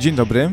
Dzień dobry.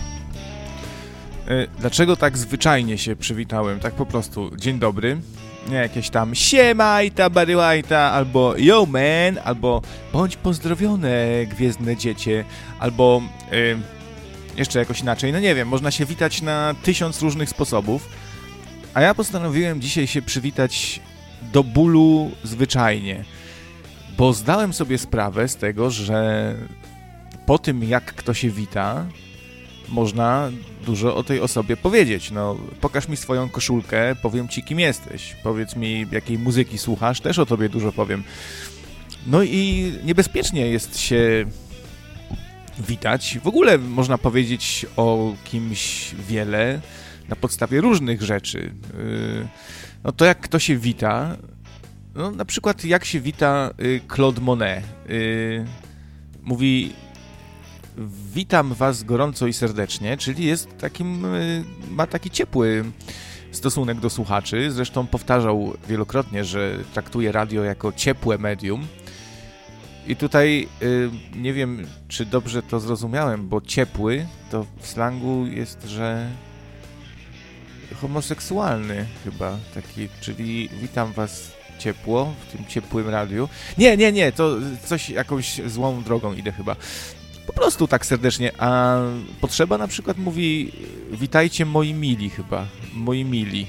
Dlaczego tak zwyczajnie się przywitałem? Tak po prostu, dzień dobry. Nie jakieś tam siemajta, baryłajta, albo yo man, albo bądź pozdrowione, gwiezdne dziecię, albo jeszcze jakoś inaczej. No nie wiem, można się witać na 1000 różnych sposobów, a ja postanowiłem dzisiaj się przywitać do bólu zwyczajnie, bo zdałem sobie sprawę z tego, że po tym jak kto się wita, można dużo o tej osobie powiedzieć. No, pokaż mi swoją koszulkę, powiem ci, kim jesteś. Powiedz mi, jakiej muzyki słuchasz, też o tobie dużo powiem. No i niebezpiecznie jest się witać. W ogóle można powiedzieć o kimś wiele na podstawie różnych rzeczy. No to jak kto się wita, no na przykład jak się wita Claude Monet. Mówi: witam was gorąco i serdecznie, czyli jest takim, ma taki ciepły stosunek do słuchaczy. Zresztą powtarzał wielokrotnie, że traktuje radio jako ciepłe medium. I tutaj nie wiem, czy dobrze to zrozumiałem, bo ciepły to w slangu jest, że homoseksualny chyba taki, czyli witam was ciepło w tym ciepłym radiu. Nie, to coś jakąś złą drogą idę chyba. Po prostu tak serdecznie, a Potrzeba na przykład mówi: witajcie moi mili chyba, moi mili.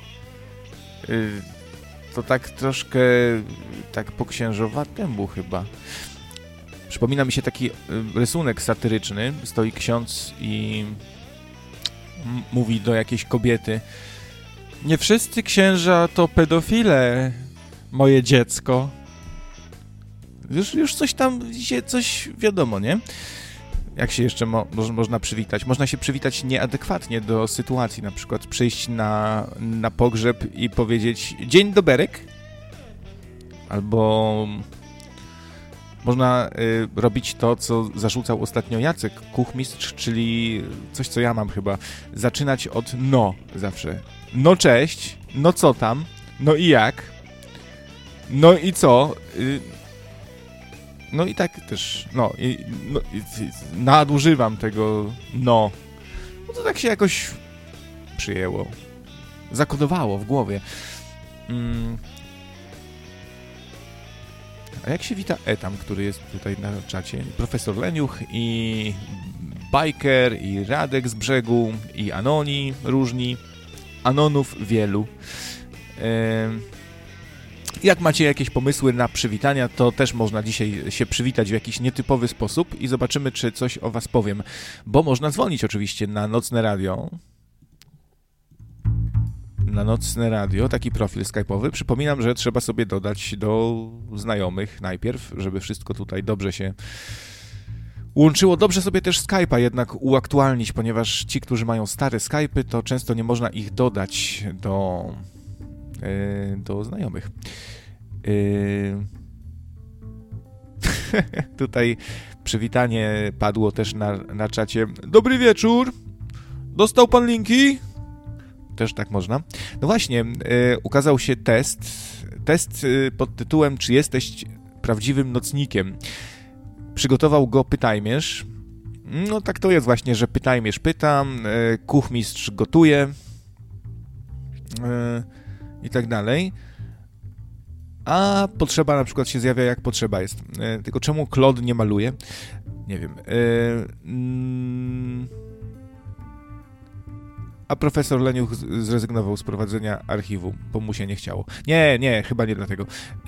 To tak troszkę tak po księżowatemu chyba. Przypomina mi się taki rysunek satyryczny, stoi ksiądz i mówi do jakiejś kobiety: nie wszyscy księża to pedofile, moje dziecko. Już coś tam, coś wiadomo, nie? Jak się jeszcze można przywitać? Można się przywitać nieadekwatnie do sytuacji, na przykład przyjść na pogrzeb i powiedzieć: dzień doberek. Albo można robić to, co zarzucał ostatnio Jacek Kuchmistrz, czyli coś, co ja mam chyba. Zaczynać od no zawsze. No cześć, no co tam, no i jak, no i co... No i tak też, nadużywam tego no. No to tak się jakoś przyjęło. Zakodowało w głowie. A jak się wita Etam, który jest tutaj na czacie? Profesor Leniuch i Biker i Radek z brzegu i Anoni różni. Anonów wielu. Jak macie jakieś pomysły na przywitania, to też można dzisiaj się przywitać w jakiś nietypowy sposób i zobaczymy, czy coś o was powiem. Bo można dzwonić oczywiście na Nocne Radio. Na Nocne Radio, taki profil skype'owy. Przypominam, że trzeba sobie dodać do znajomych najpierw, żeby wszystko tutaj dobrze się łączyło. Dobrze sobie też Skype'a jednak uaktualnić, ponieważ ci, którzy mają stare Skype'y, to często nie można ich dodać do znajomych. Tutaj przywitanie padło też na czacie. Dobry wieczór! Dostał pan linki? Też tak można. No właśnie, ukazał się test pod tytułem: czy jesteś prawdziwym nocnikiem? Przygotował go Pytajmierz. No tak to jest właśnie, że Pytajmierz pytam, Kuchmistrz gotuje i tak dalej. A Potrzeba na przykład się zjawia, jak potrzeba jest. Tylko czemu Claude nie maluje? Nie wiem. A profesor Leniuch zrezygnował z prowadzenia archiwum, bo mu się nie chciało. Nie, chyba nie dlatego.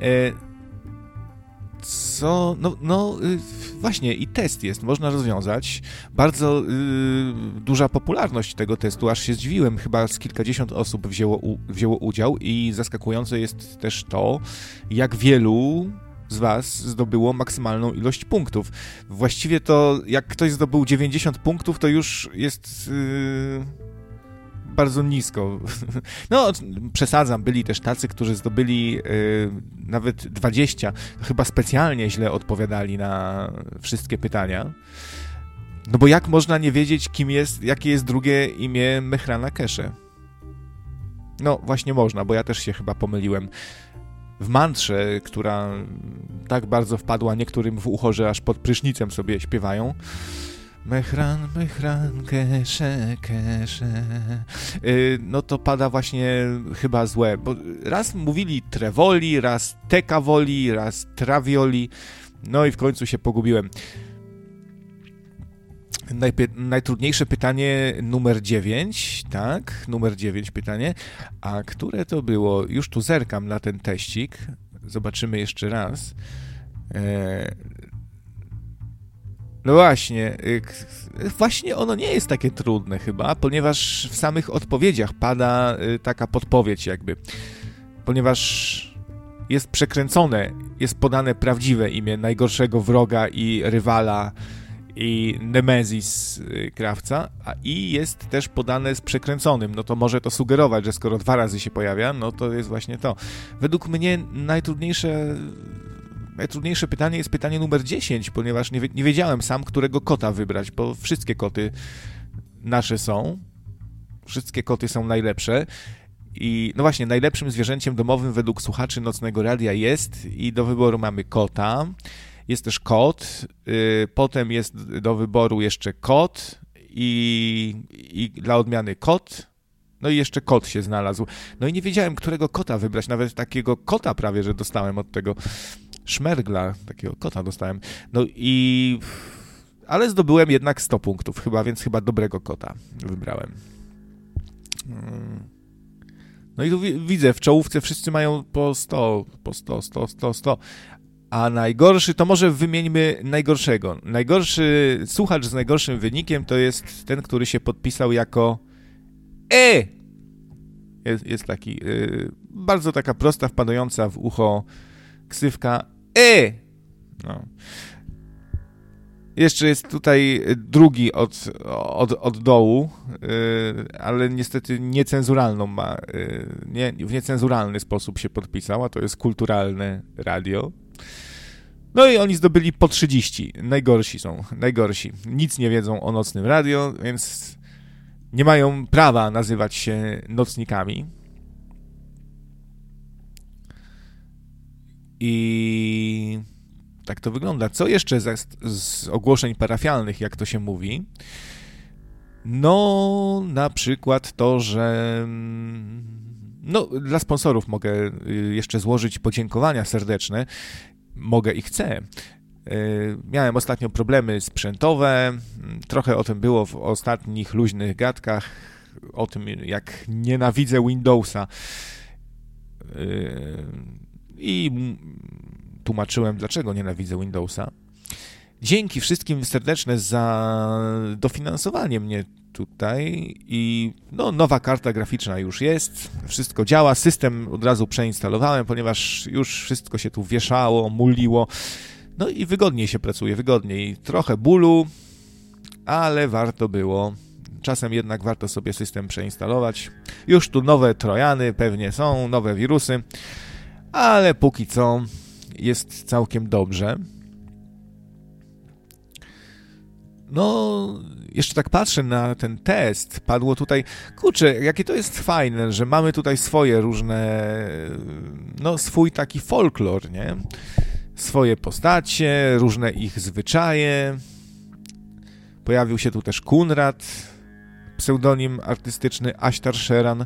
Co? Właśnie i test jest, można rozwiązać. Bardzo duża popularność tego testu, aż się zdziwiłem. Chyba z kilkadziesiąt osób wzięło udział i zaskakujące jest też to, jak wielu z was zdobyło maksymalną ilość punktów. Właściwie to, jak ktoś zdobył 90 punktów, to już jest... bardzo nisko. No, przesadzam, byli też tacy, którzy zdobyli nawet 20. Chyba specjalnie źle odpowiadali na wszystkie pytania. No bo jak można nie wiedzieć, jakie jest drugie imię Mehrana Kesze? No, właśnie można, bo ja też się chyba pomyliłem. W mantrze, która tak bardzo wpadła niektórym w ucho, że aż pod prysznicem sobie śpiewają, Mehran, kesze. No to pada właśnie chyba złe, bo raz mówili Trevoli, raz Tekavoli, raz Travioli, no i w końcu się pogubiłem. Najtrudniejsze pytanie numer 9, tak? Numer 9 pytanie. A które to było? Już tu zerkam na ten teścik. Zobaczymy jeszcze raz. No właśnie. Właśnie ono nie jest takie trudne chyba, ponieważ w samych odpowiedziach pada taka podpowiedź jakby. Ponieważ jest przekręcone, jest podane prawdziwe imię najgorszego wroga i rywala i Nemezis krawca, i jest też podane z przekręconym, no to może to sugerować, że skoro 2 razy się pojawia, no to jest właśnie to. Według mnie najtrudniejsze pytanie jest pytanie numer 10, ponieważ nie wiedziałem sam, którego kota wybrać, bo wszystkie koty nasze są, wszystkie koty są najlepsze i no właśnie, najlepszym zwierzęciem domowym według słuchaczy Nocnego Radia jest i do wyboru mamy kota. Jest też kot, potem jest do wyboru jeszcze kot i dla odmiany kot, no i jeszcze kot się znalazł. No i nie wiedziałem, którego kota wybrać, nawet takiego kota prawie, że dostałem od tego szmergla, takiego kota dostałem. No i... ale zdobyłem jednak 100 punktów chyba, więc chyba dobrego kota wybrałem. No i tu widzę, w czołówce wszyscy mają po 100, 100. A najgorszy, to może wymieńmy najgorszego. Najgorszy słuchacz z najgorszym wynikiem to jest ten, który się podpisał jako Jest taki, bardzo taka prosta, wpadająca w ucho ksywka No. Jeszcze jest tutaj drugi od dołu, ale niestety niecenzuralną ma, w niecenzuralny sposób się podpisał, a to jest Kulturalne Radio. No i oni zdobyli po 30. Najgorsi. Nic nie wiedzą o Nocnym Radio, więc nie mają prawa nazywać się nocnikami. I tak to wygląda. Co jeszcze z ogłoszeń parafialnych, jak to się mówi? No, na przykład to, że dla sponsorów mogę jeszcze złożyć podziękowania serdeczne. Mogę i chcę. Miałem ostatnio problemy sprzętowe. Trochę o tym było w ostatnich luźnych gadkach. O tym, jak nienawidzę Windowsa. I tłumaczyłem, dlaczego nienawidzę Windowsa. Dzięki wszystkim serdeczne za dofinansowanie mnie tutaj i nowa karta graficzna już jest, wszystko działa, system od razu przeinstalowałem, ponieważ już wszystko się tu wieszało, muliło, no i wygodniej się pracuje, wygodniej. Trochę bólu, ale warto było. Czasem jednak warto sobie system przeinstalować. Już tu nowe trojany pewnie są, nowe wirusy, ale póki co jest całkiem dobrze. No, jeszcze tak patrzę na ten test, padło tutaj, kurczę, jakie to jest fajne, że mamy tutaj swoje różne, swój taki folklor, nie? Swoje postacie, różne ich zwyczaje. Pojawił się tu też Kunrad, pseudonim artystyczny Ashtar Sheran.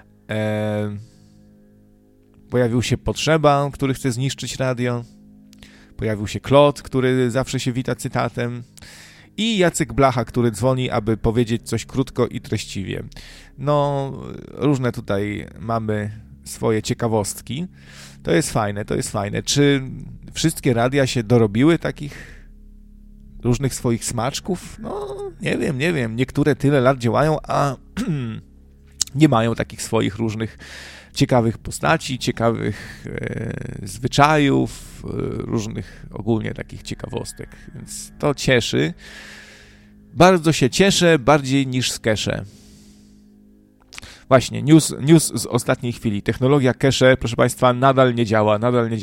Pojawił się Potrzeba, który chce zniszczyć radio. Pojawił się Klot, który zawsze się wita cytatem. I Jacek Blacha, który dzwoni, aby powiedzieć coś krótko i treściwie. No, różne tutaj mamy swoje ciekawostki. To jest fajne. Czy wszystkie radia się dorobiły takich różnych swoich smaczków? No, nie wiem. Niektóre tyle lat działają, a nie mają takich swoich różnych ciekawych postaci, ciekawych zwyczajów, różnych ogólnie takich ciekawostek. Więc to cieszy. Bardzo się cieszę, bardziej niż z cache. Właśnie, news z ostatniej chwili. Technologia cache, proszę Państwa, nadal nie działa.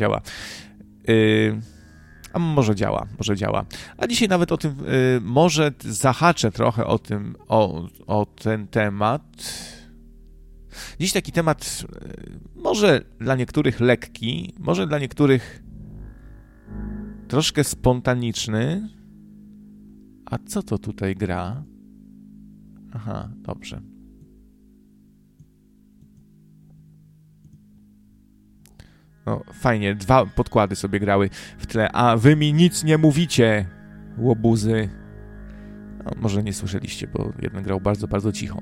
A może działa. A dzisiaj nawet o tym, może zahaczę trochę o ten temat. Dziś taki temat może dla niektórych lekki, może dla niektórych troszkę spontaniczny, A co to tutaj gra? Aha, dobrze. No, fajnie, 2 podkłady sobie grały w tle, a wy mi nic nie mówicie, łobuzy. No, może nie słyszeliście, bo jeden grał bardzo, bardzo cicho.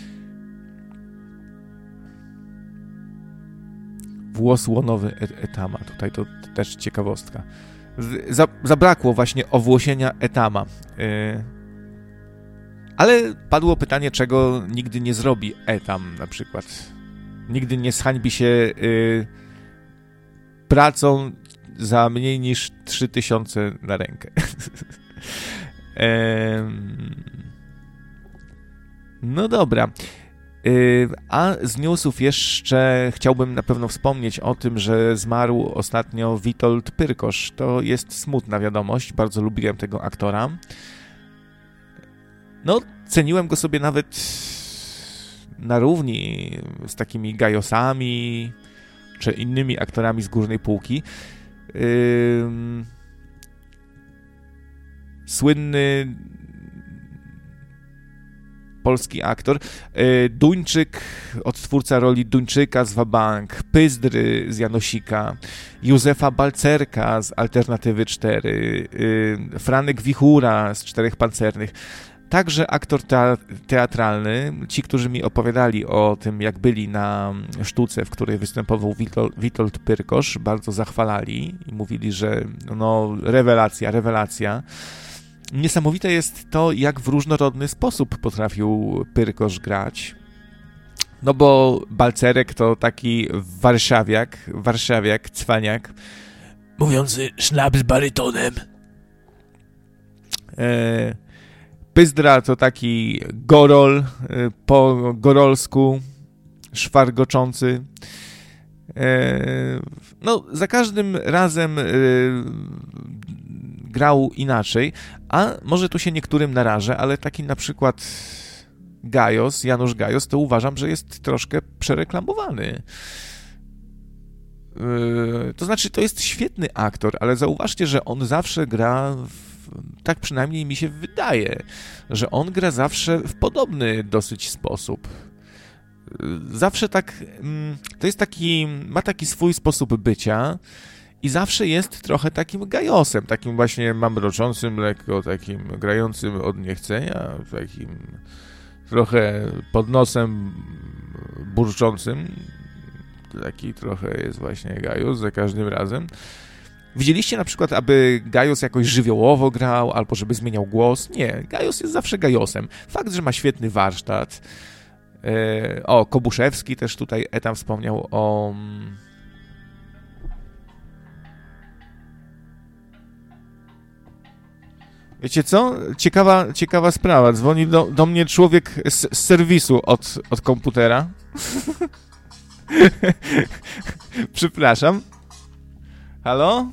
Włos łonowy Etama, tutaj to też ciekawostka. Zabrakło właśnie owłosienia Etama. Ale padło pytanie, czego nigdy nie zrobi Etam na przykład. Nigdy nie zhańbi się pracą za mniej niż 3000 na rękę. No dobra. A z newsów jeszcze chciałbym na pewno wspomnieć o tym, że zmarł ostatnio Witold Pyrkosz. To jest smutna wiadomość, bardzo lubiłem tego aktora. No, ceniłem go sobie nawet na równi z takimi Gajosami czy innymi aktorami z górnej półki. Słynny polski aktor, Duńczyk, odtwórca roli Duńczyka z Wabank, Pyzdry z Janosika, Józefa Balcerka z Alternatywy 4, Franek Wichura z Czterech Pancernych. Także aktor teatralny. Ci, którzy mi opowiadali o tym, jak byli na sztuce, w której występował Witold Pyrkosz, bardzo zachwalali i mówili, że no rewelacja. Niesamowite jest to, jak w różnorodny sposób potrafił Pyrkosz grać. No bo Balcerek to taki warszawiak, cwaniak, mówiący sznaps barytonem. Pyzdra to taki gorol, po gorolsku, szwargoczący. No, za każdym razem grał inaczej, a może tu się niektórym narażę, ale taki na przykład Janusz Gajos, to uważam, że jest troszkę przereklamowany. To znaczy, to jest świetny aktor, ale zauważcie, że on zawsze gra tak przynajmniej mi się wydaje, że on gra zawsze w podobny dosyć sposób. Zawsze tak, to jest taki, ma taki swój sposób bycia i zawsze jest trochę takim Gajosem, takim właśnie mamroczącym, lekko takim grającym od niechcenia, takim trochę pod nosem burczącym. Taki trochę jest właśnie Gajos za każdym razem. Widzieliście na przykład, aby Gajos jakoś żywiołowo grał, albo żeby zmieniał głos? Nie, Gajos jest zawsze Gajosem. Fakt, że ma świetny warsztat. Kobuszewski też tutaj Etam wspomniał o... Wiecie co? Ciekawa sprawa. Dzwoni do mnie człowiek z serwisu od komputera. Przepraszam. Halo?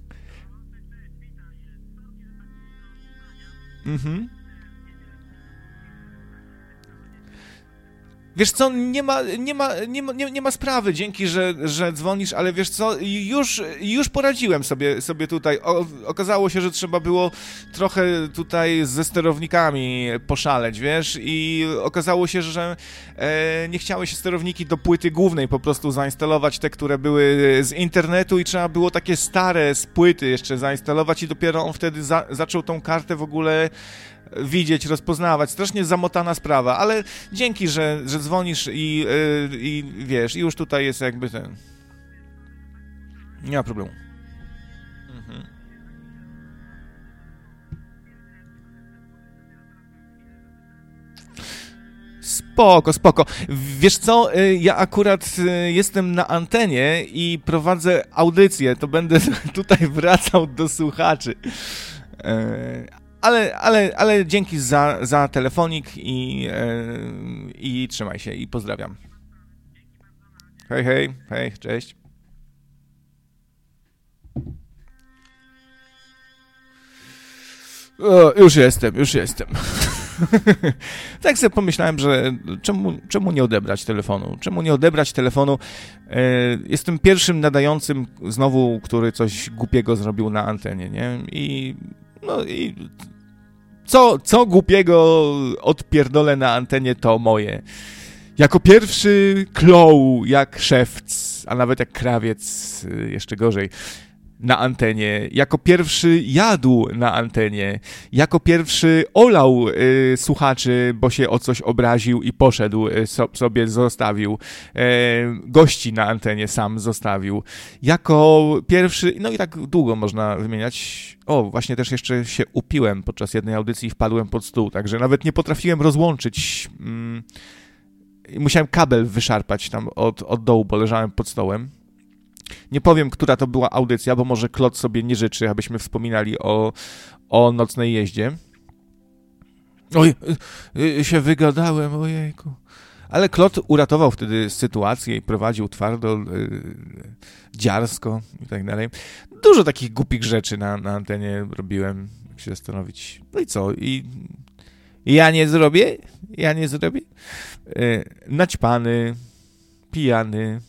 Wiesz co, nie ma sprawy, dzięki, że dzwonisz, ale wiesz co, już poradziłem sobie tutaj. Okazało się, że trzeba było trochę tutaj ze sterownikami poszaleć, wiesz, i okazało się, że nie chciały się sterowniki do płyty głównej po prostu zainstalować, te, które były z internetu i trzeba było takie stare z płyty jeszcze zainstalować i dopiero on wtedy zaczął tą kartę w ogóle widzieć, rozpoznawać. Strasznie zamotana sprawa, ale dzięki, że dzwonisz i wiesz, i już tutaj jest jakby ten... Nie ma problemu. Spoko. Wiesz co, ja akurat jestem na antenie i prowadzę audycję, to będę tutaj wracał do słuchaczy. Ale dzięki za telefonik i trzymaj się i pozdrawiam. Hej, cześć. Już jestem. Tak sobie pomyślałem, że czemu nie odebrać telefonu? Jestem pierwszym nadającym znowu, który coś głupiego zrobił na antenie, nie? I Co głupiego odpierdolę na antenie, to moje. Jako pierwszy klął jak szewc, a nawet jak krawiec, jeszcze gorzej, na antenie. Jako pierwszy jadł na antenie. Jako pierwszy olał słuchaczy, bo się o coś obraził i poszedł, sobie zostawił. Gości na antenie sam zostawił. Jako pierwszy, no i tak długo można wymieniać. O, właśnie też jeszcze się upiłem podczas jednej audycji i wpadłem pod stół, także nawet nie potrafiłem rozłączyć. Musiałem kabel wyszarpać tam od dołu, bo leżałem pod stołem. Nie powiem, która to była audycja, bo może Klot sobie nie życzy, abyśmy wspominali o nocnej jeździe. Oj, się wygadałem, ojejku. Ale Klot uratował wtedy sytuację i prowadził twardo, dziarsko i tak dalej. Dużo takich głupich rzeczy na antenie robiłem, jak się zastanowić. No i co? I ja nie zrobię? Naćpany, pijany,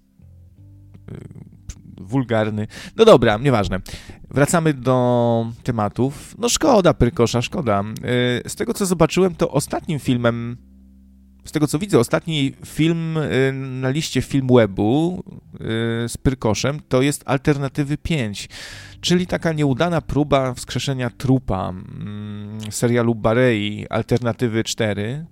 wulgarny. No dobra, nieważne. Wracamy do tematów. No szkoda Pyrkosza, szkoda. Z tego, co zobaczyłem, to ostatnim filmem, z tego, co widzę, ostatni film na liście Filmwebu z Pyrkoszem to jest Alternatywy 5, czyli taka nieudana próba wskrzeszenia trupa serialu Barei Alternatywy 4.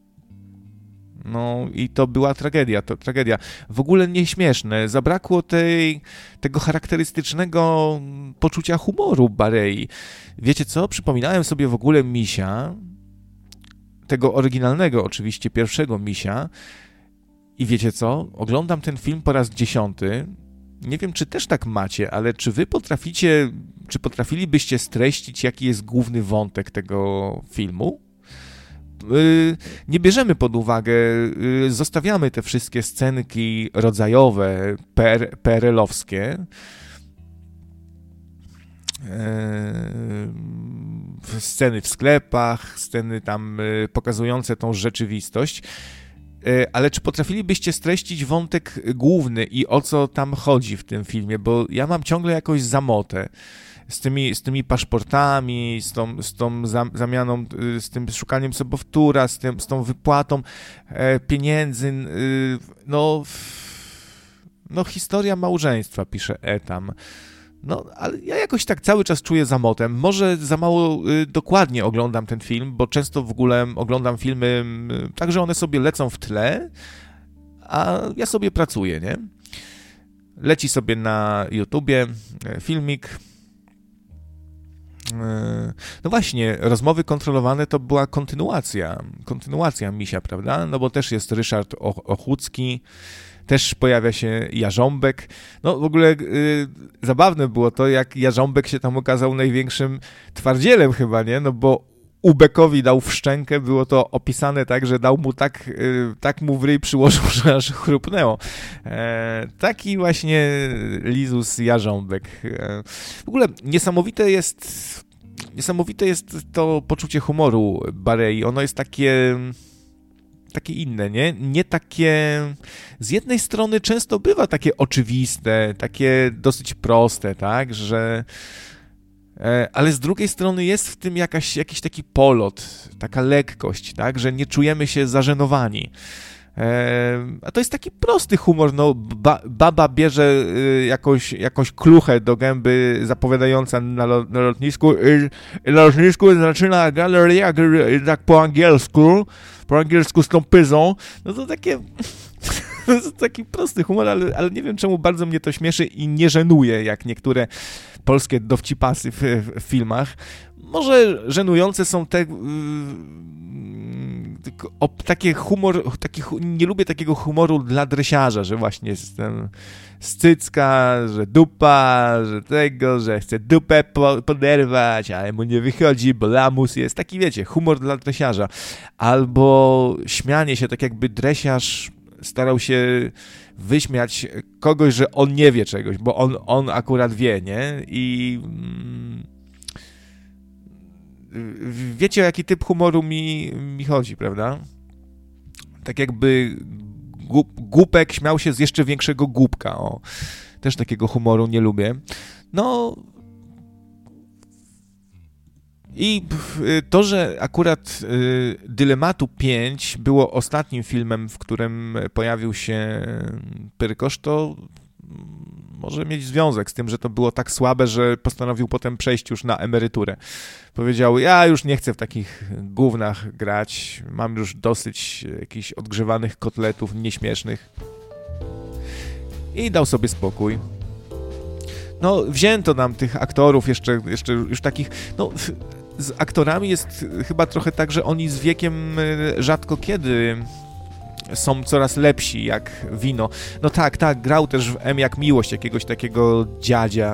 No i to była tragedia, W ogóle nieśmieszne. Zabrakło tego charakterystycznego poczucia humoru Barei. Wiecie co? Przypominałem sobie w ogóle Misia, tego oryginalnego oczywiście, pierwszego Misia. I wiecie co? Oglądam ten film po raz 10. Nie wiem, czy też tak macie, ale czy wy potrafilibyście streścić, jaki jest główny wątek tego filmu? Nie bierzemy pod uwagę, zostawiamy te wszystkie scenki rodzajowe, PRL-owskie, sceny w sklepach, sceny tam pokazujące tą rzeczywistość, ale czy potrafilibyście streścić wątek główny i o co tam chodzi w tym filmie, bo ja mam ciągle jakąś zamotę. Z tymi paszportami, z tą zamianą, z tym szukaniem sobowtóra, z tą wypłatą pieniędzy, no historia małżeństwa, pisze Etam. No, ale ja jakoś tak cały czas czuję zamotem. Może za mało dokładnie oglądam ten film, bo często w ogóle oglądam filmy tak, że one sobie lecą w tle, a ja sobie pracuję, nie? Leci sobie na YouTubie filmik. No właśnie, Rozmowy kontrolowane to była kontynuacja Misia, prawda? No bo też jest Ryszard Ochucki, też pojawia się Jarząbek. No w ogóle zabawne było to, jak Jarząbek się tam okazał największym twardzielem chyba, nie? No bo Ubekowi dał w szczękę, było to opisane tak, że dał mu tak mu w ryj przyłożył, że aż chrupnęło. Taki właśnie Lizus Jarząbek. W ogóle niesamowite jest to poczucie humoru Barei. Ono jest takie inne, nie? Nie takie... Z jednej strony często bywa takie oczywiste, takie dosyć proste, tak? Ale z drugiej strony jest w tym jakiś taki polot, taka lekkość, tak? Że nie czujemy się zażenowani. A to jest taki prosty humor, no baba bierze jakąś kluchę do gęby zapowiadająca na lotnisku i na lotnisku zaczyna galeria tak po angielsku z tą pyzą, no to takie... To jest taki prosty humor, ale nie wiem czemu bardzo mnie to śmieszy i nie żenuje, jak niektóre polskie dowcipasy w filmach. Może żenujące są takie nie lubię takiego humoru dla dresiarza, że właśnie jestem scycka, że dupa, że chce dupę poderwać, ale mu nie wychodzi, bo lamus jest. Taki, wiecie, humor dla dresiarza. Albo śmianie się, tak jakby dresiarz starał się wyśmiać kogoś, że on nie wie czegoś, bo on akurat wie, nie? I wiecie, o jaki typ humoru mi chodzi, prawda? Tak jakby głupek śmiał się z jeszcze większego głupka. O, też takiego humoru nie lubię. No, I to, że akurat Dylematu 5 było ostatnim filmem, w którym pojawił się Pyrkosz, to może mieć związek z tym, że to było tak słabe, że postanowił potem przejść już na emeryturę. Powiedział, ja już nie chcę w takich gównach grać, mam już dosyć jakichś odgrzewanych kotletów nieśmiesznych. I dał sobie spokój. No, wzięto nam tych aktorów jeszcze już takich, no, z aktorami jest chyba trochę tak, że oni z wiekiem rzadko kiedy są coraz lepsi jak wino. No tak, grał też w M jak miłość jakiegoś takiego dziadzia.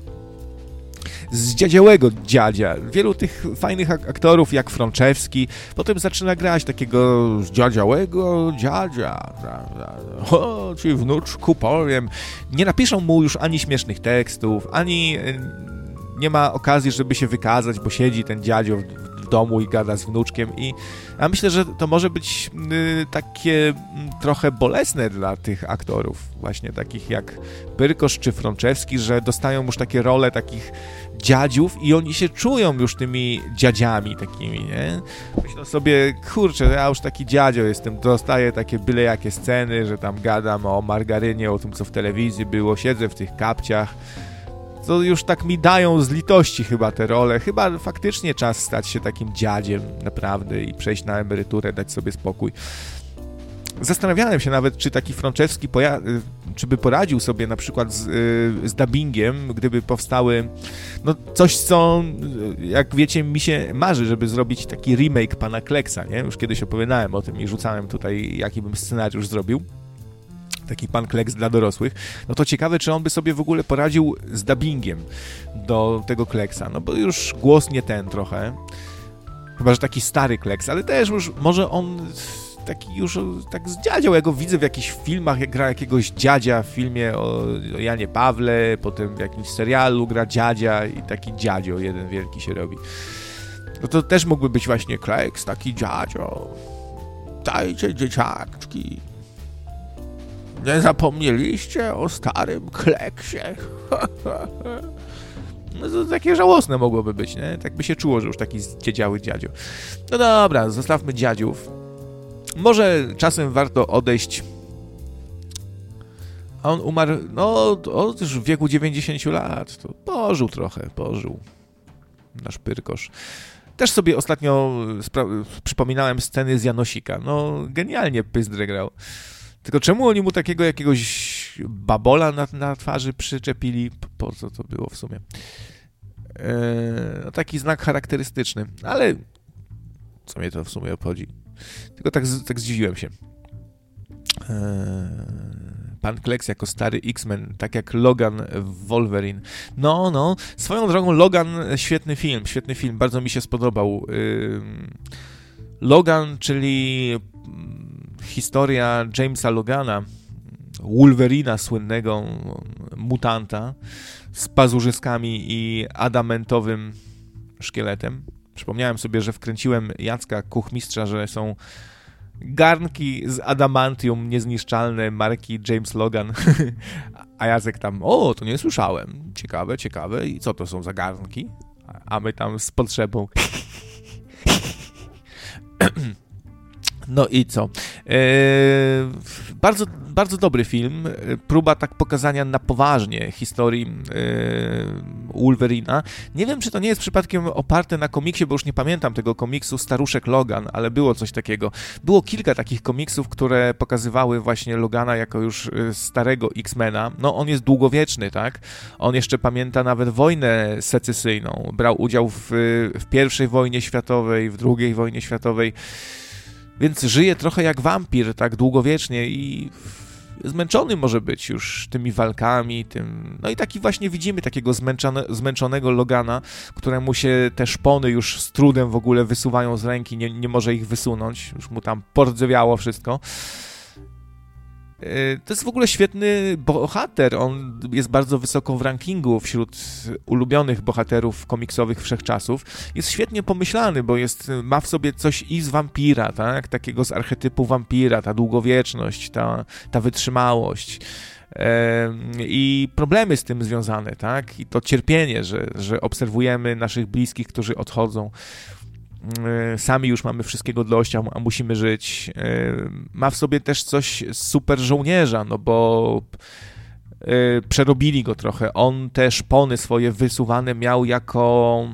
Zdziadziałego dziadzia. Wielu tych fajnych aktorów jak Frączewski potem zaczyna grać takiego zdziadziałego dziadzia. O, ci wnuczku powiem. Nie napiszą mu już ani śmiesznych tekstów, ani nie ma okazji, żeby się wykazać, bo siedzi ten dziadzio w domu i gada z wnuczkiem i ja myślę, że to może być takie trochę bolesne dla tych aktorów, właśnie takich jak Pyrkosz czy Frączewski, że dostają już takie role takich dziadziów i oni się czują już tymi dziadziami takimi, nie? Myślę sobie, kurczę, ja już taki dziadzio jestem, dostaję takie byle jakie sceny, że tam gadam o margarynie, o tym, co w telewizji było, siedzę w tych kapciach. To już tak mi dają z litości chyba te role. Chyba faktycznie czas stać się takim dziadziem naprawdę i przejść na emeryturę, dać sobie spokój. Zastanawiałem się nawet, czy taki Frączewski czy by poradził sobie na przykład z dubbingiem, gdyby powstały no coś, co jak wiecie mi się marzy, żeby zrobić taki remake Pana Kleksa, nie? Już kiedyś opowiadałem o tym i rzucałem tutaj, jaki bym scenariusz zrobił. Taki Pan Kleks dla dorosłych, no to ciekawe, czy on by sobie w ogóle poradził z dubbingiem do tego Kleksa, no bo już głos nie ten trochę, chyba, że taki stary Kleks, ale też już może on taki już tak zdziadział, ja go widzę w jakichś filmach, jak gra jakiegoś dziadzia w filmie o Janie Pawle, potem w jakimś serialu gra dziadzia i taki dziadzio jeden wielki się robi. No to też mógłby być właśnie Kleks, taki dziadzio. Dajcie dzieciaczki. Nie zapomnieliście o starym Kleksie? No to takie żałosne mogłoby być, nie? Tak by się czuło, że już taki zdziedziały dziadzio. No dobra, zostawmy dziadziów. Może czasem warto odejść. A on umarł, no już w wieku 90 lat. To pożył. Nasz Pyrkosz. Też sobie ostatnio przypominałem sceny z Janosika. No, genialnie Pyzdrę grał. Tylko czemu oni mu takiego jakiegoś babola na twarzy przyczepili? Po co to było w sumie? No taki znak charakterystyczny, ale co mnie to w sumie obchodzi? Tylko tak zdziwiłem się. Pan Kleks jako stary X-Men, tak jak Logan w Wolverine. No, swoją drogą Logan, świetny film, bardzo mi się spodobał. Logan, czyli historia Jamesa Logana, Wolverina słynnego, mutanta z pazurzyskami i adamentowym szkieletem. Przypomniałem sobie, że wkręciłem Jacka Kuchmistrza, że są garnki z adamantium niezniszczalne marki James Logan, a Jacek tam, to nie słyszałem, ciekawe, i co to są za garnki? A my tam z potrzebą. No i co? Bardzo, bardzo dobry film. Próba tak pokazania na poważnie historii Wolverina. Nie wiem, czy to nie jest przypadkiem oparte na komiksie, bo już nie pamiętam tego komiksu Staruszek Logan, ale było coś takiego. Było kilka takich komiksów, które pokazywały właśnie Logana jako już starego X-Mena. No, on jest długowieczny, tak? On jeszcze pamięta nawet wojnę secesyjną. Brał udział w I wojnie światowej, w II wojnie światowej. Więc żyje trochę jak wampir, tak długowiecznie i zmęczony może być już tymi walkami, tym... No i taki właśnie widzimy takiego zmęczonego Logana, któremu się te szpony już z trudem w ogóle wysuwają z ręki, nie może ich wysunąć, już mu tam pordzewiało wszystko. To jest w ogóle świetny bohater, on jest bardzo wysoko w rankingu wśród ulubionych bohaterów komiksowych wszechczasów. Jest świetnie pomyślany, bo ma w sobie coś i z wampira, tak? Takiego z archetypu wampira, ta długowieczność, ta wytrzymałość. i problemy z tym związane, tak? I to cierpienie, że obserwujemy naszych bliskich, którzy odchodzą. Sami już mamy wszystkiego dość, a musimy żyć. Ma w sobie też coś super żołnierza, no bo przerobili go trochę. On te szpony swoje wysuwane miał jako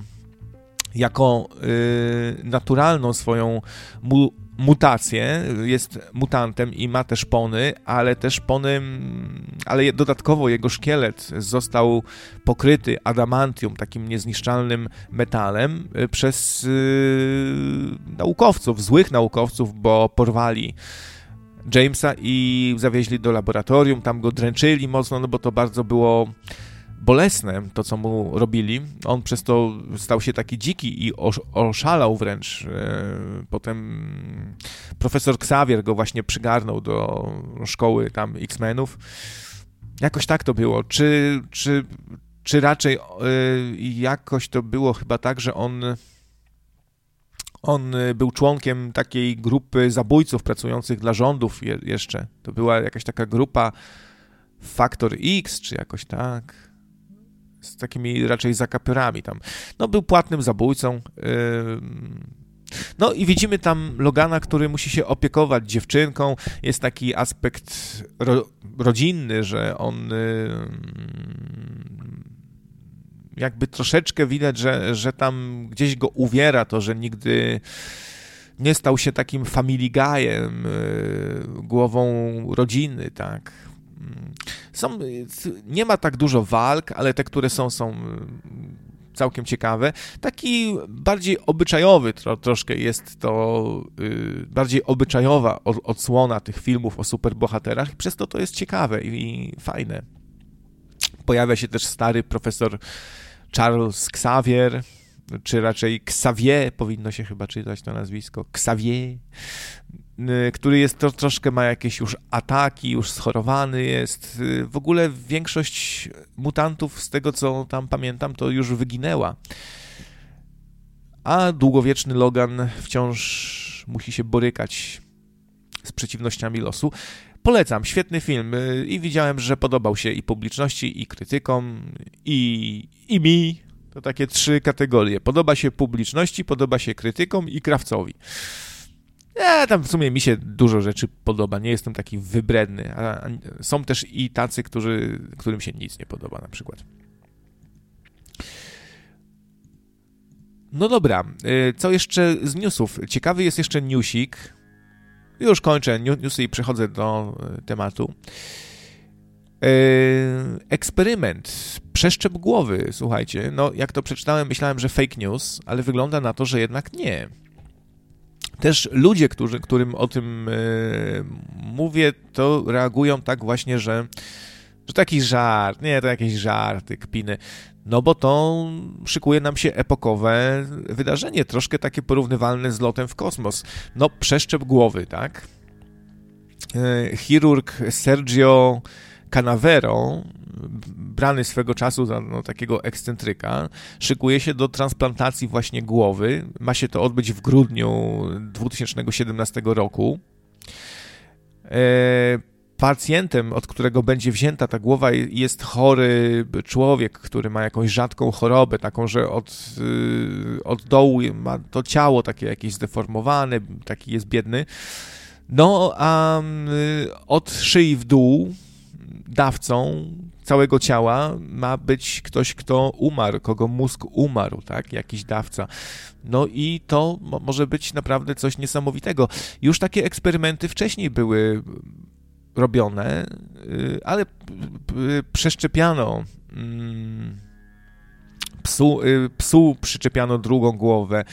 naturalną swoją mutację, jest mutantem i ma te szpony, ale dodatkowo jego szkielet został pokryty adamantium, takim niezniszczalnym metalem przez naukowców, złych naukowców, bo porwali Jamesa i zawieźli do laboratorium, tam go dręczyli mocno, no bo to bardzo było bolesne, to co mu robili. On przez to stał się taki dziki i oszalał wręcz. Potem profesor Xavier go właśnie przygarnął do szkoły tam X-Menów. Jakoś tak to było. Czy raczej jakoś to było chyba tak, że on był członkiem takiej grupy zabójców pracujących dla rządów jeszcze. To była jakaś taka grupa Factor X, czy jakoś tak, z takimi raczej zakapiorami tam. No, był płatnym zabójcą. No i widzimy tam Logana, który musi się opiekować dziewczynką. Jest taki aspekt rodzinny, że on jakby troszeczkę widać, że tam gdzieś go uwiera to, że nigdy nie stał się takim family guy'em, głową rodziny, tak. Nie ma tak dużo walk, ale te, które są całkiem ciekawe. Taki bardziej obyczajowy troszkę jest to, bardziej obyczajowa odsłona tych filmów o superbohaterach i przez to jest ciekawe i fajne. Pojawia się też stary profesor Charles Xavier, czy raczej Xavier, powinno się chyba czytać to nazwisko, Xavier, który jest troszkę ma jakieś już ataki, już schorowany jest. W ogóle większość mutantów, z tego co tam pamiętam, to już wyginęła. A długowieczny Logan wciąż musi się borykać z przeciwnościami losu. Polecam, świetny film i widziałem, że podobał się i publiczności, i krytykom, i mi. To takie 3 kategorie. Podoba się publiczności, podoba się krytykom i krawcowi. Tam w sumie mi się dużo rzeczy podoba, nie jestem taki wybredny, a są też i tacy, którym się nic nie podoba na przykład. No dobra, co jeszcze z newsów? Ciekawy jest jeszcze newsik. Już kończę newsy i przechodzę do tematu. Eksperyment, przeszczep głowy, słuchajcie. No, jak to przeczytałem, myślałem, że fake news, ale wygląda na to, że jednak nie. Też ludzie, którym o tym mówię, to reagują tak właśnie, że to jakiś żart, nie, to jakieś żarty, kpiny. No bo to szykuje nam się epokowe wydarzenie, troszkę takie porównywalne z lotem w kosmos. No, przeszczep głowy, tak? Chirurg Sergio Canavero, brany swego czasu za takiego ekscentryka, szykuje się do transplantacji właśnie głowy. Ma się to odbyć w grudniu 2017 roku. Pacjentem, od którego będzie wzięta ta głowa, jest chory człowiek, który ma jakąś rzadką chorobę, taką, że od dołu ma to ciało takie jakieś zdeformowane, taki jest biedny. No, a od szyi w dół dawcą całego ciała ma być ktoś, kto umarł, kogo mózg umarł, tak? Jakiś dawca. No i to może być naprawdę coś niesamowitego. Już takie eksperymenty wcześniej były robione, ale przeszczepiano psu przyczepiano drugą głowę.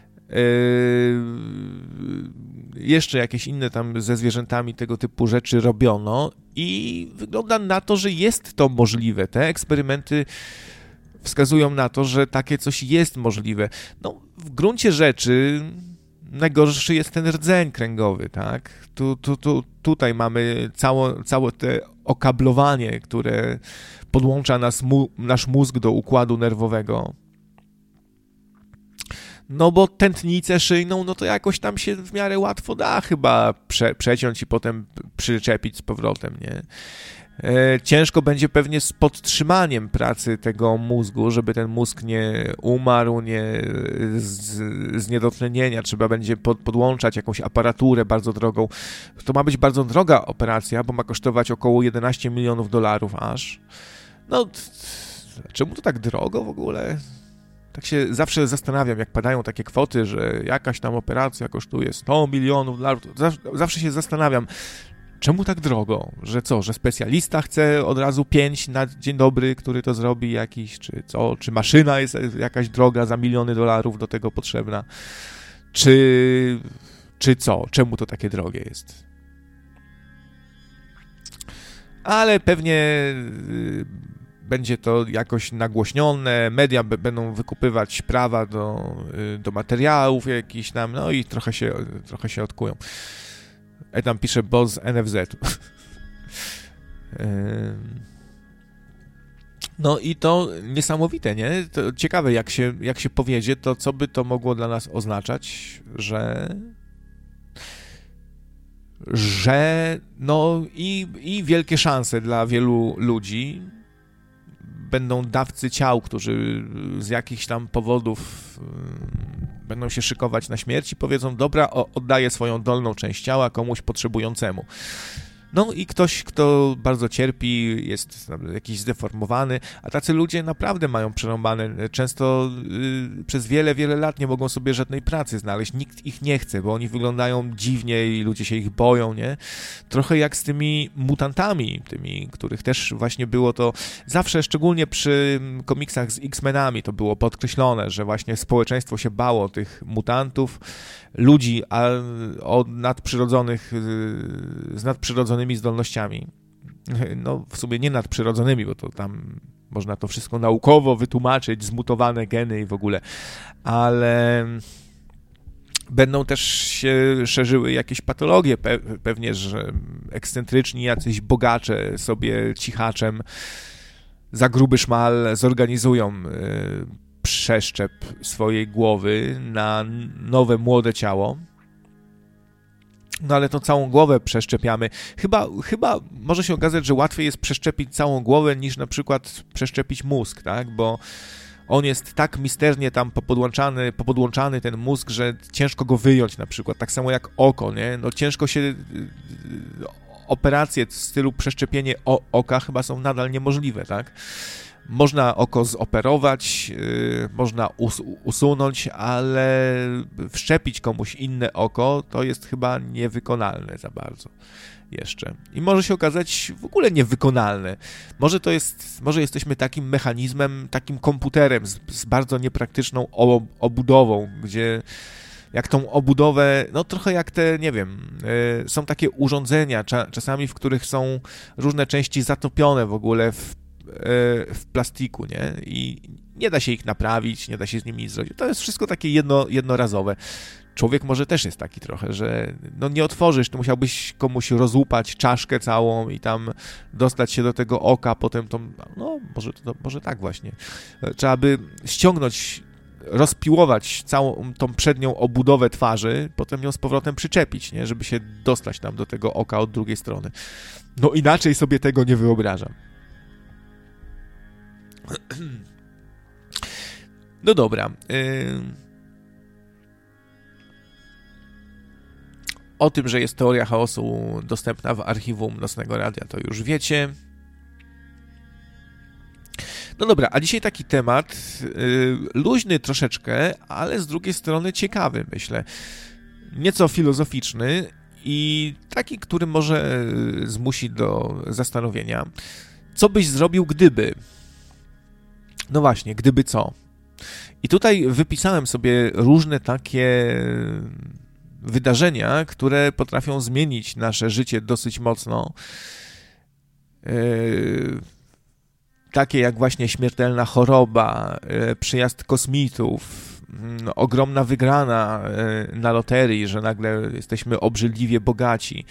Jeszcze jakieś inne tam ze zwierzętami tego typu rzeczy robiono i wygląda na to, że jest to możliwe. Te eksperymenty wskazują na to, że takie coś jest możliwe. No, w gruncie rzeczy najgorszy jest ten rdzeń kręgowy, tak? Tutaj mamy całe te okablowanie, które podłącza nasz mózg do układu nerwowego. No bo tętnicę szyjną, no to jakoś tam się w miarę łatwo da chyba przeciąć i potem przyczepić z powrotem, nie? Ciężko będzie pewnie z podtrzymaniem pracy tego mózgu, żeby ten mózg nie umarł, nie z niedotlenienia. Trzeba będzie podłączać jakąś aparaturę bardzo drogą. To ma być bardzo droga operacja, bo ma kosztować około $11 milionów aż. No, czemu to tak drogo w ogóle? Tak się zawsze zastanawiam, jak padają takie kwoty, że jakaś tam operacja kosztuje $100 milionów. Zawsze się zastanawiam, czemu tak drogo? Że co, że specjalista chce od razu 5 na dzień dobry, który to zrobi jakiś, czy co? Czy maszyna jest jakaś droga za miliony dolarów do tego potrzebna? Czy co? Czemu to takie drogie jest? Ale pewnie będzie to jakoś nagłośnione, media będą wykupywać prawa do materiałów jakichś tam, no i trochę się odkują. Tam pisze boss z NFZ-u. No i to niesamowite, nie? To ciekawe, jak się powiedzie, to co by to mogło dla nas oznaczać, że no i wielkie szanse dla wielu ludzi. Będą dawcy ciał, którzy z jakichś tam powodów będą się szykować na śmierć i powiedzą, dobra, oddaję swoją dolną część ciała komuś potrzebującemu. No i ktoś, kto bardzo cierpi, jest jakiś zdeformowany, a tacy ludzie naprawdę mają przerąbane. Często przez wiele, wiele lat nie mogą sobie żadnej pracy znaleźć. Nikt ich nie chce, bo oni wyglądają dziwnie i ludzie się ich boją, nie? Trochę jak z tymi mutantami, tymi, których też właśnie było to zawsze, szczególnie przy komiksach z X-Menami to było podkreślone, że właśnie społeczeństwo się bało tych mutantów, ludzi z nadprzyrodzonymi zdolnościami. No w sumie nie nadprzyrodzonymi, bo to tam można to wszystko naukowo wytłumaczyć, zmutowane geny i w ogóle, ale będą też się szerzyły jakieś patologie, pewnie, że ekscentryczni jacyś bogacze sobie cichaczem za gruby szmal zorganizują przeszczep swojej głowy na nowe, młode ciało. No ale to całą głowę przeszczepiamy. Chyba może się okazać, że łatwiej jest przeszczepić całą głowę niż na przykład przeszczepić mózg, tak? Bo on jest tak misternie tam popodłączany ten mózg, że ciężko go wyjąć na przykład. Tak samo jak oko, nie? No ciężko się... Operacje w stylu przeszczepienie oka chyba są nadal niemożliwe, tak? Można oko zoperować, można usunąć, ale wszczepić komuś inne oko to jest chyba niewykonalne za bardzo jeszcze. I może się okazać w ogóle niewykonalne. Może jesteśmy takim mechanizmem, takim komputerem z bardzo niepraktyczną obudową, gdzie jak tą obudowę, no trochę jak te, nie wiem, są takie urządzenia czasami, w których są różne części zatopione w ogóle w plastiku, nie? I nie da się ich naprawić, nie da się z nimi nic zrobić. To jest wszystko takie jednorazowe. Człowiek może też jest taki trochę, że no nie otworzysz, to musiałbyś komuś rozłupać czaszkę całą i tam dostać się do tego oka, potem może tak właśnie. Trzeba by ściągnąć, rozpiłować całą tą przednią obudowę twarzy, potem ją z powrotem przyczepić, nie? Żeby się dostać tam do tego oka od drugiej strony. No inaczej sobie tego nie wyobrażam. No dobra. O tym, że jest teoria chaosu dostępna w archiwum Nocnego Radia, to już wiecie. No dobra, a dzisiaj taki temat luźny troszeczkę, ale z drugiej strony ciekawy, myślę. Nieco filozoficzny i taki, który może zmusi do zastanowienia. Co byś zrobił, gdyby? No właśnie, gdyby co? I tutaj wypisałem sobie różne takie wydarzenia, które potrafią zmienić nasze życie dosyć mocno. Takie jak właśnie śmiertelna choroba, przyjazd kosmitów, ogromna wygrana na loterii, że nagle jesteśmy obrzydliwie bogaci,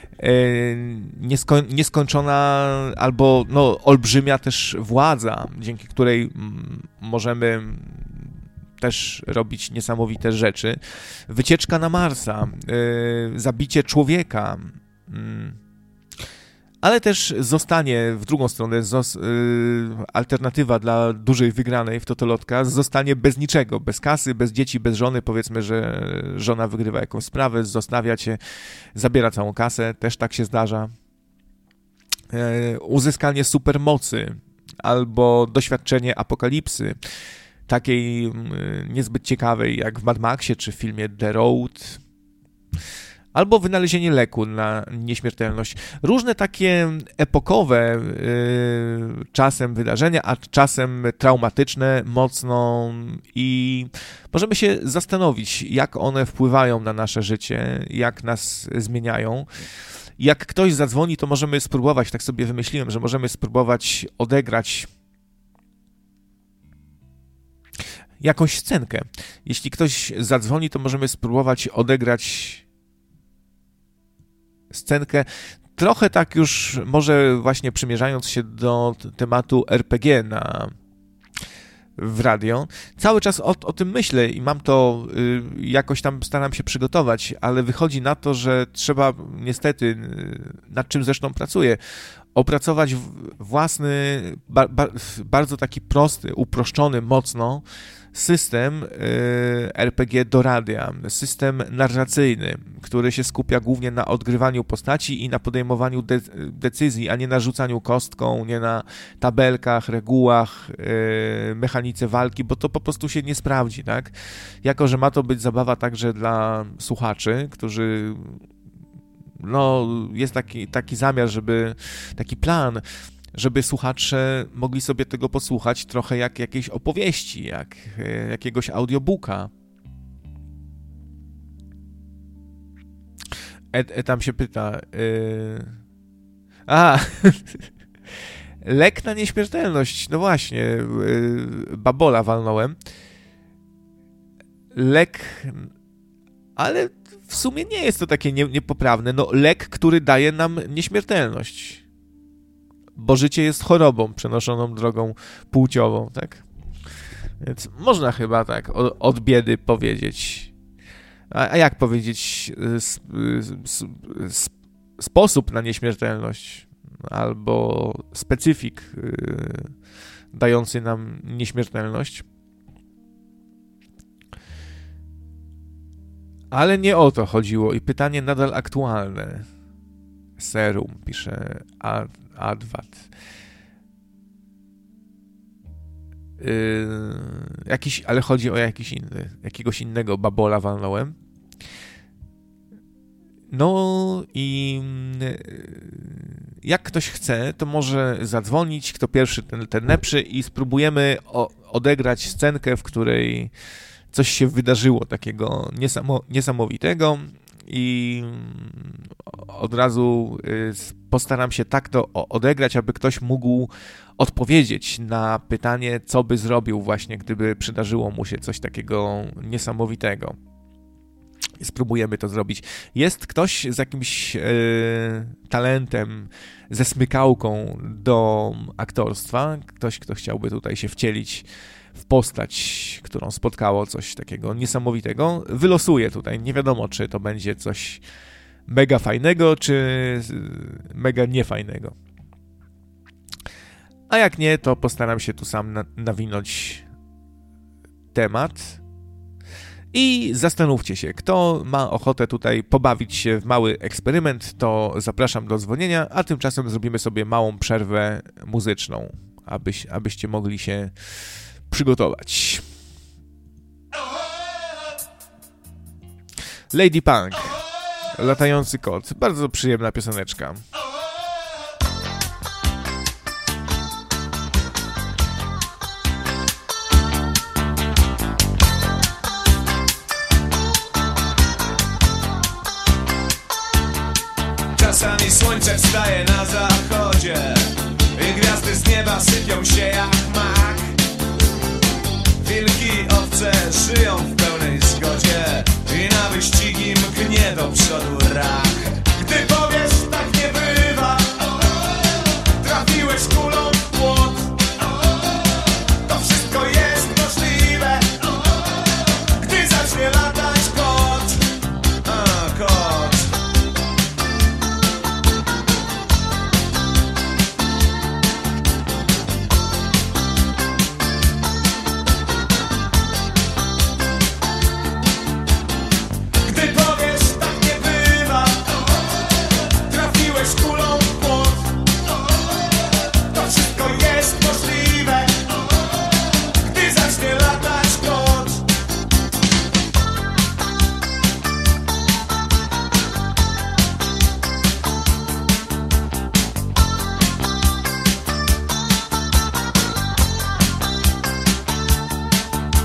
nieskończona albo olbrzymia też władza, dzięki której możemy też robić niesamowite rzeczy, wycieczka na Marsa, zabicie człowieka, ale też zostanie w drugą stronę alternatywa dla dużej wygranej w Totolotka, zostanie bez niczego, bez kasy, bez dzieci, bez żony. Powiedzmy, że żona wygrywa jakąś sprawę, zostawia cię, zabiera całą kasę, też tak się zdarza. Uzyskanie supermocy albo doświadczenie apokalipsy, takiej niezbyt ciekawej jak w Mad Maxie czy w filmie The Road, albo wynalezienie leku na nieśmiertelność. Różne takie epokowe czasem wydarzenia, a czasem traumatyczne mocno i możemy się zastanowić, jak one wpływają na nasze życie, jak nas zmieniają. Jak ktoś zadzwoni, to możemy spróbować, tak sobie wymyśliłem, że możemy spróbować odegrać jakąś scenkę. Jeśli ktoś zadzwoni, to możemy spróbować odegrać scenkę, trochę tak już może właśnie przymierzając się do tematu RPG w radio. Cały czas o tym myślę i mam to, jakoś tam staram się przygotować, ale wychodzi na to, że trzeba niestety, nad czym zresztą pracuję, opracować własny, bardzo taki prosty, uproszczony mocno system RPG do radia, system narracyjny, który się skupia głównie na odgrywaniu postaci i na podejmowaniu decyzji, a nie na rzucaniu kostką, nie na tabelkach, regułach, mechanice walki, bo to po prostu się nie sprawdzi, tak? Jako że ma to być zabawa także dla słuchaczy, którzy jest taki zamiar, taki plan, żeby słuchacze mogli sobie tego posłuchać trochę jak jakiejś opowieści, jak jakiegoś audiobooka. Tam się pyta... Lek na nieśmiertelność. No właśnie, babola walnąłem. Lek... Ale w sumie nie jest to takie niepoprawne. No, lek, który daje nam nieśmiertelność. Bo życie jest chorobą przenoszoną drogą płciową, tak? Więc można chyba tak od biedy powiedzieć. A jak powiedzieć sposób na nieśmiertelność? Albo specyfik dający nam nieśmiertelność? Ale nie o to chodziło i pytanie nadal aktualne. Serum, pisze Adwat. Ale chodzi o jakiegoś innego babola walnąłem. No i jak ktoś chce, to może zadzwonić, kto pierwszy, ten lepszy i spróbujemy odegrać scenkę, w której coś się wydarzyło takiego niesamowitego i od razu postaram się tak to odegrać, aby ktoś mógł odpowiedzieć na pytanie, co by zrobił właśnie, gdyby przydarzyło mu się coś takiego niesamowitego. I spróbujemy to zrobić. Jest ktoś z jakimś talentem, ze smykałką do aktorstwa, ktoś, kto chciałby tutaj się wcielić w postać, którą spotkało coś takiego niesamowitego. Wylosuję tutaj. Nie wiadomo, czy to będzie coś mega fajnego, czy mega niefajnego. A jak nie, to postaram się tu sam nawinąć temat. I zastanówcie się, kto ma ochotę tutaj pobawić się w mały eksperyment, to zapraszam do dzwonienia, a tymczasem zrobimy sobie małą przerwę muzyczną, abyście mogli się przygotować. Lady Punk, Latający kot, bardzo przyjemna pioseneczka. Czasami słońce wstaje na zachodzie i gwiazdy z nieba sypią się jak mak. Wilki, owce żyją w pełnej zgodzie i na wyścigi mknie do przodu rak. Gdy powiesz, tak nie bywa, trafiłeś kulą w płot, to wszystko jest możliwe, gdy zacznie latać kot. Kot.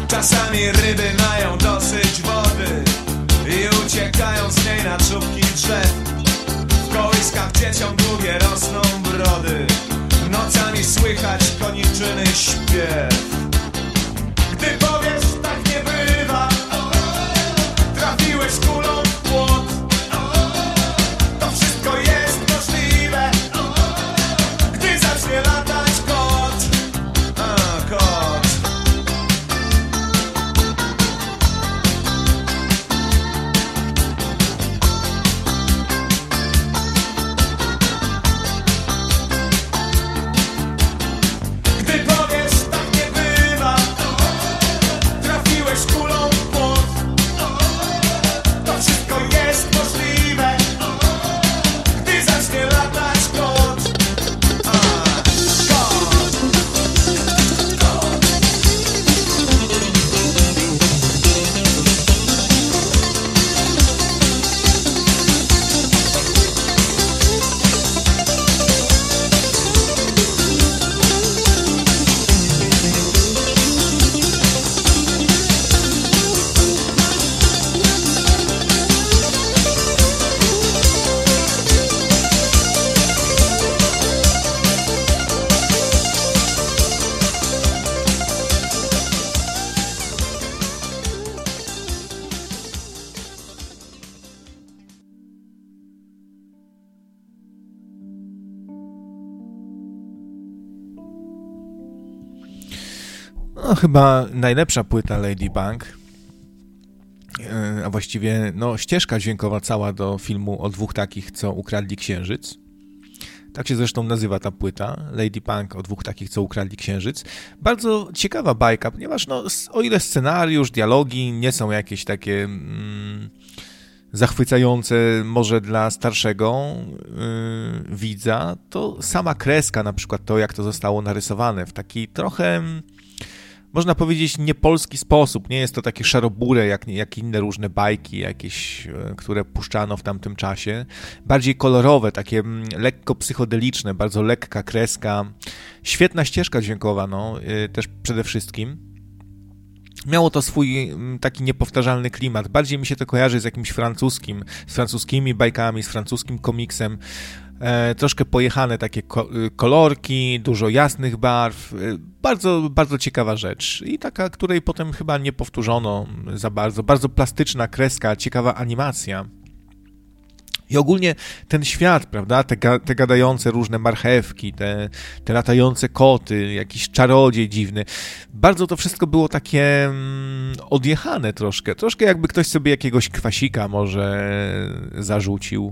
Czasami ryby mają dosyć wody i uciekają z niej na czubki drzew. W kołyskach dzieciom długie rosną brody, nocami słychać koniczyny śpiew. Gdy powiesz, tak nie bywa, trafiłeś kulą w płot, to wszystko jest możliwe, gdy zacznie latać kot. Kot. Gdy powiesz, tak nie bywa, trafiłeś kulą w płot, to wszystko jest możliwe, gdy zacznie latać kot. Kot. No, chyba najlepsza płyta Ladybug, a właściwie ścieżka dźwiękowa cała do filmu o dwóch takich, co ukradli księżyc. Tak się zresztą nazywa ta płyta, Ladybug o dwóch takich, co ukradli księżyc. Bardzo ciekawa bajka, ponieważ o ile scenariusz, dialogi nie są jakieś takie zachwycające może dla starszego widza, to sama kreska, na przykład to, jak to zostało narysowane w taki trochę, można powiedzieć, niepolski sposób. Nie jest to takie szarobure jak inne różne bajki jakieś, które puszczano w tamtym czasie. Bardziej kolorowe, takie lekko psychodeliczne, bardzo lekka kreska. Świetna ścieżka dźwiękowa, też przede wszystkim. Miało to swój taki niepowtarzalny klimat. Bardziej mi się to kojarzy z jakimś francuskim, z francuskimi bajkami, z francuskim komiksem. Troszkę pojechane takie kolorki, dużo jasnych barw. Bardzo, bardzo ciekawa rzecz. I taka, której potem chyba nie powtórzono za bardzo. Bardzo plastyczna kreska, ciekawa animacja. I ogólnie ten świat, prawda, te gadające różne marchewki, te latające koty, jakiś czarodziej dziwny. Bardzo to wszystko było takie odjechane troszkę. Troszkę jakby ktoś sobie jakiegoś kwasika może zarzucił.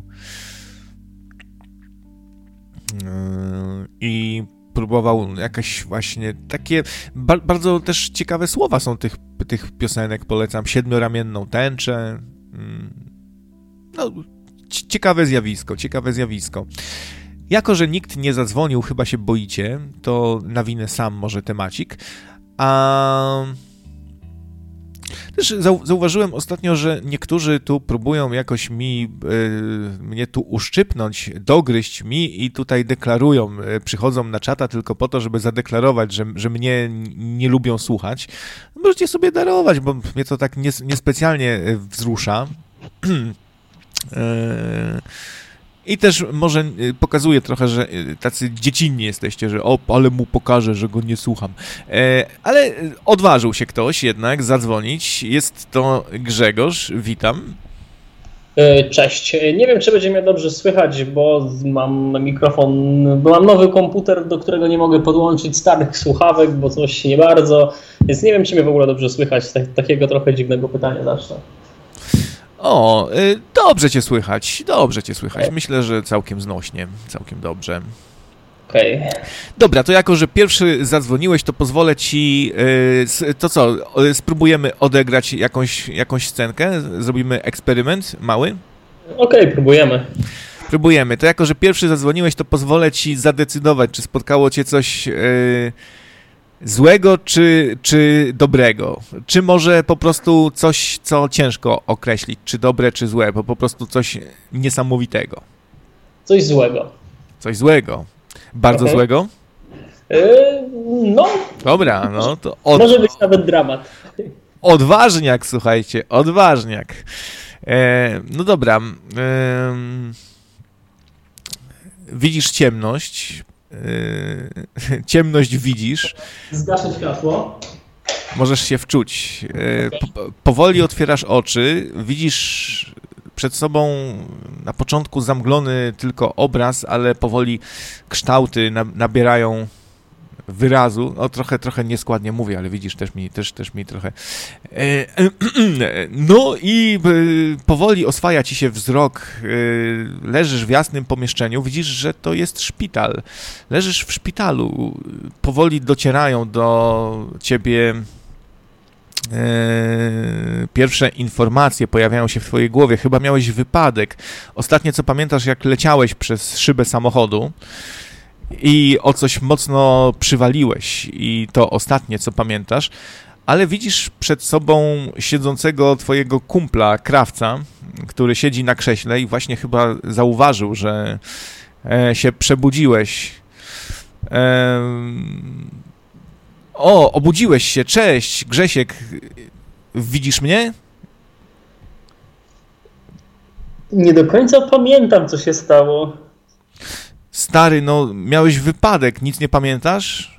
I próbował jakieś właśnie takie... Bardzo też ciekawe słowa są tych piosenek, polecam. Siedmioramienną tęczę. Ciekawe zjawisko. Jako że nikt nie zadzwonił, chyba się boicie, to nawinę sam może temacik. A też zauważyłem ostatnio, że niektórzy tu próbują jakoś mnie tu uszczypnąć, dogryźć mi i tutaj deklarują, przychodzą na czata tylko po to, żeby zadeklarować, że mnie nie lubią słuchać. Możecie sobie darować, bo mnie to tak niespecjalnie wzrusza. I też może pokazuje trochę, że tacy dziecinni jesteście, że ale mu pokażę, że go nie słucham. Ale odważył się ktoś jednak zadzwonić. Jest to Grzegorz, witam. Cześć. Nie wiem, czy będzie mnie dobrze słychać, bo mam mikrofon, bo mam nowy komputer, do którego nie mogę podłączyć starych słuchawek, bo coś nie bardzo, więc nie wiem, czy mnie w ogóle dobrze słychać. Takiego trochę dziwnego pytania zacznę. Dobrze cię słychać. Myślę, że całkiem znośnie, całkiem dobrze. Okej. Dobra, to jako, że pierwszy zadzwoniłeś, to pozwolę ci, to co, spróbujemy odegrać jakąś scenkę? Zrobimy eksperyment mały? Okej, próbujemy. To jako, że pierwszy zadzwoniłeś, to pozwolę ci zadecydować, czy spotkało cię coś złego czy dobrego? Czy może po prostu coś, co ciężko określić, czy dobre, czy złe, bo po prostu coś niesamowitego? Coś złego. Coś złego? Bardzo złego? No, Dobra, no to może być nawet dramat. odważniak, słuchajcie, odważniak. No dobra. Widzisz ciemność. Ciemność widzisz. Zgaszę światło. Możesz się wczuć. Powoli otwierasz oczy. Widzisz przed sobą na początku zamglony tylko obraz, ale powoli kształty nabierają wyrazu. No trochę nieskładnie mówię, ale widzisz, też mi trochę... No i powoli oswaja ci się wzrok. Leżysz w jasnym pomieszczeniu, widzisz, że to jest szpital. Leżysz w szpitalu. Powoli docierają do ciebie pierwsze informacje, pojawiają się w twojej głowie. Chyba miałeś wypadek. Ostatnie, co pamiętasz, jak leciałeś przez szybę samochodu i o coś mocno przywaliłeś, i to ostatnie, co pamiętasz, ale widzisz przed sobą siedzącego twojego kumpla, krawca, który siedzi na krześle i właśnie chyba zauważył, że się przebudziłeś. Obudziłeś się, cześć, Grzesiek, widzisz mnie? Nie do końca pamiętam, co się stało. Stary, no miałeś wypadek, nic nie pamiętasz?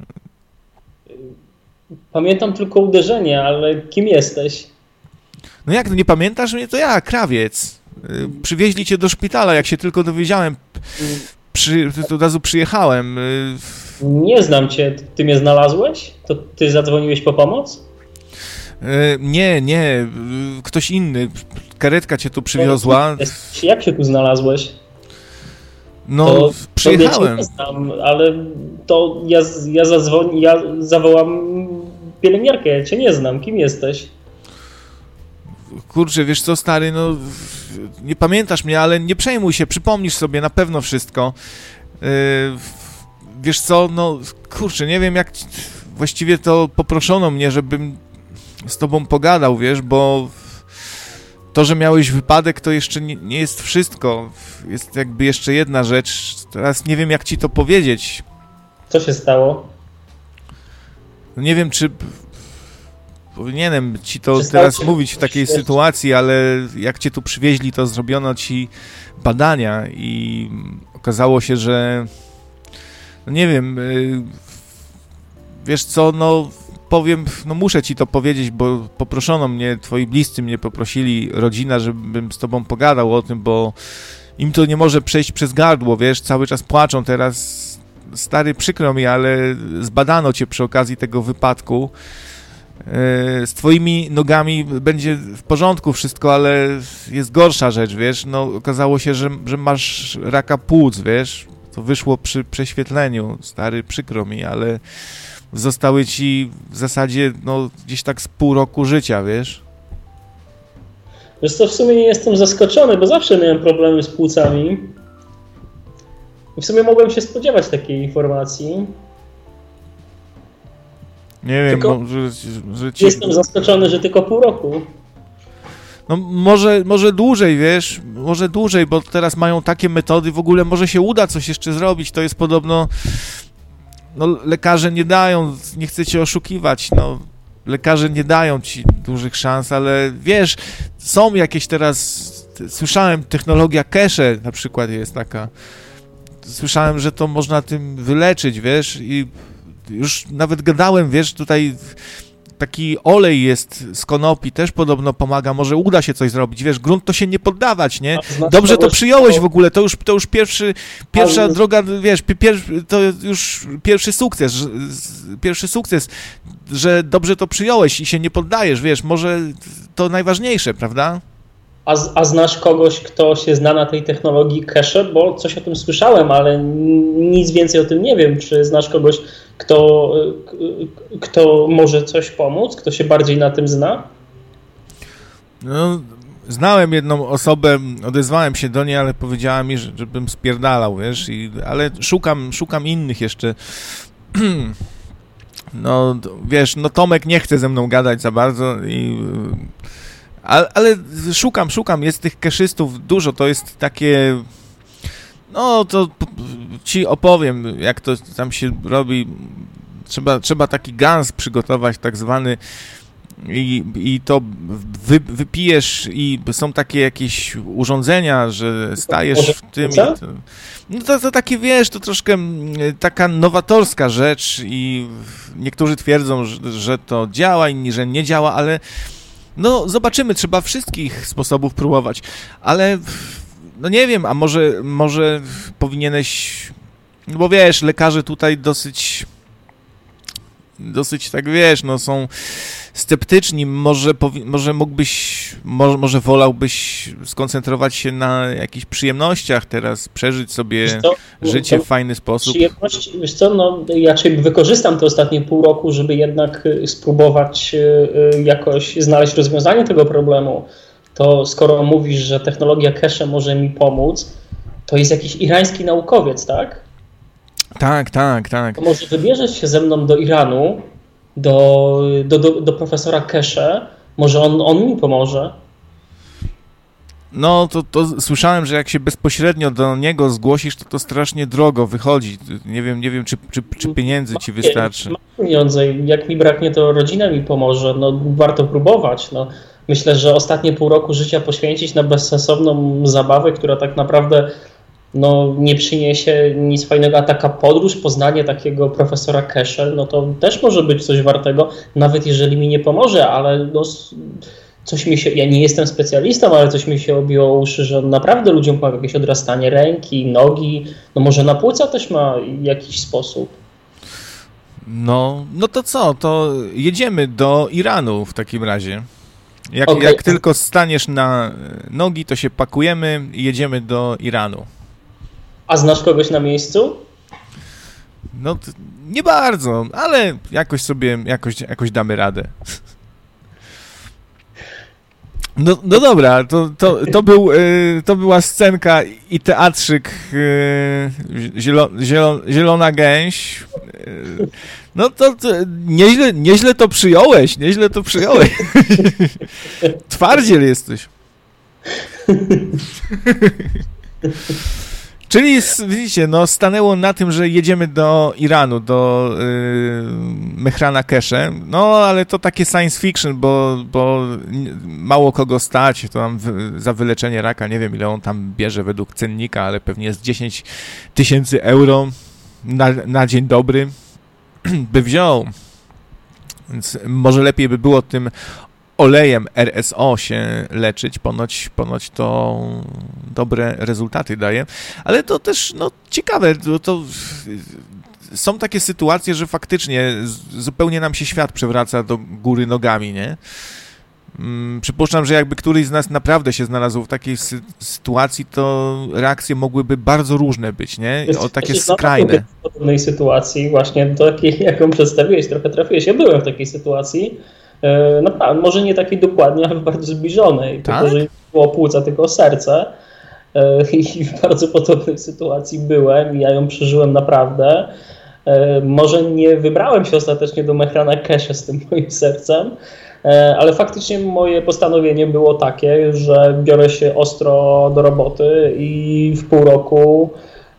Pamiętam tylko uderzenie, ale kim jesteś? No jak, no nie pamiętasz mnie? To ja, krawiec. Przywieźli cię do szpitala, jak się tylko dowiedziałem. To od razu przyjechałem. Nie znam cię. Ty mnie znalazłeś? To ty zadzwoniłeś po pomoc? Nie. Ktoś inny. Karetka cię tu przywiozła. Jak się tu znalazłeś? No, przyjechałem. Ja cię nie znam, ale to ja zawołam pielęgniarkę. Ja cię nie znam. Kim jesteś? Kurczę, wiesz co, stary, no nie pamiętasz mnie, ale nie przejmuj się, przypomnisz sobie na pewno wszystko. Wiesz co, no kurczę, nie wiem jak właściwie to poproszono mnie, żebym z tobą pogadał, wiesz, bo to, że miałeś wypadek, to jeszcze nie jest wszystko. Jest jakby jeszcze jedna rzecz. Teraz nie wiem, jak ci to powiedzieć. Co się stało? No nie wiem, czy powinienem ci to teraz mówić w takiej sytuacji, ale jak cię tu przywieźli, to zrobiono ci badania i okazało się, że no nie wiem, wiesz co, no powiem, no muszę ci to powiedzieć, bo poproszono mnie, twoi bliscy mnie poprosili, rodzina, żebym z tobą pogadał o tym, bo im to nie może przejść przez gardło, wiesz, cały czas płaczą teraz. Stary, przykro mi, ale zbadano cię przy okazji tego wypadku. Z twoimi nogami będzie w porządku wszystko, ale jest gorsza rzecz, wiesz, no okazało się, że masz raka płuc, wiesz, to wyszło przy prześwietleniu, stary, przykro mi, ale zostały ci w zasadzie, no, gdzieś tak z pół roku życia, wiesz. Wiesz co, w sumie nie jestem zaskoczony, bo zawsze miałem problemy z płucami. I w sumie mogłem się spodziewać takiej informacji. Nie wiem, tylko że ci... Jestem zaskoczony, że tylko pół roku. No może dłużej, wiesz, może dłużej, bo teraz mają takie metody, w ogóle może się uda coś jeszcze zrobić, to jest podobno, no lekarze nie dają, nie chcę cię oszukiwać, no lekarze nie dają ci dużych szans, ale wiesz, są jakieś teraz, słyszałem, technologia Keshe na przykład jest taka, słyszałem, że to można tym wyleczyć, wiesz, i już nawet gadałem, wiesz, tutaj taki olej jest z konopi, też podobno pomaga, może uda się coś zrobić, wiesz, grunt to się nie poddawać, nie? Dobrze to przyjąłeś w ogóle, to już pierwsza droga, wiesz, to już pierwszy sukces, że dobrze to przyjąłeś i się nie poddajesz, wiesz, może to najważniejsze, prawda? A znasz kogoś, kto się zna na tej technologii Keshe? Bo coś o tym słyszałem, ale nic więcej o tym nie wiem. Czy znasz kogoś, kto może coś pomóc? Kto się bardziej na tym zna? No, znałem jedną osobę, odezwałem się do niej, ale powiedziała mi, żebym spierdalał, wiesz, ale szukam innych jeszcze. No, wiesz, no Tomek nie chce ze mną gadać za bardzo ale szukam, jest tych keszystów dużo, to jest takie, no to ci opowiem, jak to tam się robi. Trzeba taki gans przygotować, tak zwany, i to wypijesz i są takie jakieś urządzenia, że stajesz w tym. No to takie, wiesz, to troszkę taka nowatorska rzecz i niektórzy twierdzą, że to działa, inni, że nie działa, ale no zobaczymy, trzeba wszystkich sposobów próbować, ale no nie wiem, a może powinieneś, no bo wiesz, lekarze tutaj dosyć tak, wiesz, no są sceptyczni, może mógłbyś, może wolałbyś skoncentrować się na jakichś przyjemnościach teraz, przeżyć sobie życie w fajny sposób. Przyjemności, wiesz co, no ja wykorzystam te ostatnie pół roku, żeby jednak spróbować jakoś znaleźć rozwiązanie tego problemu. To skoro mówisz, że technologia cache może mi pomóc, to jest jakiś irański naukowiec, tak? Tak. To może wybierzesz się ze mną do Iranu, do profesora Cache, może on mi pomoże. No, to słyszałem, że jak się bezpośrednio do niego zgłosisz, to strasznie drogo wychodzi. Nie wiem, czy pieniędzy ci wystarczy. Mam pieniądze, jak mi braknie, to rodzina mi pomoże, no warto próbować, no. Myślę, że ostatnie pół roku życia poświęcić na bezsensowną zabawę, która tak naprawdę no, nie przyniesie nic fajnego, a taka podróż, poznanie takiego profesora Cache, no to też może być coś wartego, nawet jeżeli mi nie pomoże, ale no, coś mi się, ja nie jestem specjalistą, ale coś mi się obiło o uszy, że naprawdę ludziom pomaga jakieś odrastanie ręki, nogi, no może na płuca też ma jakiś sposób. No to co, to jedziemy do Iranu w takim razie. Jak tylko staniesz na nogi, to się pakujemy i jedziemy do Iranu. A znasz kogoś na miejscu? No, nie bardzo, ale jakoś damy radę. No dobra, to była scenka i teatrzyk Zielona Gęś. No to nieźle to przyjąłeś, Twardziel jesteś. Czyli widzicie, no stanęło na tym, że jedziemy do Iranu, do Mehrana Cache, no ale to takie science fiction, bo mało kogo stać, to tam za wyleczenie raka, nie wiem ile on tam bierze według cennika, ale pewnie jest 10 000 euro na dzień dobry by wziął, więc może lepiej by było tym olejem RSO się leczyć, ponoć to dobre rezultaty daje, ale to też no, ciekawe, to są takie sytuacje, że faktycznie zupełnie nam się świat przewraca do góry nogami, nie? Przypuszczam, że jakby któryś z nas naprawdę się znalazł w takiej sytuacji, to reakcje mogłyby bardzo różne być, nie? Takie skrajne. W podobnej sytuacji, właśnie takiej, jaką przedstawiłeś, trochę trafiłeś. Ja byłem w takiej sytuacji, naprawdę, może nie takiej dokładnie, ale bardzo zbliżonej. Tak? Tylko, że nie było płuca, tylko serce. I w bardzo podobnej sytuacji byłem i ja ją przeżyłem naprawdę. Może nie wybrałem się ostatecznie do Mehrana Cache z tym moim sercem, ale faktycznie moje postanowienie było takie, że biorę się ostro do roboty i w pół roku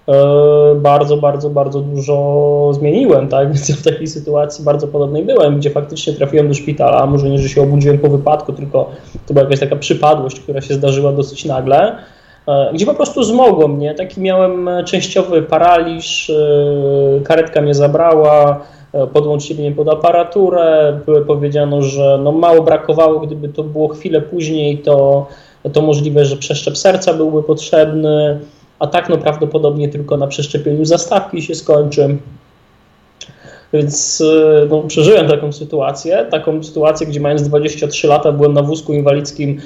bardzo dużo zmieniłem, tak? Więc w takiej sytuacji bardzo podobnej byłem, gdzie faktycznie trafiłem do szpitala, może nie, że się obudziłem po wypadku, tylko to była jakaś taka przypadłość, która się zdarzyła dosyć nagle, gdzie po prostu zmogło mnie, taki miałem częściowy paraliż, karetka mnie zabrała, podłączyli mnie pod aparaturę, powiedziano, że no mało brakowało, gdyby to było chwilę później, to możliwe, że przeszczep serca byłby potrzebny, a tak no prawdopodobnie tylko na przeszczepieniu zastawki się skończy. Więc no, przeżyłem taką sytuację, gdzie mając 23 lata byłem na wózku inwalidzkim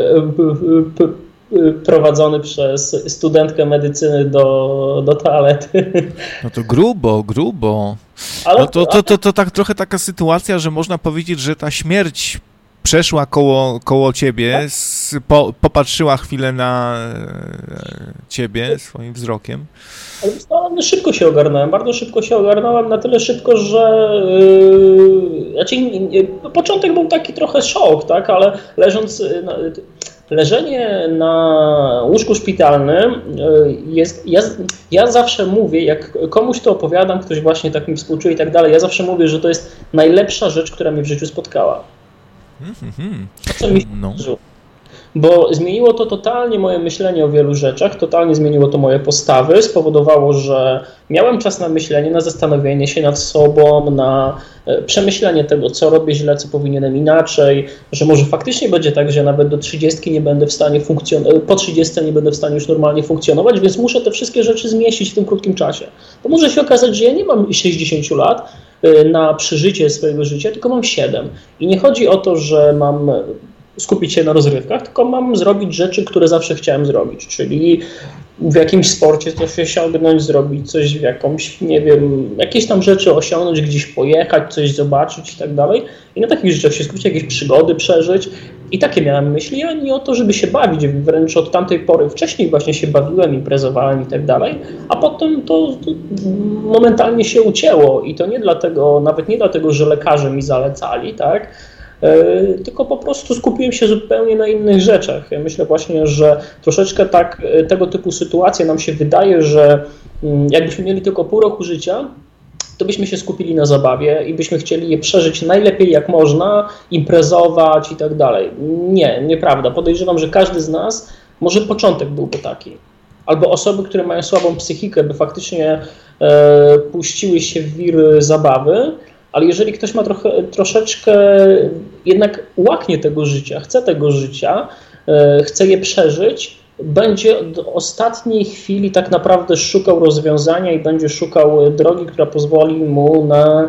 prowadzony przez studentkę medycyny do toalety. No to grubo. Ale, no to tak trochę taka sytuacja, że można powiedzieć, że ta śmierć przeszła koło ciebie, popatrzyła chwilę na ciebie swoim wzrokiem. Ale szybko się ogarnąłem, bardzo szybko się ogarnąłem, na tyle szybko, że początek był taki trochę szok, tak, ale leżenie na łóżku szpitalnym ja zawsze mówię, jak komuś to opowiadam, ktoś właśnie tak mi współczuje i tak dalej, ja zawsze mówię, że to jest najlepsza rzecz, która mnie w życiu spotkała. Co mi się zdarzyło. Bo zmieniło to totalnie moje myślenie o wielu rzeczach, totalnie zmieniło to moje postawy, spowodowało, że miałem czas na myślenie, na zastanowienie się nad sobą, na przemyślenie tego, co robię źle, co powinienem inaczej, że może faktycznie będzie tak, że nawet do 30 nie będę w stanie po 30 nie będę w stanie już normalnie funkcjonować, więc muszę te wszystkie rzeczy zmieścić w tym krótkim czasie. Bo może się okazać, że ja nie mam 60 lat na przeżycie swojego życia, tylko mam 7. I nie chodzi o to, że mam skupić się na rozrywkach, tylko mam zrobić rzeczy, które zawsze chciałem zrobić, czyli w jakimś sporcie coś osiągnąć, zrobić coś w jakąś, nie wiem, jakieś tam rzeczy osiągnąć, gdzieś pojechać, coś zobaczyć i tak dalej. I na takich rzeczach się skupić, jakieś przygody przeżyć. I takie miałem myśli, a nie o to, żeby się bawić, wręcz od tamtej pory. Wcześniej właśnie się bawiłem, imprezowałem i tak dalej, a potem to momentalnie się ucięło i to nie dlatego, nawet nie dlatego, że lekarze mi zalecali, tak, tylko po prostu skupiłem się zupełnie na innych rzeczach. Ja myślę właśnie, że troszeczkę tak tego typu sytuacje nam się wydaje, że jakbyśmy mieli tylko pół roku życia, to byśmy się skupili na zabawie i byśmy chcieli je przeżyć najlepiej jak można, imprezować i tak dalej. Nie, nieprawda. Podejrzewam, że każdy z nas, może początek byłby taki. Albo osoby, które mają słabą psychikę, by faktycznie puściły się w wir zabawy, ale jeżeli ktoś ma troszeczkę, jednak łaknie tego życia, chce je przeżyć, będzie do ostatniej chwili tak naprawdę szukał rozwiązania i będzie szukał drogi, która pozwoli mu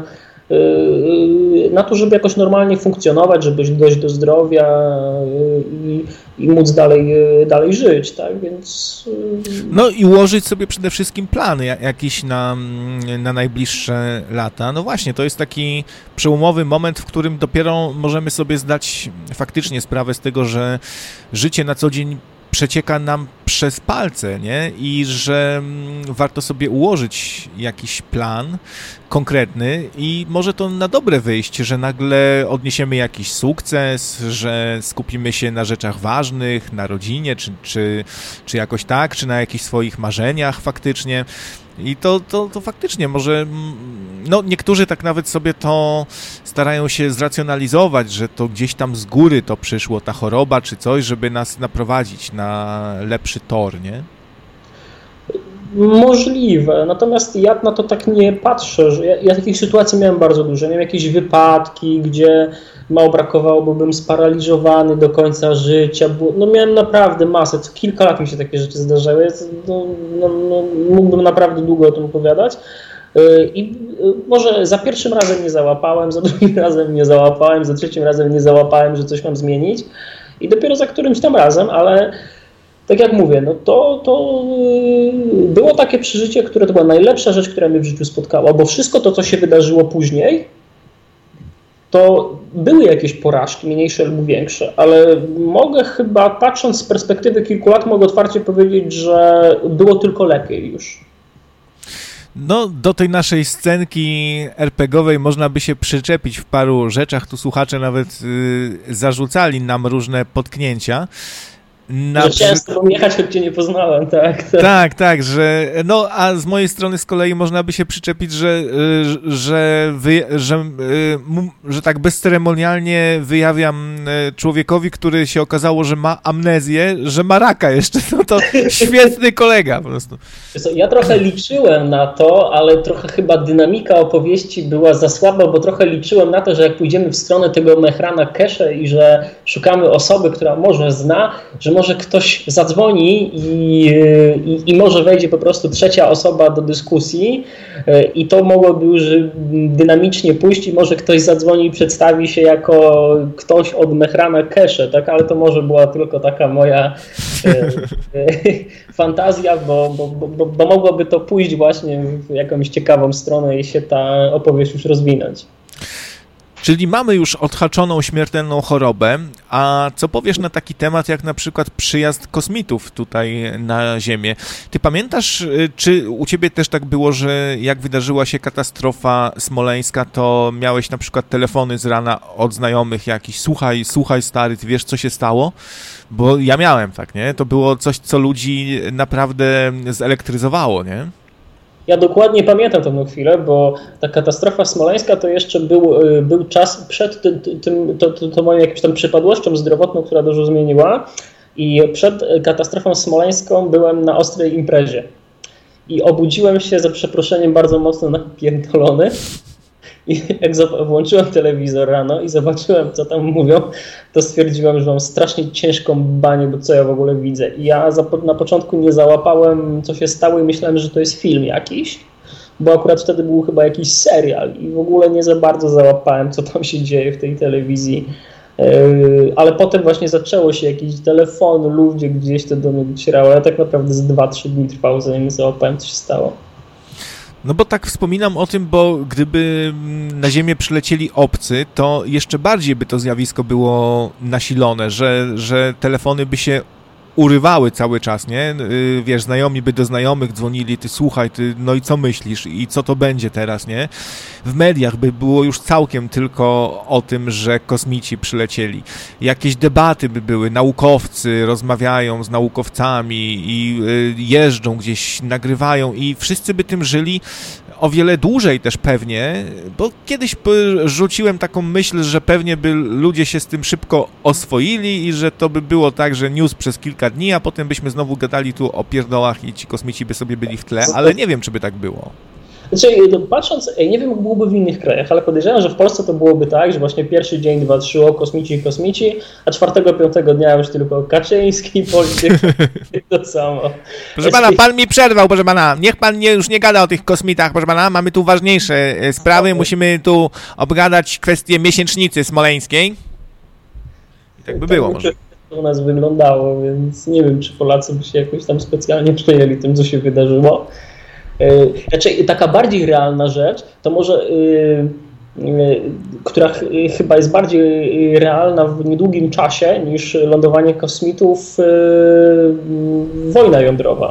na to, żeby jakoś normalnie funkcjonować, żeby dojść do zdrowia i móc dalej żyć, tak, więc... No i ułożyć sobie przede wszystkim plany jakieś na najbliższe lata. No właśnie, to jest taki przełomowy moment, w którym dopiero możemy sobie zdać faktycznie sprawę z tego, że życie na co dzień przecieka nam przez palce, nie? I że warto sobie ułożyć jakiś plan konkretny i może to na dobre wyjść, że nagle odniesiemy jakiś sukces, że skupimy się na rzeczach ważnych, na rodzinie, czy jakoś tak, czy na jakichś swoich marzeniach faktycznie. I to faktycznie może, no niektórzy tak nawet sobie to starają się zracjonalizować, że to gdzieś tam z góry to przyszło, ta choroba czy coś, żeby nas naprowadzić na lepszy tor, nie? Możliwe, natomiast ja na to tak nie patrzę, że ja takich sytuacji miałem bardzo dużo, miałem jakieś wypadki, gdzie mało brakowało, bo byłem sparaliżowany do końca życia, no miałem naprawdę masę, co kilka lat mi się takie rzeczy zdarzały, mógłbym naprawdę długo o tym opowiadać. I może za pierwszym razem nie załapałem, za drugim razem nie załapałem, za trzecim razem nie załapałem, że coś mam zmienić i dopiero za którymś tam razem, ale tak jak mówię, no to było takie przeżycie, które to była najlepsza rzecz, która mnie w życiu spotkała, bo wszystko to, co się wydarzyło później, to były jakieś porażki, mniejsze lub większe, ale mogę chyba, patrząc z perspektywy kilku lat, mogę otwarcie powiedzieć, że było tylko lepiej już. No, do tej naszej scenki RPG-owej można by się przyczepić w paru rzeczach. Tu słuchacze nawet zarzucali nam różne potknięcia. Że chciałem z tobą jechać, choć cię nie poznałem, tak. Tak, że no, a z mojej strony z kolei można by się przyczepić, że tak bezceremonialnie wyjawiam człowiekowi, który się okazało, że ma amnezję, że ma raka jeszcze, no to świetny kolega po prostu. Ja trochę liczyłem na to, ale trochę chyba dynamika opowieści była za słaba, bo trochę liczyłem na to, że jak pójdziemy w stronę tego Mehrana Kesze i że szukamy osoby, która może zna, że może ktoś zadzwoni i może wejdzie po prostu trzecia osoba do dyskusji i to mogłoby już dynamicznie pójść i może ktoś zadzwoni i przedstawi się jako ktoś od Mehrana Kesze, tak? Ale to może była tylko taka moja fantazja, bo mogłoby to pójść właśnie w jakąś ciekawą stronę i się ta opowieść już rozwinąć. Czyli mamy już odhaczoną śmiertelną chorobę, a co powiesz na taki temat jak na przykład przyjazd kosmitów tutaj na Ziemię? Ty pamiętasz, czy u ciebie też tak było, że jak wydarzyła się katastrofa smoleńska, to miałeś na przykład telefony z rana od znajomych jakiś, słuchaj stary, ty wiesz co się stało? Bo ja miałem tak, nie? To było coś, co ludzi naprawdę zelektryzowało, nie? Ja dokładnie pamiętam tę chwilę, bo ta katastrofa smoleńska to jeszcze był czas przed tą moją jakąś tam przypadłością zdrowotną, która dużo zmieniła. I przed katastrofą smoleńską byłem na ostrej imprezie. I obudziłem się, za przeproszeniem, bardzo mocno napierdolony. I jak włączyłem telewizor rano i zobaczyłem, co tam mówią, to stwierdziłem, że mam strasznie ciężką banię, bo co ja w ogóle widzę. I ja na początku nie załapałem, co się stało i myślałem, że to jest film jakiś, bo akurat wtedy był chyba jakiś serial i w ogóle nie za bardzo załapałem, co tam się dzieje w tej telewizji. Ale potem właśnie zaczęło się jakiś telefon, ludzie gdzieś to do mnie docierało. Ja tak naprawdę z 2-3 dni trwało, zanim załapałem, co się stało. No bo tak wspominam o tym, bo gdyby na Ziemię przylecieli obcy, to jeszcze bardziej by to zjawisko było nasilone, że telefony by się urywały cały czas, nie? Wiesz, znajomi by do znajomych dzwonili, ty słuchaj, ty, no i co myślisz i co to będzie teraz, nie? W mediach by było już całkiem tylko o tym, że kosmici przylecieli. Jakieś debaty by były, naukowcy rozmawiają z naukowcami i jeżdżą gdzieś, nagrywają i wszyscy by tym żyli o wiele dłużej też pewnie, bo kiedyś rzuciłem taką myśl, że pewnie by ludzie się z tym szybko oswoili i że to by było tak, że news przez kilka dni, a potem byśmy znowu gadali tu o pierdołach i ci kosmici by sobie byli w tle, ale nie wiem, czy by tak było. Znaczy, patrząc, nie wiem, jak byłoby w innych krajach, ale podejrzewam, że w Polsce to byłoby tak, że właśnie pierwszy dzień, 2, 3 o kosmici, a 4-5 dnia już tylko Kaczyński, polityk, to samo. Proszę pana, pan mi przerwał, proszę pana, niech pan już nie gada o tych kosmitach, proszę pana, mamy tu ważniejsze sprawy, musimy tu obgadać kwestię miesięcznicy smoleńskiej. I tak by było może. To u nas wyglądało, więc nie wiem, czy Polacy by się jakoś tam specjalnie przejęli tym, co się wydarzyło. Znaczy, taka bardziej realna rzecz, to może, która chyba jest bardziej realna w niedługim czasie niż lądowanie kosmitów, wojna jądrowa.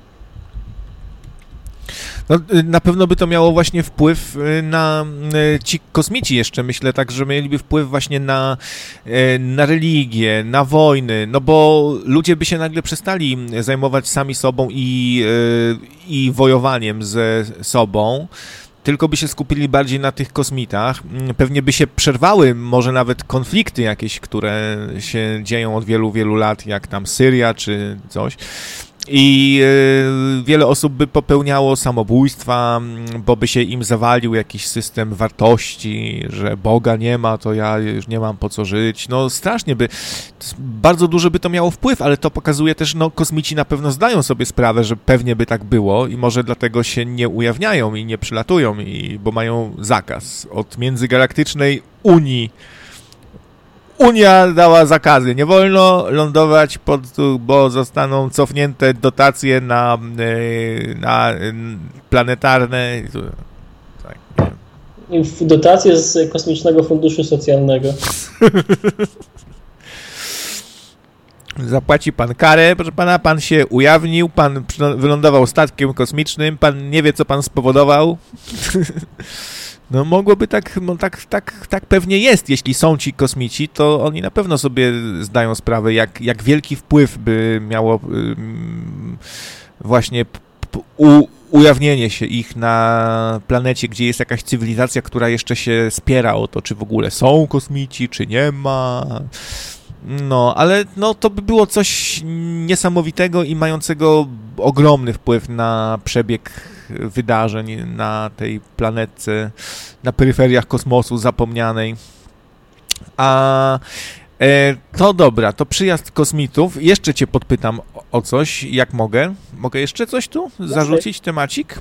No, na pewno by to miało właśnie wpływ na ci kosmici jeszcze, myślę, tak, że mieliby wpływ właśnie na religię, na wojny, no bo ludzie by się nagle przestali zajmować sami sobą i wojowaniem ze sobą, tylko by się skupili bardziej na tych kosmitach. Pewnie by się przerwały może nawet konflikty jakieś, które się dzieją od wielu, wielu lat, jak tam Syria czy coś. I wiele osób by popełniało samobójstwa, bo by się im zawalił jakiś system wartości, że Boga nie ma, to ja już nie mam po co żyć. No strasznie by, bardzo duży by to miało wpływ, ale to pokazuje też, no kosmici na pewno zdają sobie sprawę, że pewnie by tak było i może dlatego się nie ujawniają i nie przylatują, bo mają zakaz od międzygalaktycznej Unii. Unia dała zakazy, nie wolno lądować, bo zostaną cofnięte dotacje na planetarne. Tak. Dotacje z Kosmicznego Funduszu Socjalnego. Zapłaci pan karę, proszę pana, pan się ujawnił, pan wylądował statkiem kosmicznym, pan nie wie, co pan spowodował. No mogłoby tak pewnie jest, jeśli są ci kosmici, to oni na pewno sobie zdają sprawę, jak wielki wpływ by miało właśnie ujawnienie się ich na planecie, gdzie jest jakaś cywilizacja, która jeszcze się spiera o to, czy w ogóle są kosmici, czy nie ma. No, ale no, to by było coś niesamowitego i mającego ogromny wpływ na przebieg wydarzeń na tej planetce, na peryferiach kosmosu zapomnianej. A to dobra, to przyjazd kosmitów. Jeszcze cię podpytam o coś, jak mogę. Mogę jeszcze coś tu zarzucić, temacik?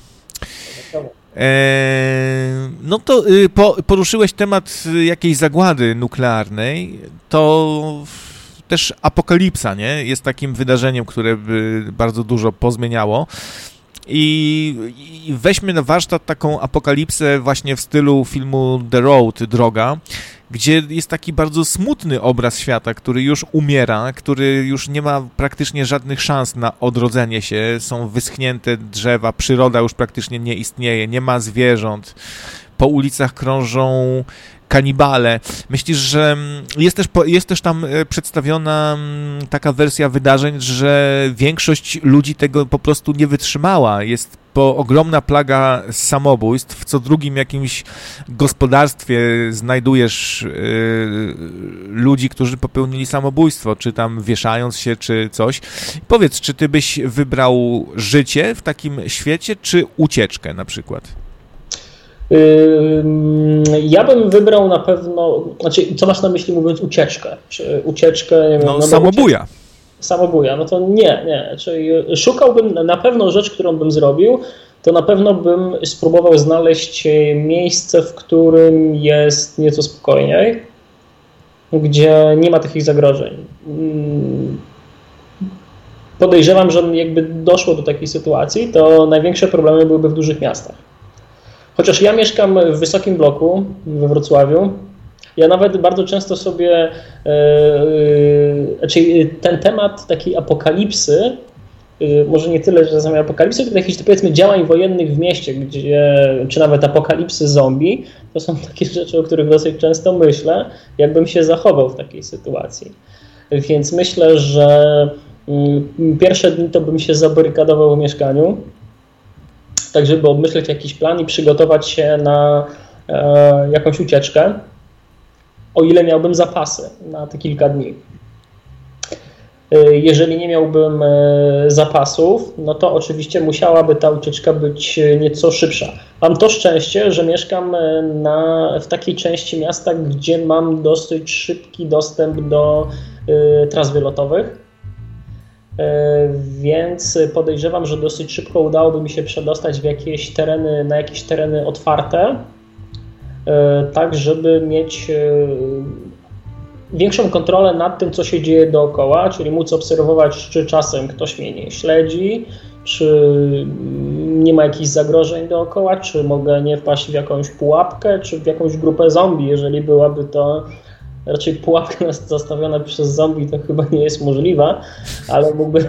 No to poruszyłeś temat jakiejś zagłady nuklearnej, to też apokalipsa, nie? Jest takim wydarzeniem, które by bardzo dużo pozmieniało. I weźmy na warsztat taką apokalipsę właśnie w stylu filmu The Road, Droga, gdzie jest taki bardzo smutny obraz świata, który już umiera, który już nie ma praktycznie żadnych szans na odrodzenie się, są wyschnięte drzewa, przyroda już praktycznie nie istnieje, nie ma zwierząt, po ulicach krążą kanibale. Myślisz, że jest też tam przedstawiona taka wersja wydarzeń, że większość ludzi tego po prostu nie wytrzymała. Jest ogromna plaga samobójstw. W co drugim jakimś gospodarstwie znajdujesz ludzi, którzy popełnili samobójstwo, czy tam wieszając się, czy coś. Powiedz, czy ty byś wybrał życie w takim świecie, czy ucieczkę na przykład? Ja bym wybrał na pewno, znaczy, co masz na myśli mówiąc ucieczkę? Czy ucieczkę, nie wiem, samobuja. Samobuja, no to nie. Czyli szukałbym na pewno rzecz, którą bym zrobił, to na pewno bym spróbował znaleźć miejsce, w którym jest nieco spokojniej, gdzie nie ma takich zagrożeń. Podejrzewam, że jakby doszło do takiej sytuacji, to największe problemy byłyby w dużych miastach. Chociaż ja mieszkam w wysokim bloku we Wrocławiu, ja nawet bardzo często sobie, ten temat takiej apokalipsy, może nie tyle, że samej apokalipsy, tylko jakichś, powiedzmy, działań wojennych w mieście, czy nawet apokalipsy zombie, to są takie rzeczy, o których dosyć często myślę, jakbym się zachował w takiej sytuacji. Więc myślę, że pierwsze dni to bym się zabarykadował w mieszkaniu, tak żeby obmyśleć jakiś plan i przygotować się na jakąś ucieczkę, o ile miałbym zapasy na te kilka dni. Jeżeli nie miałbym zapasów, no to oczywiście musiałaby ta ucieczka być nieco szybsza. Mam to szczęście, że mieszkam w takiej części miasta, gdzie mam dosyć szybki dostęp do tras wylotowych, więc podejrzewam, że dosyć szybko udałoby mi się przedostać na jakieś tereny otwarte, tak żeby mieć większą kontrolę nad tym, co się dzieje dookoła, czyli móc obserwować, czy czasem ktoś mnie nie śledzi, czy nie ma jakichś zagrożeń dookoła, czy mogę nie wpaść w jakąś pułapkę, czy w jakąś grupę zombie. Jeżeli byłaby to raczej pułapka zastawiona przez zombie, to chyba nie jest możliwa, ale mógłby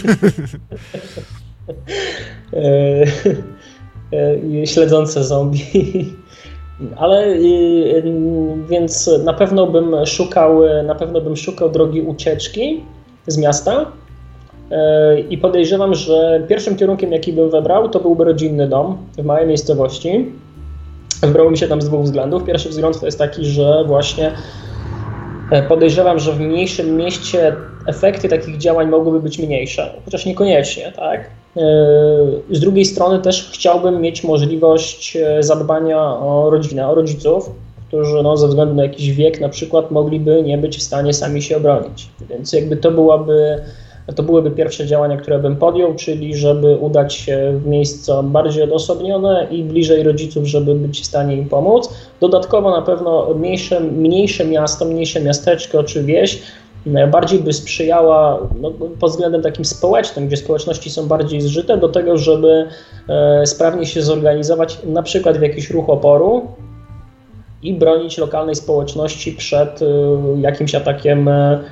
śledzące zombie. Ale więc na pewno bym szukał drogi ucieczki z miasta i podejrzewam, że pierwszym kierunkiem, jaki bym wybrał, to byłby rodzinny dom w małej miejscowości. Wybrałem się tam z dwóch względów. Pierwszy wzgląd to jest taki, że właśnie podejrzewam, że w mniejszym mieście efekty takich działań mogłyby być mniejsze, chociaż niekoniecznie, tak? Z drugiej strony też chciałbym mieć możliwość zadbania o rodzinę, o rodziców, którzy ze względu na jakiś wiek na przykład mogliby nie być w stanie sami się obronić. Więc jakby to byłyby pierwsze działania, które bym podjął, czyli żeby udać się w miejsca bardziej odosobnione i bliżej rodziców, żeby być w stanie im pomóc. Dodatkowo na pewno mniejsze miasto, mniejsze miasteczko czy wieś bardziej by sprzyjała pod względem takim społecznym, gdzie społeczności są bardziej zżyte, do tego, żeby sprawnie się zorganizować na przykład w jakiś ruch oporu i bronić lokalnej społeczności przed jakimś atakiem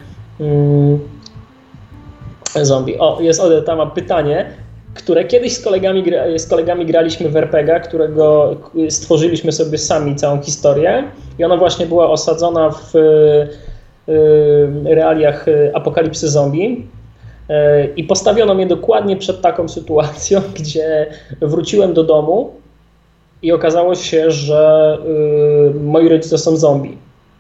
zombie. Tam mam pytanie, które kiedyś z kolegami graliśmy w RPG, którego stworzyliśmy sobie sami całą historię i ona właśnie była osadzona w realiach apokalipsy zombie i postawiono mnie dokładnie przed taką sytuacją, gdzie wróciłem do domu i okazało się, że moi rodzice są zombie.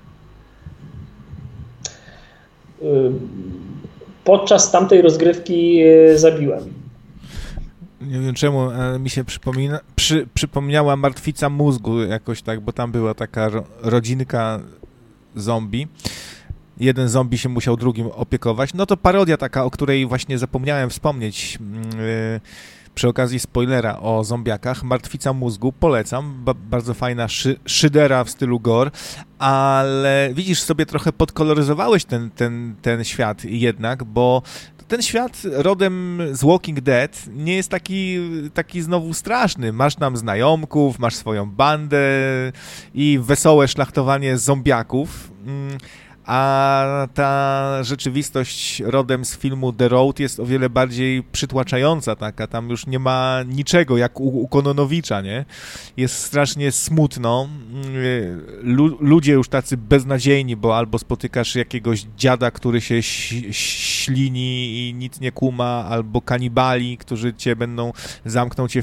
Podczas tamtej rozgrywki zabiłem. Nie wiem czemu, mi się przypomniała Martwica mózgu jakoś tak, bo tam była taka rodzinka zombie. Jeden zombie się musiał drugim opiekować. No to parodia taka, o której właśnie zapomniałem wspomnieć przy okazji spoilera o zombiakach. Martwica mózgu, polecam. Bardzo fajna szydera w stylu gore, ale widzisz, sobie trochę podkoloryzowałeś ten świat jednak, bo ten świat rodem z Walking Dead nie jest taki znowu straszny. Masz tam znajomków, masz swoją bandę i wesołe szlachtowanie zombiaków. A ta rzeczywistość rodem z filmu The Road jest o wiele bardziej przytłaczająca taka, tam już nie ma niczego jak u Kononowicza, nie? Jest strasznie smutno, ludzie już tacy beznadziejni, bo albo spotykasz jakiegoś dziada, który się ślini i nic nie kuma, albo kanibali, którzy zamkną cię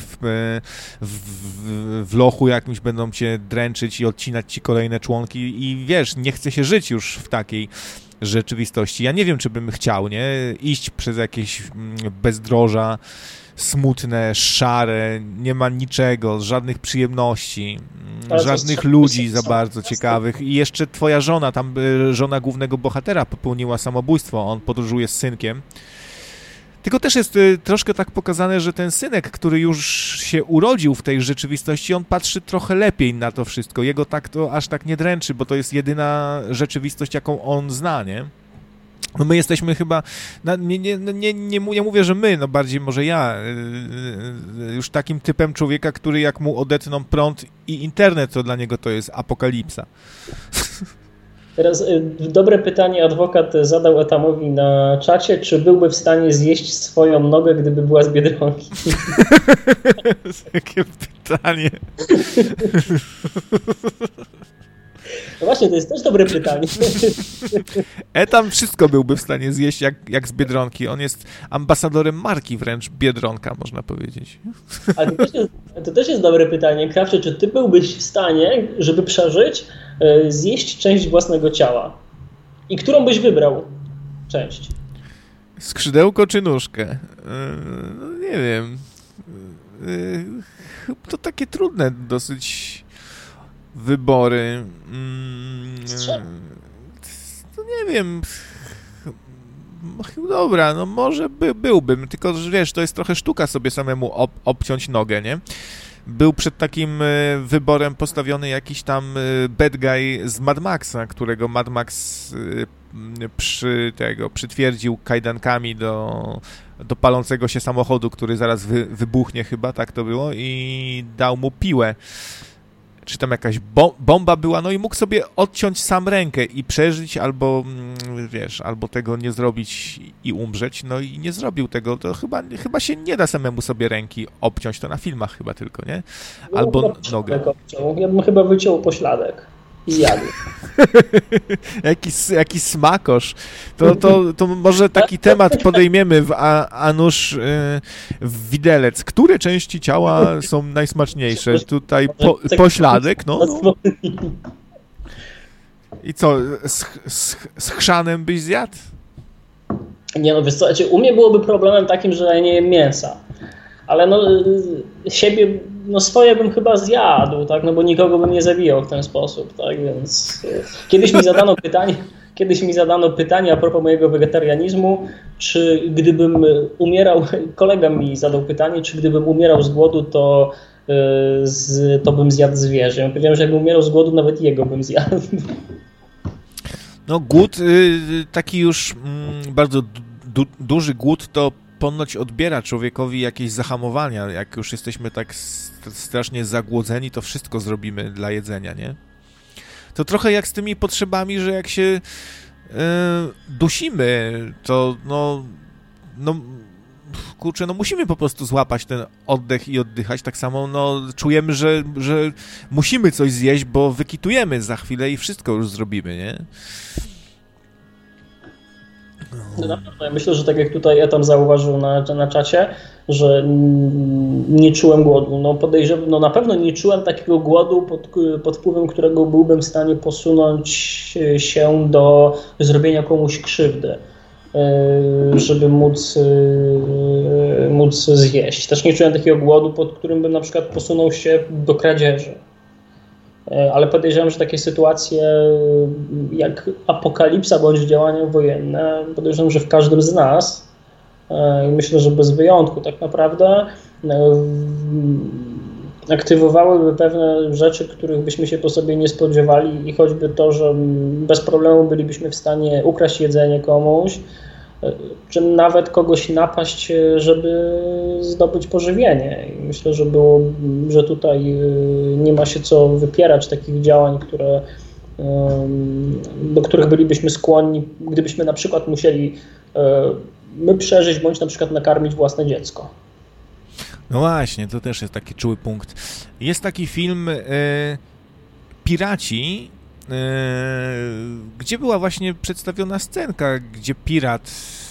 w lochu jakimś, będą cię dręczyć i odcinać ci kolejne członki i wiesz, nie chce się żyć już w takiej rzeczywistości. Ja nie wiem, czy bym chciał, nie? Iść przez jakieś bezdroża smutne, szare, nie ma niczego, żadnych przyjemności, żadnych ludzi za bardzo ciekawych i jeszcze twoja żona, żona głównego bohatera popełniła samobójstwo, on podróżuje z synkiem. Tylko też jest troszkę tak pokazane, że ten synek, który już się urodził w tej rzeczywistości, on patrzy trochę lepiej na to wszystko. Jego to aż tak nie dręczy, bo to jest jedyna rzeczywistość, jaką on zna, nie? No my jesteśmy chyba, nie mówię, że my, no bardziej może ja, już takim typem człowieka, który jak mu odetną prąd i internet, to dla niego to jest apokalipsa. Teraz dobre pytanie adwokat zadał Etamowi na czacie, czy byłby w stanie zjeść swoją nogę, gdyby była z Biedronki? Jakie pytanie. No właśnie, to jest też dobre pytanie. Etam wszystko byłby w stanie zjeść jak z Biedronki. On jest ambasadorem marki wręcz Biedronka, można powiedzieć. Ale to też jest dobre pytanie. Krawcze, czy ty byłbyś w stanie, żeby przeżyć, zjeść część własnego ciała? I którą byś wybrał część? Skrzydełko czy nóżkę? No nie wiem. To takie trudne dosyć wybory. No nie wiem. Dobra, no może byłbym, tylko że wiesz, to jest trochę sztuka sobie samemu obciąć nogę, nie? Był przed takim wyborem postawiony jakiś tam bad guy z Mad Maxa, którego Mad Max przytwierdził kajdankami do palącego się samochodu, który zaraz wybuchnie chyba, tak to było, i dał mu piłę. Czy tam jakaś bomba była, no i mógł sobie odciąć sam rękę i przeżyć, albo wiesz, albo tego nie zrobić i umrzeć, no i nie zrobił tego, to chyba się nie da samemu sobie ręki obciąć, to na filmach chyba tylko, nie? Albo nogę. Ja bym chyba wyciął pośladek i zjadł. Jaki smakosz. To może taki temat podejmiemy a nuż w widelec. Które części ciała są najsmaczniejsze? Tutaj pośladek, no. I co, z chrzanem byś zjadł? Nie no, wiesz co, u mnie byłoby problemem takim, że ja nie jem mięsa. Ale no siebie, no swoje bym chyba zjadł, tak, no bo nikogo bym nie zabijał w ten sposób, tak, więc kiedyś mi zadano pytanie a propos mojego wegetarianizmu, czy gdybym umierał, kolega mi zadał pytanie, czy gdybym umierał z głodu, to bym zjadł zwierzę. Ja powiedziałem, że jakbym umierał z głodu, nawet jego bym zjadł. No głód, taki już bardzo duży głód, to ponoć odbiera człowiekowi jakieś zahamowania. Jak już jesteśmy tak strasznie zagłodzeni, to wszystko zrobimy dla jedzenia, nie? To trochę jak z tymi potrzebami, że jak się dusimy, to kurczę, no musimy po prostu złapać ten oddech i oddychać. Tak samo no czujemy, że musimy coś zjeść, bo wykitujemy za chwilę i wszystko już zrobimy, nie? No na pewno. Ja myślę, że tak jak tutaj Etam zauważył na czacie, że nie czułem głodu. No podejrzewam, no na pewno nie czułem takiego głodu, pod wpływem którego byłbym w stanie posunąć się do zrobienia komuś krzywdy, żeby móc zjeść. Też nie czułem takiego głodu, pod którym bym na przykład posunął się do kradzieży. Ale podejrzewam, że takie sytuacje jak apokalipsa bądź działania wojenne, podejrzewam, że w każdym z nas, i myślę, że bez wyjątku tak naprawdę, aktywowałyby pewne rzeczy, których byśmy się po sobie nie spodziewali i choćby to, że bez problemu bylibyśmy w stanie ukraść jedzenie komuś, czy nawet kogoś napaść, żeby zdobyć pożywienie. I myślę, że tutaj nie ma się co wypierać takich działań, do których bylibyśmy skłonni, gdybyśmy na przykład musieli my przeżyć, bądź na przykład nakarmić własne dziecko. No właśnie, to też jest taki czuły punkt. Jest taki film Piraci, gdzie była właśnie przedstawiona scenka, gdzie pirat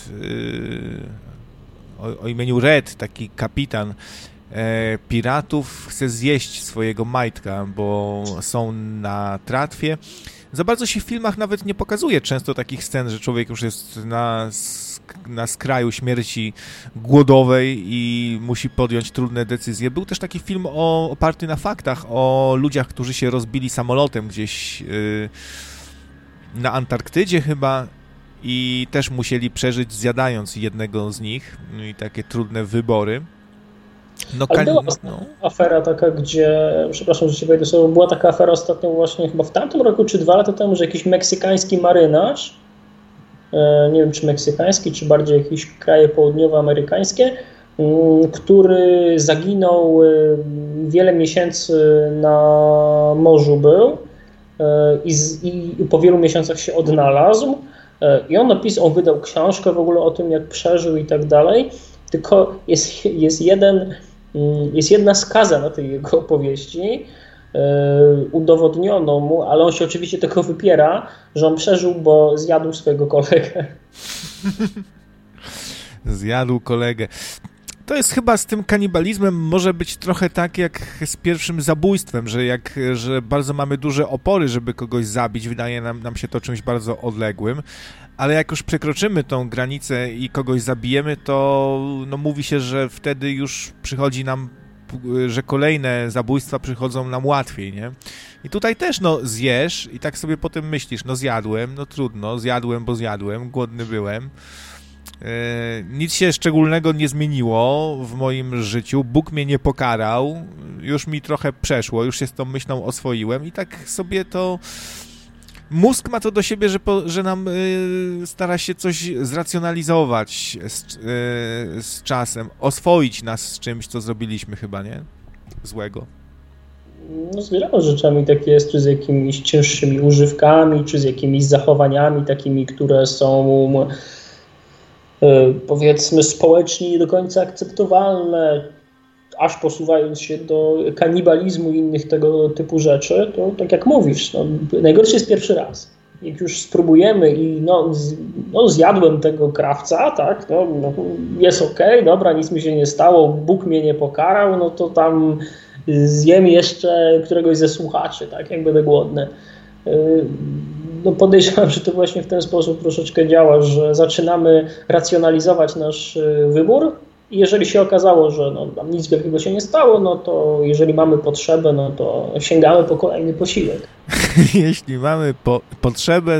o imieniu Red, taki kapitan piratów, chce zjeść swojego majtka, bo są na tratwie. Za bardzo się w filmach nawet nie pokazuje często takich scen, że człowiek już jest na skraju śmierci głodowej i musi podjąć trudne decyzje. Był też taki film oparty na faktach o ludziach, którzy się rozbili samolotem gdzieś na Antarktydzie chyba i też musieli przeżyć zjadając jednego z nich. I takie trudne wybory. Ale była afera taka, gdzie, przepraszam, że się wejdę słowo, była taka afera ostatnio właśnie chyba w tamtym roku czy 2 lata temu, że jakiś meksykański marynarz, nie wiem czy meksykański, czy bardziej jakieś kraje południowoamerykańskie, który zaginął wiele miesięcy na morzu był i po wielu miesiącach się odnalazł i on wydał książkę w ogóle o tym, jak przeżył i tak dalej, tylko jest jedna skaza na tej jego opowieści, udowodniono mu, ale on się oczywiście tego wypiera, że on przeżył, bo zjadł swojego kolegę. Zjadł kolegę. To jest chyba z tym kanibalizmem może być trochę tak jak z pierwszym zabójstwem, że bardzo mamy duże opory, żeby kogoś zabić. Wydaje nam się to czymś bardzo odległym, ale jak już przekroczymy tą granicę i kogoś zabijemy, to no, mówi się, że wtedy już przychodzi nam, że kolejne zabójstwa przychodzą nam łatwiej, nie? I tutaj też, no, zjesz i tak sobie potem myślisz, no zjadłem, no trudno, zjadłem, bo zjadłem, głodny byłem. Nic się szczególnego nie zmieniło w moim życiu, Bóg mnie nie pokarał, już mi trochę przeszło, już się z tą myślą oswoiłem i tak sobie to... Mózg ma to do siebie, że nam stara się coś zracjonalizować z czasem, oswoić nas z czymś, co zrobiliśmy chyba, nie? Złego. No z wieloma rzeczami tak jest, czy z jakimiś cięższymi używkami, czy z jakimiś zachowaniami takimi, które są powiedzmy społecznie nie do końca akceptowalne, aż posuwając się do kanibalizmu i innych tego typu rzeczy, to tak jak mówisz, no, najgorszy jest pierwszy raz. Jak już spróbujemy i zjadłem tego krawca, tak, jest okej, dobra, nic mi się nie stało, Bóg mnie nie pokarał, no to tam zjem jeszcze któregoś ze słuchaczy, tak, jak będę głodny. No podejrzewam, że to właśnie w ten sposób troszeczkę działa, że zaczynamy racjonalizować nasz wybór i jeżeli się okazało, że nam nic wielkiego się nie stało, no to jeżeli mamy potrzebę, no to sięgamy po kolejny posiłek. Jeśli mamy potrzebę,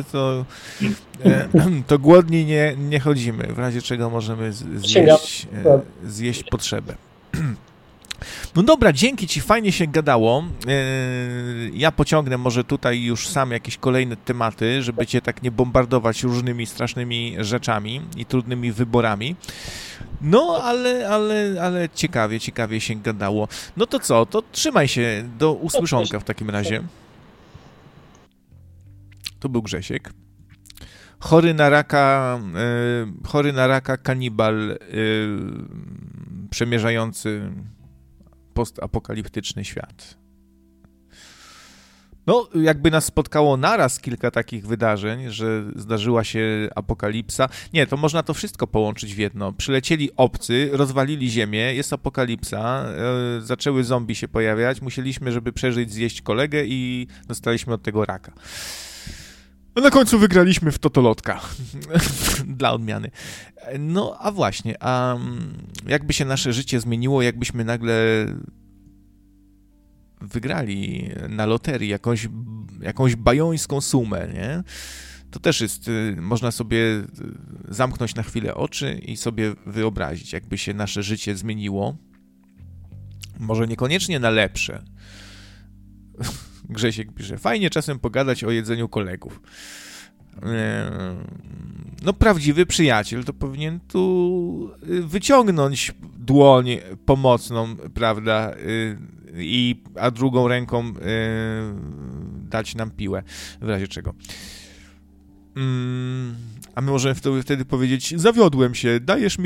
to głodni nie chodzimy, w razie czego możemy zjeść potrzebę. No dobra, dzięki Ci, fajnie się gadało. Ja pociągnę może tutaj już sam jakieś kolejne tematy, żeby Cię tak nie bombardować różnymi strasznymi rzeczami i trudnymi wyborami. No, ale ciekawie się gadało. No to co, to trzymaj się, do usłyszonka w takim razie. To był Grzesiek. Chory na raka kanibal przemierzający postapokaliptyczny świat. No, jakby nas spotkało naraz kilka takich wydarzeń, że zdarzyła się apokalipsa. Nie, to można to wszystko połączyć w jedno. Przylecieli obcy, rozwalili ziemię, jest apokalipsa, zaczęły zombie się pojawiać, musieliśmy, żeby przeżyć, zjeść kolegę i dostaliśmy od tego raka. No na końcu wygraliśmy w totolotka. Dla odmiany. No, a właśnie, jakby się nasze życie zmieniło, jakbyśmy nagle wygrali na loterii jakąś bajońską sumę, nie? To też jest, można sobie zamknąć na chwilę oczy i sobie wyobrazić, jakby się nasze życie zmieniło. Może niekoniecznie na lepsze. Grzesiek pisze, fajnie czasem pogadać o jedzeniu kolegów. no prawdziwy przyjaciel to powinien tu wyciągnąć dłoń pomocną, prawda, a drugą ręką dać nam piłę, w razie czego. A my możemy wtedy powiedzieć, zawiodłem się, dajesz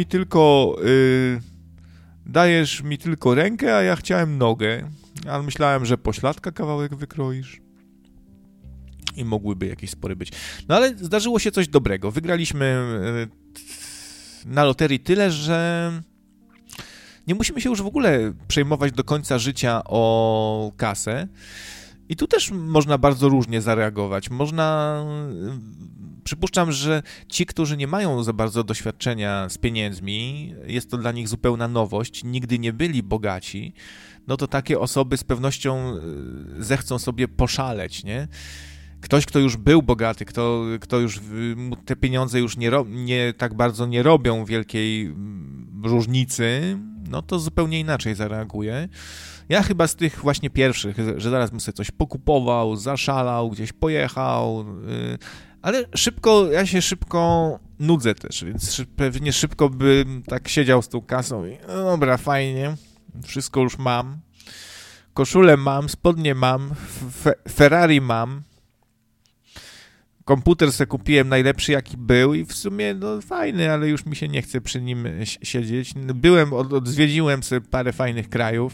mi tylko rękę, a ja chciałem nogę, ale myślałem, że pośladka kawałek wykroisz. I mogłyby jakieś spory być. No ale zdarzyło się coś dobrego. Wygraliśmy na loterii tyle, że nie musimy się już w ogóle przejmować do końca życia o kasę. I tu też można bardzo różnie zareagować. Przypuszczam, że ci, którzy nie mają za bardzo doświadczenia z pieniędzmi, jest to dla nich zupełna nowość, nigdy nie byli bogaci, no to takie osoby z pewnością zechcą sobie poszaleć, nie? Ktoś, kto już był bogaty, kto już te pieniądze już nie tak bardzo nie robią wielkiej różnicy, no to zupełnie inaczej zareaguje. Ja chyba z tych właśnie pierwszych, że zaraz bym sobie coś pokupował, zaszalał, gdzieś pojechał, ale ja się szybko nudzę też, więc pewnie szybko bym tak siedział z tą kasą i no dobra, fajnie, wszystko już mam, koszulę mam, spodnie mam, Ferrari mam, komputer se kupiłem najlepszy jaki był i w sumie no fajny, ale już mi się nie chce przy nim siedzieć. Zwiedziłem sobie parę fajnych krajów.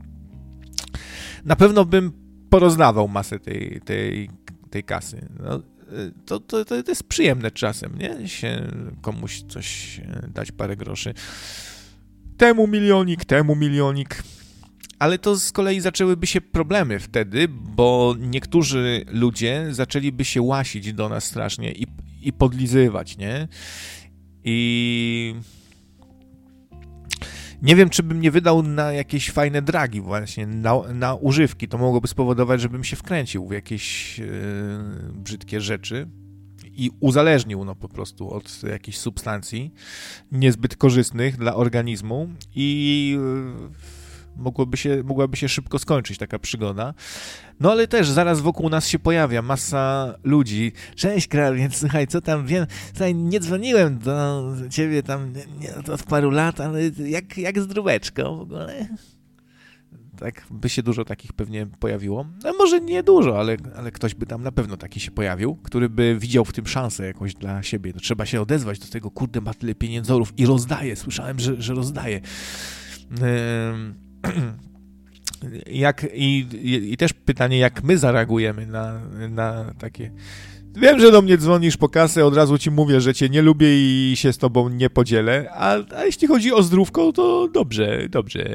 Na pewno bym porozdawał masę tej kasy. No, to jest przyjemne czasem, nie? Się komuś coś dać, parę groszy. Temu milionik. Ale to z kolei zaczęłyby się problemy wtedy, bo niektórzy ludzie zaczęliby się łasić do nas strasznie i podlizywać, nie? I nie wiem, czy bym nie wydał na jakieś fajne dragi właśnie, na używki. To mogłoby spowodować, żebym się wkręcił w jakieś brzydkie rzeczy i uzależnił po prostu od jakichś substancji niezbyt korzystnych dla organizmu i mogłaby się szybko skończyć taka przygoda. No ale też zaraz wokół nas się pojawia masa ludzi. Cześć Kral, więc słuchaj, co tam wiem? Słuchaj, nie dzwoniłem do ciebie tam od paru lat, ale jak zdróweczko w ogóle? Tak by się dużo takich pewnie pojawiło. No może nie dużo, ale ktoś by tam na pewno taki się pojawił, który by widział w tym szansę jakąś dla siebie. To trzeba się odezwać do tego, kurde, ma tyle pieniędzorów i rozdaje. Słyszałem, że rozdaje. I też pytanie, jak my zareagujemy na takie... Wiem, że do mnie dzwonisz po kasę, od razu ci mówię, że cię nie lubię i się z tobą nie podzielę, a jeśli chodzi o zdrówko, to dobrze.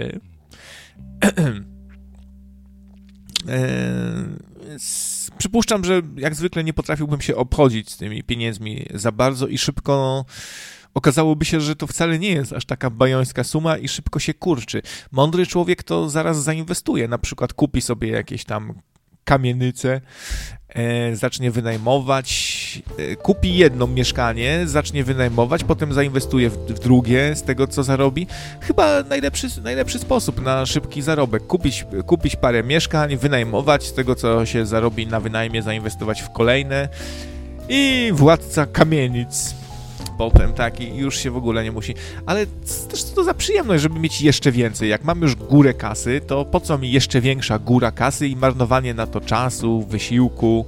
Przypuszczam, że jak zwykle nie potrafiłbym się obchodzić z tymi pieniędzmi za bardzo i szybko okazałoby się, że to wcale nie jest aż taka bajońska suma i szybko się kurczy. Mądry człowiek to zaraz zainwestuje, na przykład kupi sobie jakieś tam kamienice, zacznie wynajmować, kupi jedno mieszkanie, zacznie wynajmować, potem zainwestuje w drugie z tego, co zarobi. Chyba najlepszy sposób na szybki zarobek. Kupić parę mieszkań, wynajmować z tego, co się zarobi na wynajmie, zainwestować w kolejne i władca kamienic. Potem i już się w ogóle nie musi. Ale też co to za przyjemność, żeby mieć jeszcze więcej. Jak mam już górę kasy, to po co mi jeszcze większa góra kasy i marnowanie na to czasu, wysiłku.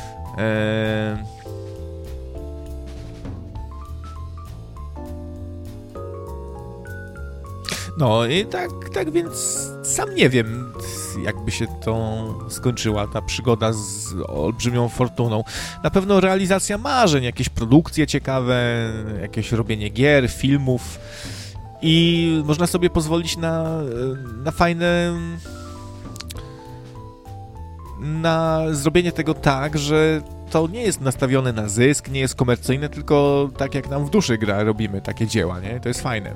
No i tak więc sam nie wiem, jakby się to skończyła, ta przygoda z olbrzymią fortuną. Na pewno realizacja marzeń, jakieś produkcje ciekawe, jakieś robienie gier, filmów i można sobie pozwolić na fajne... na zrobienie tego tak, że to nie jest nastawione na zysk, nie jest komercyjne, tylko tak jak nam w duszy robimy takie dzieła, nie? To jest fajne.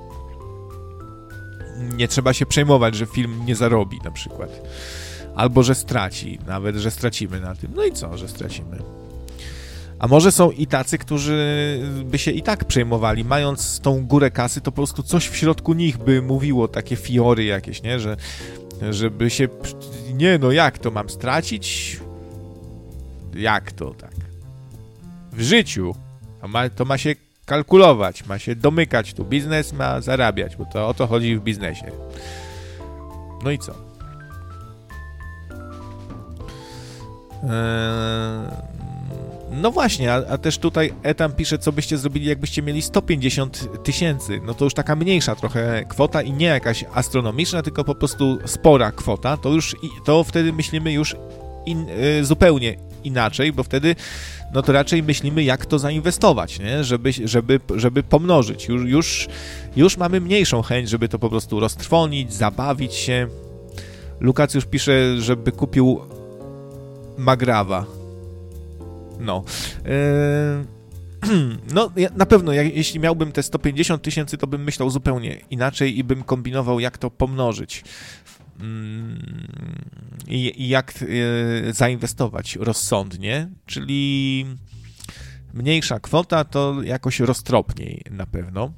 Nie trzeba się przejmować, że film nie zarobi na przykład. Albo, że straci. Nawet, że stracimy na tym. No i co, że stracimy? A może są i tacy, którzy by się i tak przejmowali. Mając tą górę kasy, to po prostu coś w środku nich by mówiło, takie fiory jakieś, nie? Żeby się... Nie, no jak to mam stracić? Jak to tak? W życiu. To ma się kalkulować, ma się domykać tu. Biznes ma zarabiać, bo to o to chodzi w biznesie. No i co? No właśnie, a też tutaj Etam pisze, co byście zrobili, jakbyście mieli 150 000. No to już taka mniejsza trochę kwota i nie jakaś astronomiczna, tylko po prostu spora kwota. To wtedy myślimy już zupełnie inaczej, bo wtedy no to raczej myślimy, jak to zainwestować, nie? Żeby pomnożyć. Już mamy mniejszą chęć, żeby to po prostu roztrwonić, zabawić się. Lukac już pisze, żeby kupił Magrawa. No. No, na pewno, jeśli miałbym te 150 000, to bym myślał zupełnie inaczej i bym kombinował, jak to pomnożyć. I jak zainwestować rozsądnie, czyli mniejsza kwota to jakoś roztropniej na pewno.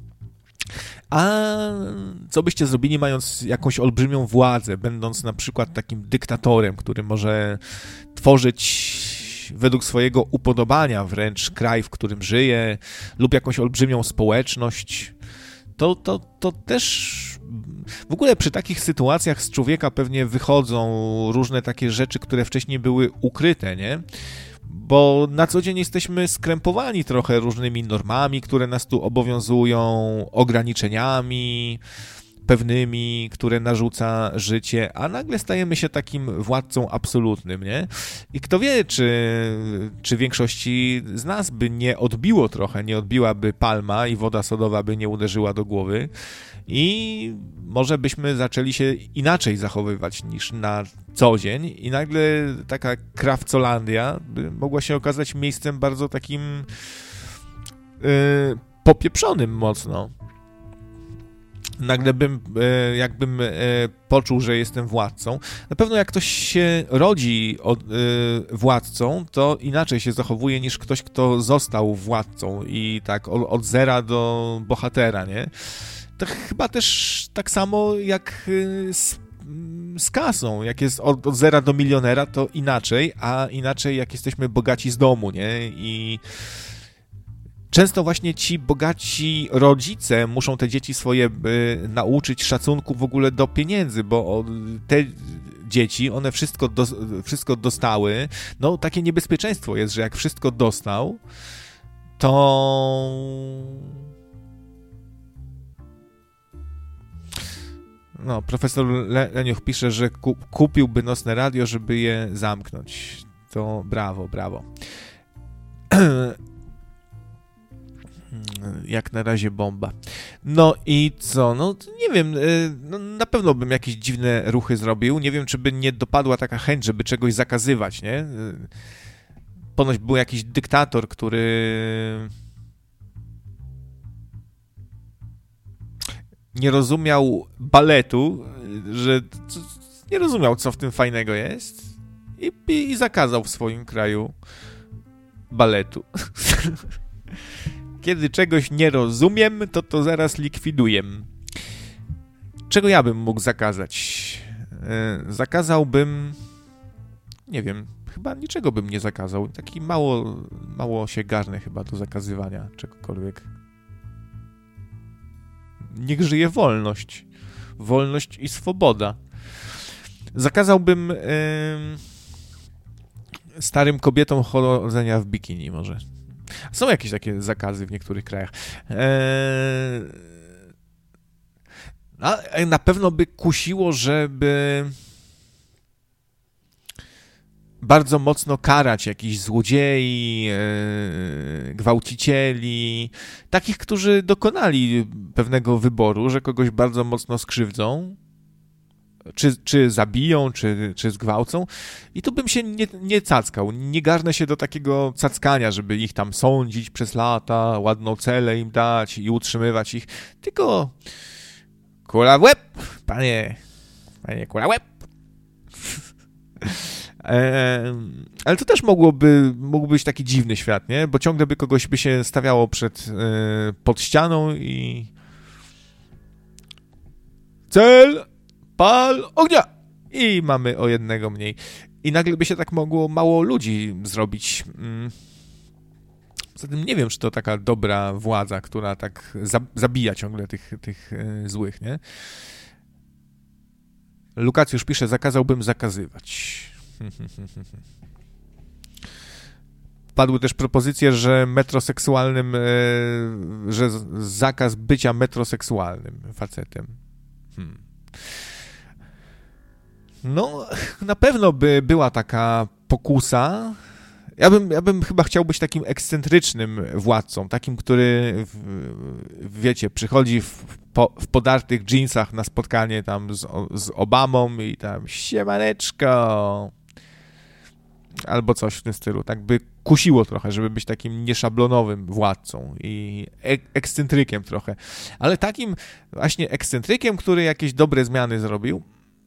A co byście zrobili, mając jakąś olbrzymią władzę, będąc na przykład takim dyktatorem, który może tworzyć według swojego upodobania wręcz kraj, w którym żyje, lub jakąś olbrzymią społeczność, to też w ogóle przy takich sytuacjach z człowieka pewnie wychodzą różne takie rzeczy, które wcześniej były ukryte, nie? Bo na co dzień jesteśmy skrępowani trochę różnymi normami, które nas tu obowiązują, ograniczeniami pewnymi, które narzuca życie, a nagle stajemy się takim władcą absolutnym, nie? I kto wie, czy większości z nas by nie odbiłaby palma i woda sodowa by nie uderzyła do głowy i może byśmy zaczęli się inaczej zachowywać niż na co dzień i nagle taka Krawcolandia by mogła się okazać miejscem bardzo takim popieprzonym mocno. Nagle jakbym poczuł, że jestem władcą. Na pewno jak ktoś się rodzi władcą, to inaczej się zachowuje niż ktoś, kto został władcą i tak od zera do bohatera, nie? To chyba też tak samo jak z kasą. Jak jest od zera do milionera, to inaczej, a inaczej jak jesteśmy bogaci z domu, nie? I często właśnie ci bogaci rodzice muszą te dzieci swoje nauczyć szacunku w ogóle do pieniędzy, bo te dzieci, one wszystko dostały. No, takie niebezpieczeństwo jest, że jak wszystko dostał, to no, profesor Leniuch pisze, że kupiłby nocne radio, żeby je zamknąć. To brawo. Jak na razie bomba. No i co? No nie wiem, no, na pewno bym jakieś dziwne ruchy zrobił. Nie wiem, czy by nie dopadła taka chęć, żeby czegoś zakazywać, nie? Ponoć był jakiś dyktator, który nie rozumiał baletu, że nie rozumiał, co w tym fajnego jest i zakazał w swoim kraju baletu. Kiedy czegoś nie rozumiem, to zaraz likwiduję. Czego ja bym mógł zakazać? Zakazałbym... Nie wiem, chyba niczego bym nie zakazał. Taki mało się garnę chyba do zakazywania czegokolwiek. Niech żyje wolność. Wolność i swoboda. Zakazałbym starym kobietom chodzenia w bikini może. Są jakieś takie zakazy w niektórych krajach. A na pewno by kusiło, żeby bardzo mocno karać jakichś złodziei, gwałcicieli, takich, którzy dokonali pewnego wyboru, że kogoś bardzo mocno skrzywdzą, czy zabiją, czy zgwałcą. I tu bym się nie cackał. Nie garnę się do takiego cackania, żeby ich tam sądzić przez lata, ładną celę im dać i utrzymywać ich. Tylko kula w łeb, panie kula w łeb. Ale to też mógłby być taki dziwny świat, nie? Bo ciągle by kogoś by się stawiało pod ścianą i cel, pal, ognia! I mamy o jednego mniej. I nagle by się tak mogło mało ludzi zrobić. Zatem nie wiem, czy to taka dobra władza, która tak zabija ciągle tych złych, nie? Lukacjusz pisze, zakazałbym zakazywać. Padły też propozycje, że metroseksualnym, że zakaz bycia metroseksualnym facetem. No, na pewno by była taka pokusa. Ja bym chyba chciał być takim ekscentrycznym władcą, takim, który, wiecie, przychodzi w podartych dżinsach na spotkanie tam z Obamą i tam siemaneczko, albo coś w tym stylu. Tak by kusiło trochę, żeby być takim nieszablonowym władcą i ekscentrykiem trochę. Ale takim właśnie ekscentrykiem, który jakieś dobre zmiany zrobił.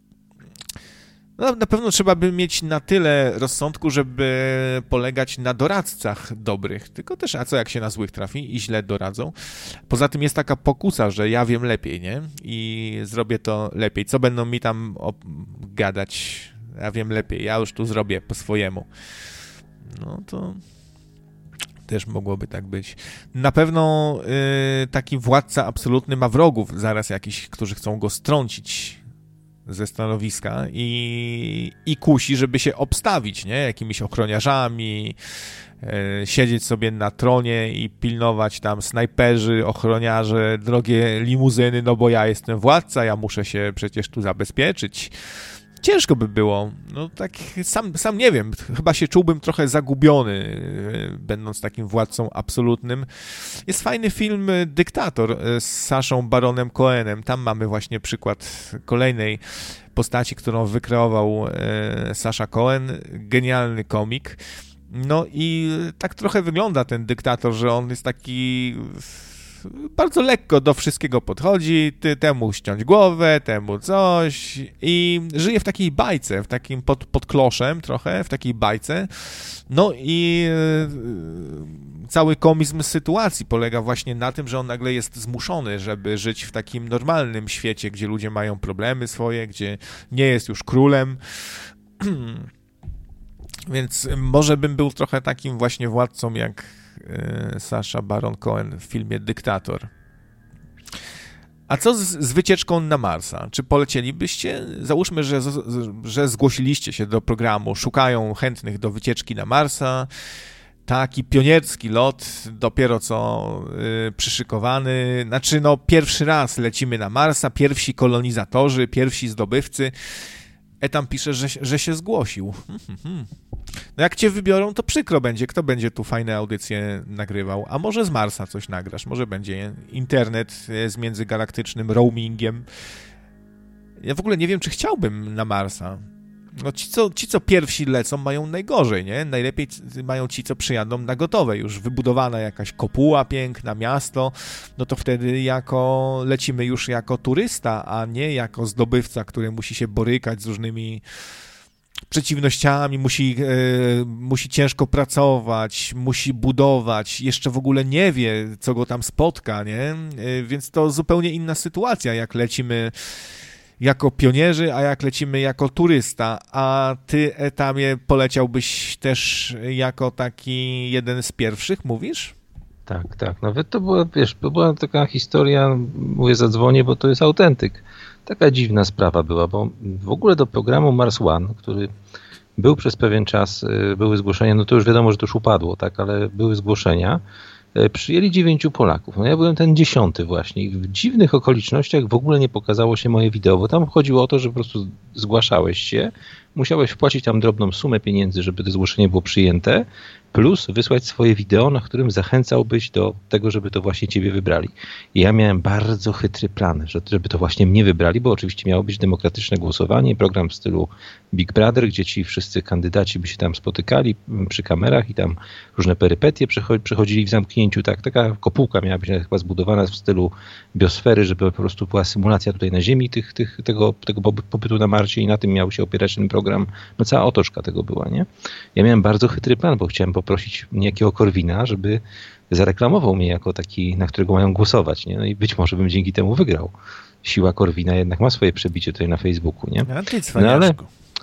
No, na pewno trzeba by mieć na tyle rozsądku, żeby polegać na doradcach dobrych. Tylko też, a co jak się na złych trafi i źle doradzą? Poza tym jest taka pokusa, że ja wiem lepiej, nie? I zrobię to lepiej. Co będą mi tam gadać? Ja wiem lepiej, ja już tu zrobię po swojemu. No to też mogłoby tak być. Na pewno taki władca absolutny ma wrogów zaraz jakiś, którzy chcą go strącić ze stanowiska i kusi, żeby się obstawić, nie? Jakimiś ochroniarzami, siedzieć sobie na tronie i pilnować tam snajperzy, ochroniarze, drogie limuzyny, no bo ja jestem władca, ja muszę się przecież tu zabezpieczyć. Ciężko by było. No tak sam nie wiem. Chyba się czułbym trochę zagubiony, będąc takim władcą absolutnym. Jest fajny film Dyktator z Saszą Baronem Cohenem. Tam mamy właśnie przykład kolejnej postaci, którą wykreował Sasha Cohen. Genialny komik. No i tak trochę wygląda ten dyktator, że on jest taki... bardzo lekko do wszystkiego podchodzi, temu ściąć głowę, temu coś i żyje w takiej bajce, w takim pod kloszem trochę, w takiej bajce. No i cały komizm sytuacji polega właśnie na tym, że on nagle jest zmuszony, żeby żyć w takim normalnym świecie, gdzie ludzie mają problemy swoje, gdzie nie jest już królem. Więc może bym był trochę takim właśnie władcą jak Sacha Baron Cohen w filmie Dyktator. A co z wycieczką na Marsa? Czy polecielibyście? Załóżmy, że zgłosiliście się do programu, szukają chętnych do wycieczki na Marsa. Taki pionierski lot, dopiero co przyszykowany. Znaczy, no pierwszy raz lecimy na Marsa, pierwsi kolonizatorzy, pierwsi zdobywcy. Tam pisze, że się zgłosił. No jak cię wybiorą, to przykro będzie. Kto będzie tu fajne audycje nagrywał? A może z Marsa coś nagrasz? Może będzie internet z międzygalaktycznym roamingiem. Ja w ogóle nie wiem, czy chciałbym na Marsa. No ci, co pierwsi lecą, mają najgorzej, nie? Najlepiej mają ci, co przyjadą na gotowe. Już wybudowana jakaś kopuła piękna, miasto, no to wtedy lecimy już jako turysta, a nie jako zdobywca, który musi się borykać z różnymi przeciwnościami, musi ciężko pracować, musi budować, jeszcze w ogóle nie wie, co go tam spotka, nie? Więc to zupełnie inna sytuacja, jak lecimy jako pionierzy, a jak lecimy jako turysta. A ty, Etamie, poleciałbyś też jako taki jeden z pierwszych, mówisz? Tak. Nawet to była, była taka historia, mówię, zadzwonię, bo to jest autentyk. Taka dziwna sprawa była, bo w ogóle do programu Mars One, który był przez pewien czas, były zgłoszenia, no to już wiadomo, że to już upadło, tak, ale były zgłoszenia, przyjęli 9 Polaków. No ja byłem ten 10 właśnie i w dziwnych okolicznościach w ogóle nie pokazało się moje wideo, bo tam chodziło o to, że po prostu zgłaszałeś się, musiałeś wpłacić tam drobną sumę pieniędzy, żeby to zgłoszenie było przyjęte, plus wysłać swoje wideo, na którym zachęcałbyś do tego, żeby to właśnie ciebie wybrali. I ja miałem bardzo chytry plan, żeby to właśnie mnie wybrali, bo oczywiście miało być demokratyczne głosowanie, program w stylu Big Brother, gdzie ci wszyscy kandydaci by się tam spotykali przy kamerach i tam różne perypetie przechodzili w zamknięciu. Tak, taka kopułka miała być chyba zbudowana w stylu biosfery, żeby po prostu była symulacja tutaj na Ziemi tego pobytu na Marsie i na tym miał się opierać ten program. No cała otoczka tego była, nie? Ja miałem bardzo chytry plan, bo chciałem poprosić niejakiego Korwina, żeby zareklamował mnie jako taki, na którego mają głosować, nie? No i być może bym dzięki temu wygrał. Siła Korwina jednak ma swoje przebicie tutaj na Facebooku, nie?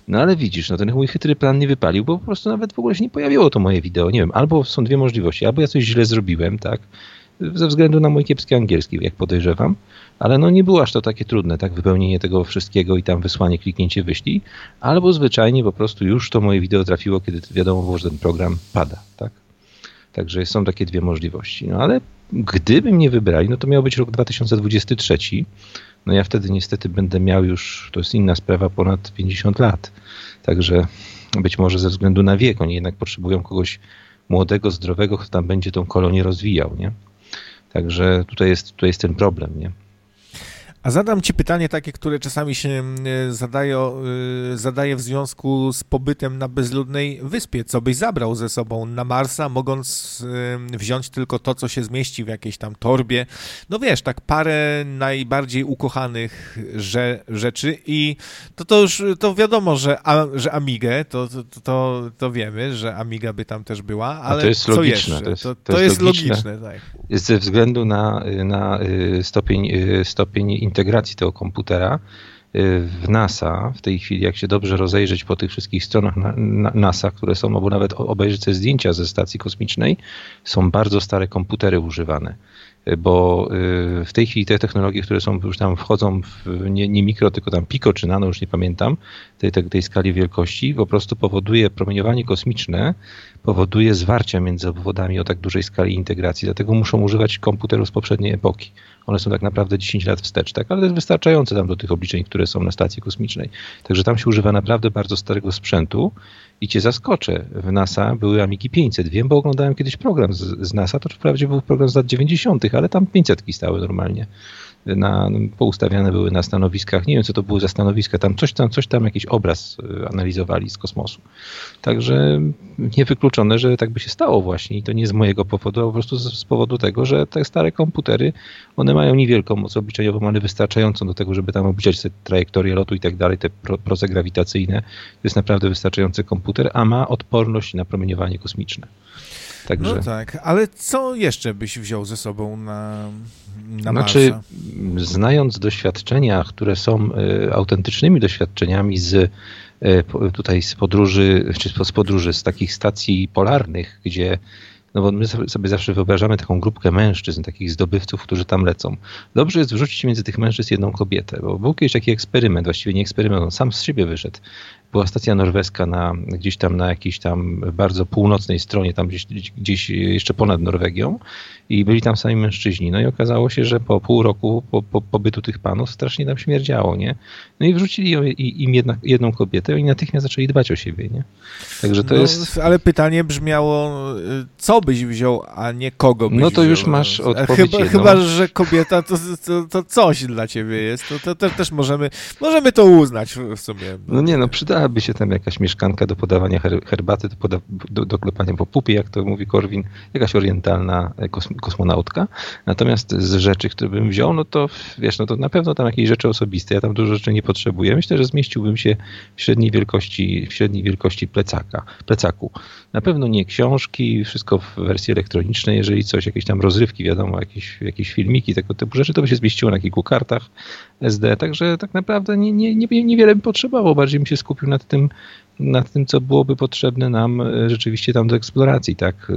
No ale widzisz, no ten mój chytry plan nie wypalił, bo po prostu nawet w ogóle się nie pojawiło to moje wideo. Nie wiem, albo są dwie możliwości, albo ja coś źle zrobiłem, tak, ze względu na mój kiepski angielski, jak podejrzewam, ale no nie było aż to takie trudne, tak, wypełnienie tego wszystkiego i tam wysłanie, kliknięcie, wyślij, albo zwyczajnie po prostu już to moje wideo trafiło, kiedy wiadomo było, że ten program pada, tak. Także są takie dwie możliwości. No ale gdyby mnie wybrali, no to miał być rok 2023. No ja wtedy niestety będę miał już, to jest inna sprawa, ponad 50 lat. Także być może ze względu na wiek, oni jednak potrzebują kogoś młodego, zdrowego, kto tam będzie tą kolonię rozwijał, nie? Także tutaj jest ten problem, nie? A zadam ci pytanie takie, które czasami się zadaje w związku z pobytem na bezludnej wyspie. Co byś zabrał ze sobą na Marsa, mogąc wziąć tylko to, co się zmieści w jakiejś tam torbie? No wiesz, tak parę najbardziej ukochanych rzeczy i to wiadomo, że Amigę, to wiemy, że Amiga by tam też była, ale to jest co logiczne, jeszcze? To jest logiczne, tak. Ze względu na stopień integracji tego komputera w NASA, w tej chwili, jak się dobrze rozejrzeć po tych wszystkich stronach NASA, które są, albo nawet obejrzeć sobie zdjęcia ze stacji kosmicznej, są bardzo stare komputery używane. Bo w tej chwili te technologie, które są już tam wchodzą w nie mikro, tylko tam piko czy nano, już nie pamiętam, tej skali wielkości, po prostu powoduje promieniowanie kosmiczne, powoduje zwarcia między obwodami o tak dużej skali integracji, dlatego muszą używać komputerów z poprzedniej epoki. One są tak naprawdę 10 lat wstecz, tak? Ale to jest wystarczające tam do tych obliczeń, które są na stacji kosmicznej. Także tam się używa naprawdę bardzo starego sprzętu i cię zaskoczę. W NASA były Amigi 500. Wiem, bo oglądałem kiedyś program z NASA, to wprawdzie był program z lat 90., ale tam 500 stały normalnie. Poustawiane były na stanowiskach. Nie wiem, co to były za stanowiska. Coś tam jakiś obraz analizowali z kosmosu. Także niewykluczone, że tak by się stało właśnie. I to nie z mojego powodu, a po prostu z powodu tego, że te stare komputery, one mają niewielką moc obliczeniową, ale wystarczającą do tego, żeby tam obliczać sobie trajektorię lotu i tak dalej, te proce grawitacyjne. To jest naprawdę wystarczający komputer, a ma odporność na promieniowanie kosmiczne. Także... No tak, ale co jeszcze byś wziął ze sobą na Znaczy, Marsa? znając doświadczenia, które są autentycznymi doświadczeniami z podróży, z takich stacji polarnych, gdzie, no bo my sobie zawsze wyobrażamy taką grupkę mężczyzn, takich zdobywców, którzy tam lecą. Dobrze jest wrzucić między tych mężczyzn jedną kobietę, bo był kiedyś taki eksperyment, właściwie nie eksperyment, on sam z siebie wyszedł. Była stacja norweska gdzieś tam na jakiejś tam bardzo północnej stronie, tam gdzieś jeszcze ponad Norwegią i byli tam sami mężczyźni. No i okazało się, że po pół roku pobytu tych panów strasznie tam śmierdziało, nie? No i wrzucili im jedną kobietę i natychmiast zaczęli dbać o siebie, nie? Także to jest... Ale pytanie brzmiało, co byś wziął, a nie kogo byś wziął. No to już masz odpowiedź Chyba, że kobieta to coś dla ciebie jest. To też możemy to uznać w sumie. No nie, no przydałaby się tam jakaś mieszkanka do podawania herbaty, do klepania po pupie, jak to mówi Korwin, jakaś orientalna kosmonautka. Natomiast z rzeczy, które bym wziął, no to wiesz, no to na pewno tam jakieś rzeczy osobiste. Ja tam dużo rzeczy nie potrzebuję. Myślę, że zmieściłbym się w średniej wielkości plecaku. Na pewno nie książki, wszystko w wersji elektronicznej, jeżeli coś, jakieś tam rozrywki, wiadomo, jakieś filmiki, tego typu rzeczy, to by się zmieściło na kilku kartach SD, także tak naprawdę niewiele bym potrzebował, bardziej bym się skupił nad tym, co byłoby potrzebne nam rzeczywiście tam do eksploracji, tak,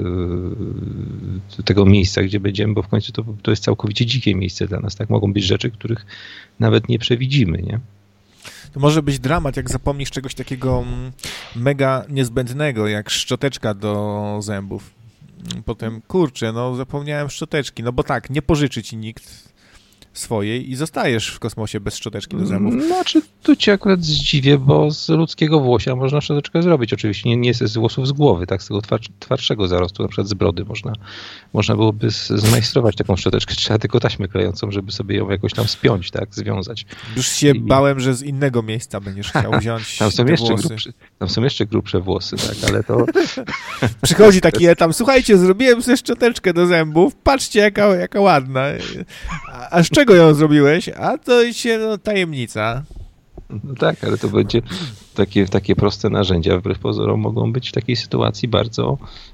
tego miejsca, gdzie będziemy, bo w końcu to jest całkowicie dzikie miejsce dla nas, tak, mogą być rzeczy, których nawet nie przewidzimy, nie? To może być dramat, jak zapomnisz czegoś takiego mega niezbędnego, jak szczoteczka do zębów. Potem, kurczę, no zapomniałem szczoteczki, no bo tak, nie pożyczy ci nikt swojej i zostajesz w kosmosie bez szczoteczki do zębów. Znaczy, tu cię akurat zdziwię, bo z ludzkiego włosia można szczoteczkę zrobić. Oczywiście nie z włosów z głowy, tak, z tego twardszego zarostu, na przykład z brody można byłoby zmajstrować taką szczoteczkę. Trzeba tylko taśmę klejącą, żeby sobie ją jakoś tam spiąć, tak, związać. Już się bałem, że z innego miejsca będziesz chciał wziąć Tam są jeszcze grubsze włosy, tak, ale to... Przychodzi taki etap, słuchajcie, zrobiłem sobie szczoteczkę do zębów, patrzcie jaka ładna. A z czego ją zrobiłeś? A to się tajemnica. No tak, ale to będzie takie proste narzędzia, wbrew pozorom mogą być w takiej sytuacji bardzo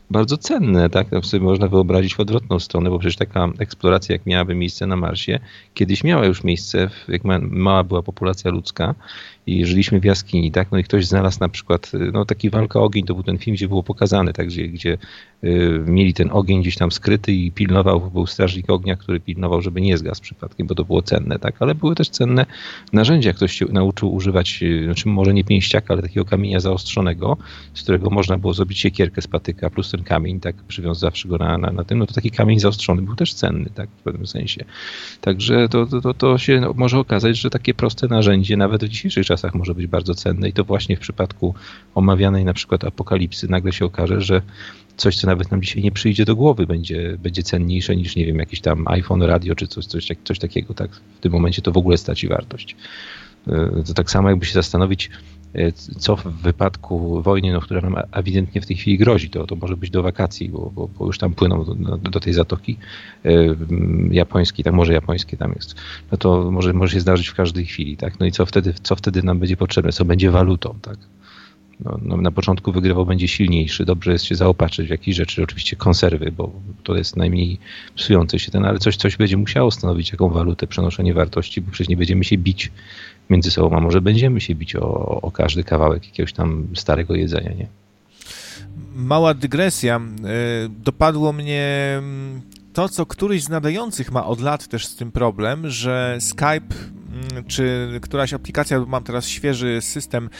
bardzo cenne, tak? No sobie można wyobrazić w odwrotną stronę, bo przecież taka eksploracja, jak miałaby miejsce na Marsie, kiedyś miała już miejsce, jak mała była populacja ludzka i żyliśmy w jaskini, tak? No i ktoś znalazł na przykład, no taki Walka o ogień, to był ten film, gdzie było pokazane, tak? Gdzie mieli ten ogień gdzieś tam skryty i był strażnik ognia, który pilnował, żeby nie zgasł przypadkiem, bo to było cenne, tak? Ale były też cenne narzędzia. Ktoś się nauczył używać, znaczy może nie pięściaka, ale takiego kamienia zaostrzonego, z którego można było zrobić siekierkę z patyka, plus ten kamień, tak? Przywiązawszy go na tym, no to taki kamień zaostrzony był też cenny, tak? W pewnym sensie. Także to się może okazać, że takie proste narzędzie nawet w dzisiejszych czasach może być bardzo cenne i to właśnie w przypadku omawianej na przykład apokalipsy nagle się okaże, że coś, co nawet nam dzisiaj nie przyjdzie do głowy, będzie cenniejsze niż, nie wiem, jakiś tam iPhone, radio czy coś takiego, tak? W tym momencie to w ogóle straci wartość. To tak samo jakby się zastanowić, co w wypadku wojny, no, która nam ewidentnie w tej chwili grozi, to może być do wakacji, bo już tam płyną do tej zatoki japońskiej, tak Morze Japońskie tam jest, no to może się zdarzyć w każdej chwili, tak? No i co wtedy nam będzie potrzebne, co będzie walutą, tak? No, na początku wygrywał będzie silniejszy, dobrze jest się zaopatrzyć w jakieś rzeczy, oczywiście konserwy, bo to jest najmniej psujący się ale coś będzie musiało stanowić jaką walutę, przenoszenie wartości, bo przecież nie będziemy się bić między sobą, a może będziemy się bić o każdy kawałek jakiegoś tam starego jedzenia, nie? Mała dygresja. Dopadło mnie to, co któryś z nadających ma od lat też z tym problem, że Skype czy któraś aplikacja, mam teraz świeży system,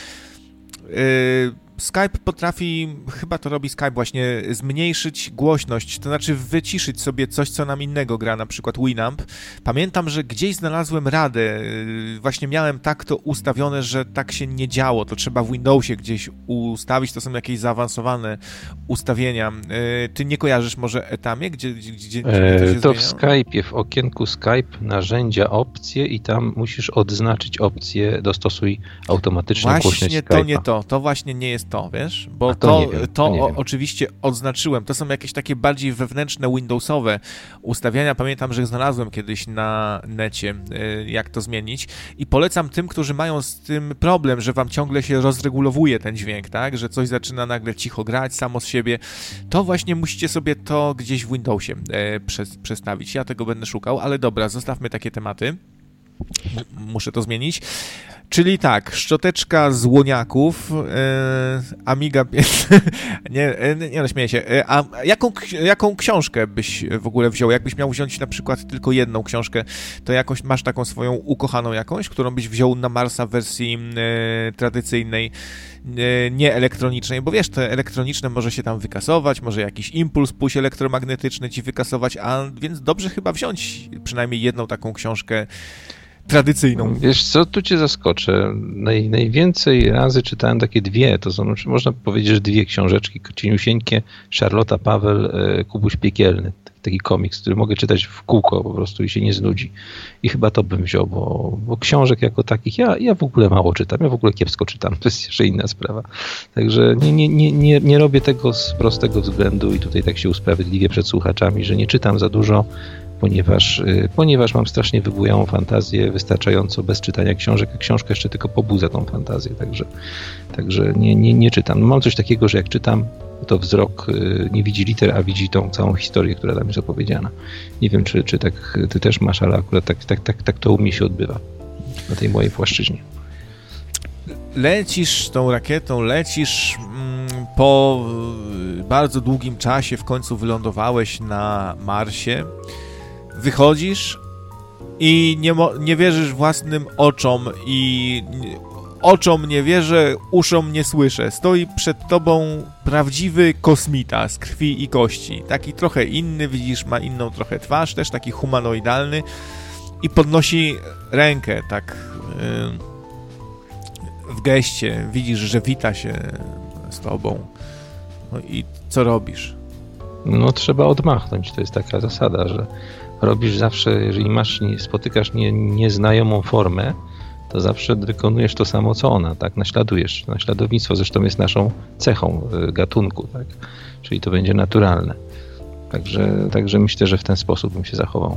Skype potrafi, chyba to robi Skype właśnie, zmniejszyć głośność, to znaczy wyciszyć sobie coś, co nam innego gra, na przykład Winamp. Pamiętam, że gdzieś znalazłem radę, właśnie miałem tak to ustawione, że tak się nie działo, to trzeba w Windowsie gdzieś ustawić, to są jakieś zaawansowane ustawienia. Ty nie kojarzysz może Etamie, gdzie to to w Skype'ie, w okienku Skype, narzędzia, opcje i tam musisz odznaczyć opcję dostosuj automatyczną głośność Skype'a. To właśnie nie jest to, wiesz? Bo to oczywiście odznaczyłem. To są jakieś takie bardziej wewnętrzne Windowsowe ustawiania. Pamiętam, że znalazłem kiedyś na necie, jak to zmienić i polecam tym, którzy mają z tym problem, że wam ciągle się rozregulowuje ten dźwięk, tak? Że coś zaczyna nagle cicho grać samo z siebie. To właśnie musicie sobie to gdzieś w Windowsie przestawić. Ja tego będę szukał, ale dobra, zostawmy takie tematy. Muszę to zmienić. Czyli tak, szczoteczka z łoniaków, Amiga... nie śmieję się. A jaką książkę byś w ogóle wziął? Jakbyś miał wziąć na przykład tylko jedną książkę, to jakoś masz taką swoją ukochaną jakąś, którą byś wziął na Marsa w wersji tradycyjnej, nie elektronicznej, bo wiesz, te elektroniczne może się tam wykasować, może jakiś impuls pójść elektromagnetyczny ci wykasować, a więc dobrze chyba wziąć przynajmniej jedną taką książkę tradycyjną. Wiesz co, tu cię zaskoczę. Najwięcej razy czytałem takie dwie, to są, można powiedzieć, że dwie książeczki, cieniusieńkie, Charlotta Paweł, Kubuś Piekielny. Taki komiks, który mogę czytać w kółko po prostu i się nie znudzi. I chyba to bym wziął, bo książek jako takich ja w ogóle mało czytam, ja w ogóle kiepsko czytam, to jest jeszcze inna sprawa. Także nie robię tego z prostego względu i tutaj tak się usprawiedliwię przed słuchaczami, że nie czytam za dużo, ponieważ mam strasznie wybujałą fantazję, wystarczająco bez czytania książek, a książka jeszcze tylko pobudza tą fantazję, także nie czytam. Mam coś takiego, że jak czytam, to wzrok nie widzi liter, a widzi tą całą historię, która tam jest opowiedziana. Nie wiem, czy tak ty też masz, ale akurat tak to u mnie się odbywa na tej mojej płaszczyźnie. Lecisz tą rakietą, po bardzo długim czasie w końcu wylądowałeś na Marsie, wychodzisz i nie wierzysz własnym oczom i oczom nie wierzę, uszom nie słyszę. Stoi przed tobą prawdziwy kosmita z krwi i kości. Taki trochę inny, widzisz, ma inną trochę twarz, też taki humanoidalny i podnosi rękę tak w geście. Widzisz, że wita się z tobą. No i co robisz? No trzeba odmachnąć. To jest taka zasada, że robisz zawsze, jeżeli spotykasz nieznajomą formę, to zawsze wykonujesz to samo, co ona, tak? Naśladujesz. Naśladownictwo zresztą jest naszą cechą gatunku, tak? Czyli to będzie naturalne. Także myślę, że w ten sposób bym się zachował.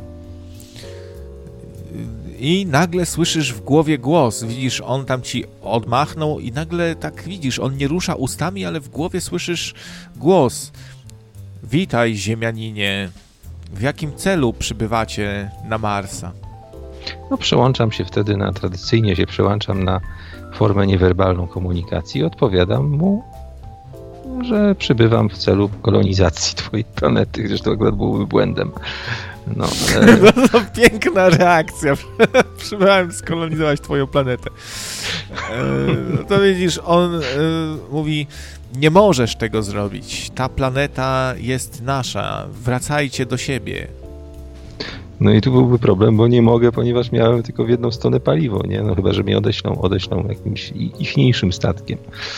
I nagle słyszysz w głowie głos. Widzisz, on tam ci odmachnął i nagle tak widzisz, on nie rusza ustami, ale w głowie słyszysz głos. Witaj, ziemianinie. W jakim celu przybywacie na Marsa? No przełączam się wtedy tradycyjnie się przełączam na formę niewerbalną komunikacji i odpowiadam mu, że przybywam w celu kolonizacji twojej planety, zresztą akurat byłby błędem. No, To piękna reakcja. Przybywałem skolonizować twoją planetę. To widzisz, on mówi, nie możesz tego zrobić. Ta planeta jest nasza. Wracajcie do siebie. No i tu byłby problem, bo nie mogę, ponieważ miałem tylko w jedną stronę paliwo, nie? No chyba, że mnie odeślą jakimś ichniejszym statkiem.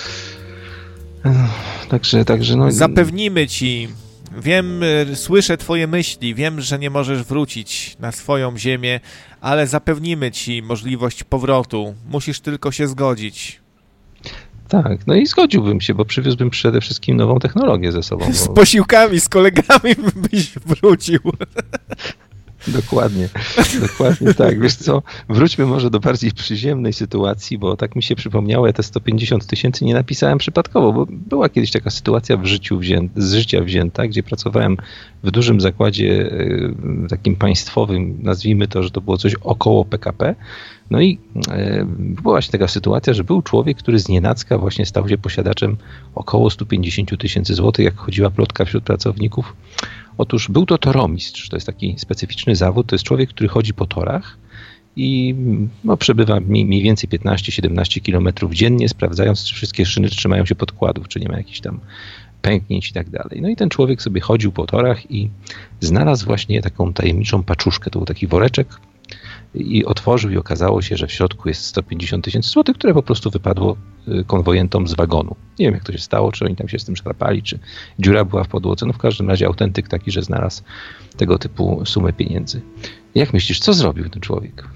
Także no... Zapewnimy ci. Wiem, słyszę twoje myśli, wiem, że nie możesz wrócić na swoją ziemię, ale zapewnimy ci możliwość powrotu. Musisz tylko się zgodzić. Tak, no i zgodziłbym się, bo przywiózłbym przede wszystkim nową technologię ze sobą. Z posiłkami, z kolegami byś wrócił. Dokładnie tak. Wiesz co, wróćmy może do bardziej przyziemnej sytuacji, bo tak mi się przypomniało, ja te 150 000 nie napisałem przypadkowo, bo była kiedyś taka sytuacja z życia wzięta, gdzie pracowałem w dużym zakładzie takim państwowym, nazwijmy to, że to było coś około PKP. No i była właśnie taka sytuacja, że był człowiek, który znienacka właśnie stał się posiadaczem około 150 000 złotych, jak chodziła plotka wśród pracowników. Otóż był to toromistrz, to jest taki specyficzny zawód, to jest człowiek, który chodzi po torach i przebywa mniej więcej 15-17 kilometrów dziennie, sprawdzając, czy wszystkie szyny trzymają się podkładów, czy nie ma jakichś tam pęknięć i tak dalej. No i ten człowiek sobie chodził po torach i znalazł właśnie taką tajemniczą paczuszkę, to był taki woreczek i otworzył i okazało się, że w środku jest 150 000 złotych, które po prostu wypadło konwojentom z wagonu. Nie wiem, jak to się stało, czy oni tam się z tym szarpali, czy dziura była w podłodze. No w każdym razie autentyk taki, że znalazł tego typu sumę pieniędzy. Jak myślisz, co zrobił ten człowiek?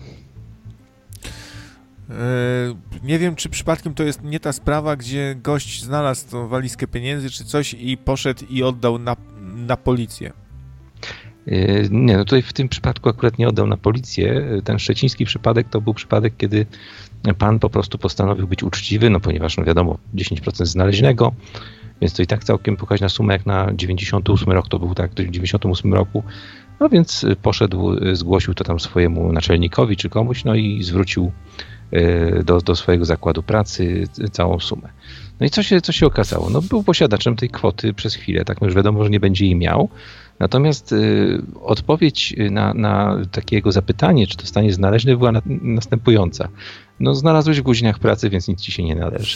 Nie wiem, czy przypadkiem to jest nie ta sprawa, gdzie gość znalazł tą walizkę pieniędzy czy coś i poszedł i oddał na policję. Nie, no tutaj w tym przypadku akurat nie oddał na policję. Ten szczeciński przypadek to był przypadek, kiedy pan po prostu postanowił być uczciwy, no ponieważ, no wiadomo, 10% znaleźnego, więc to i tak całkiem pokaźna suma, jak na 98 rok to był, tak, w 98 roku. No więc poszedł, zgłosił to tam swojemu naczelnikowi czy komuś, no i zwrócił do swojego zakładu pracy całą sumę. No i co się okazało? No był posiadaczem tej kwoty przez chwilę, tak już wiadomo, że nie będzie jej miał. Natomiast odpowiedź na takiego zapytanie, czy dostanie znaleźne, była następująca. No znalazłeś w godzinach pracy, więc nic ci się nie należy.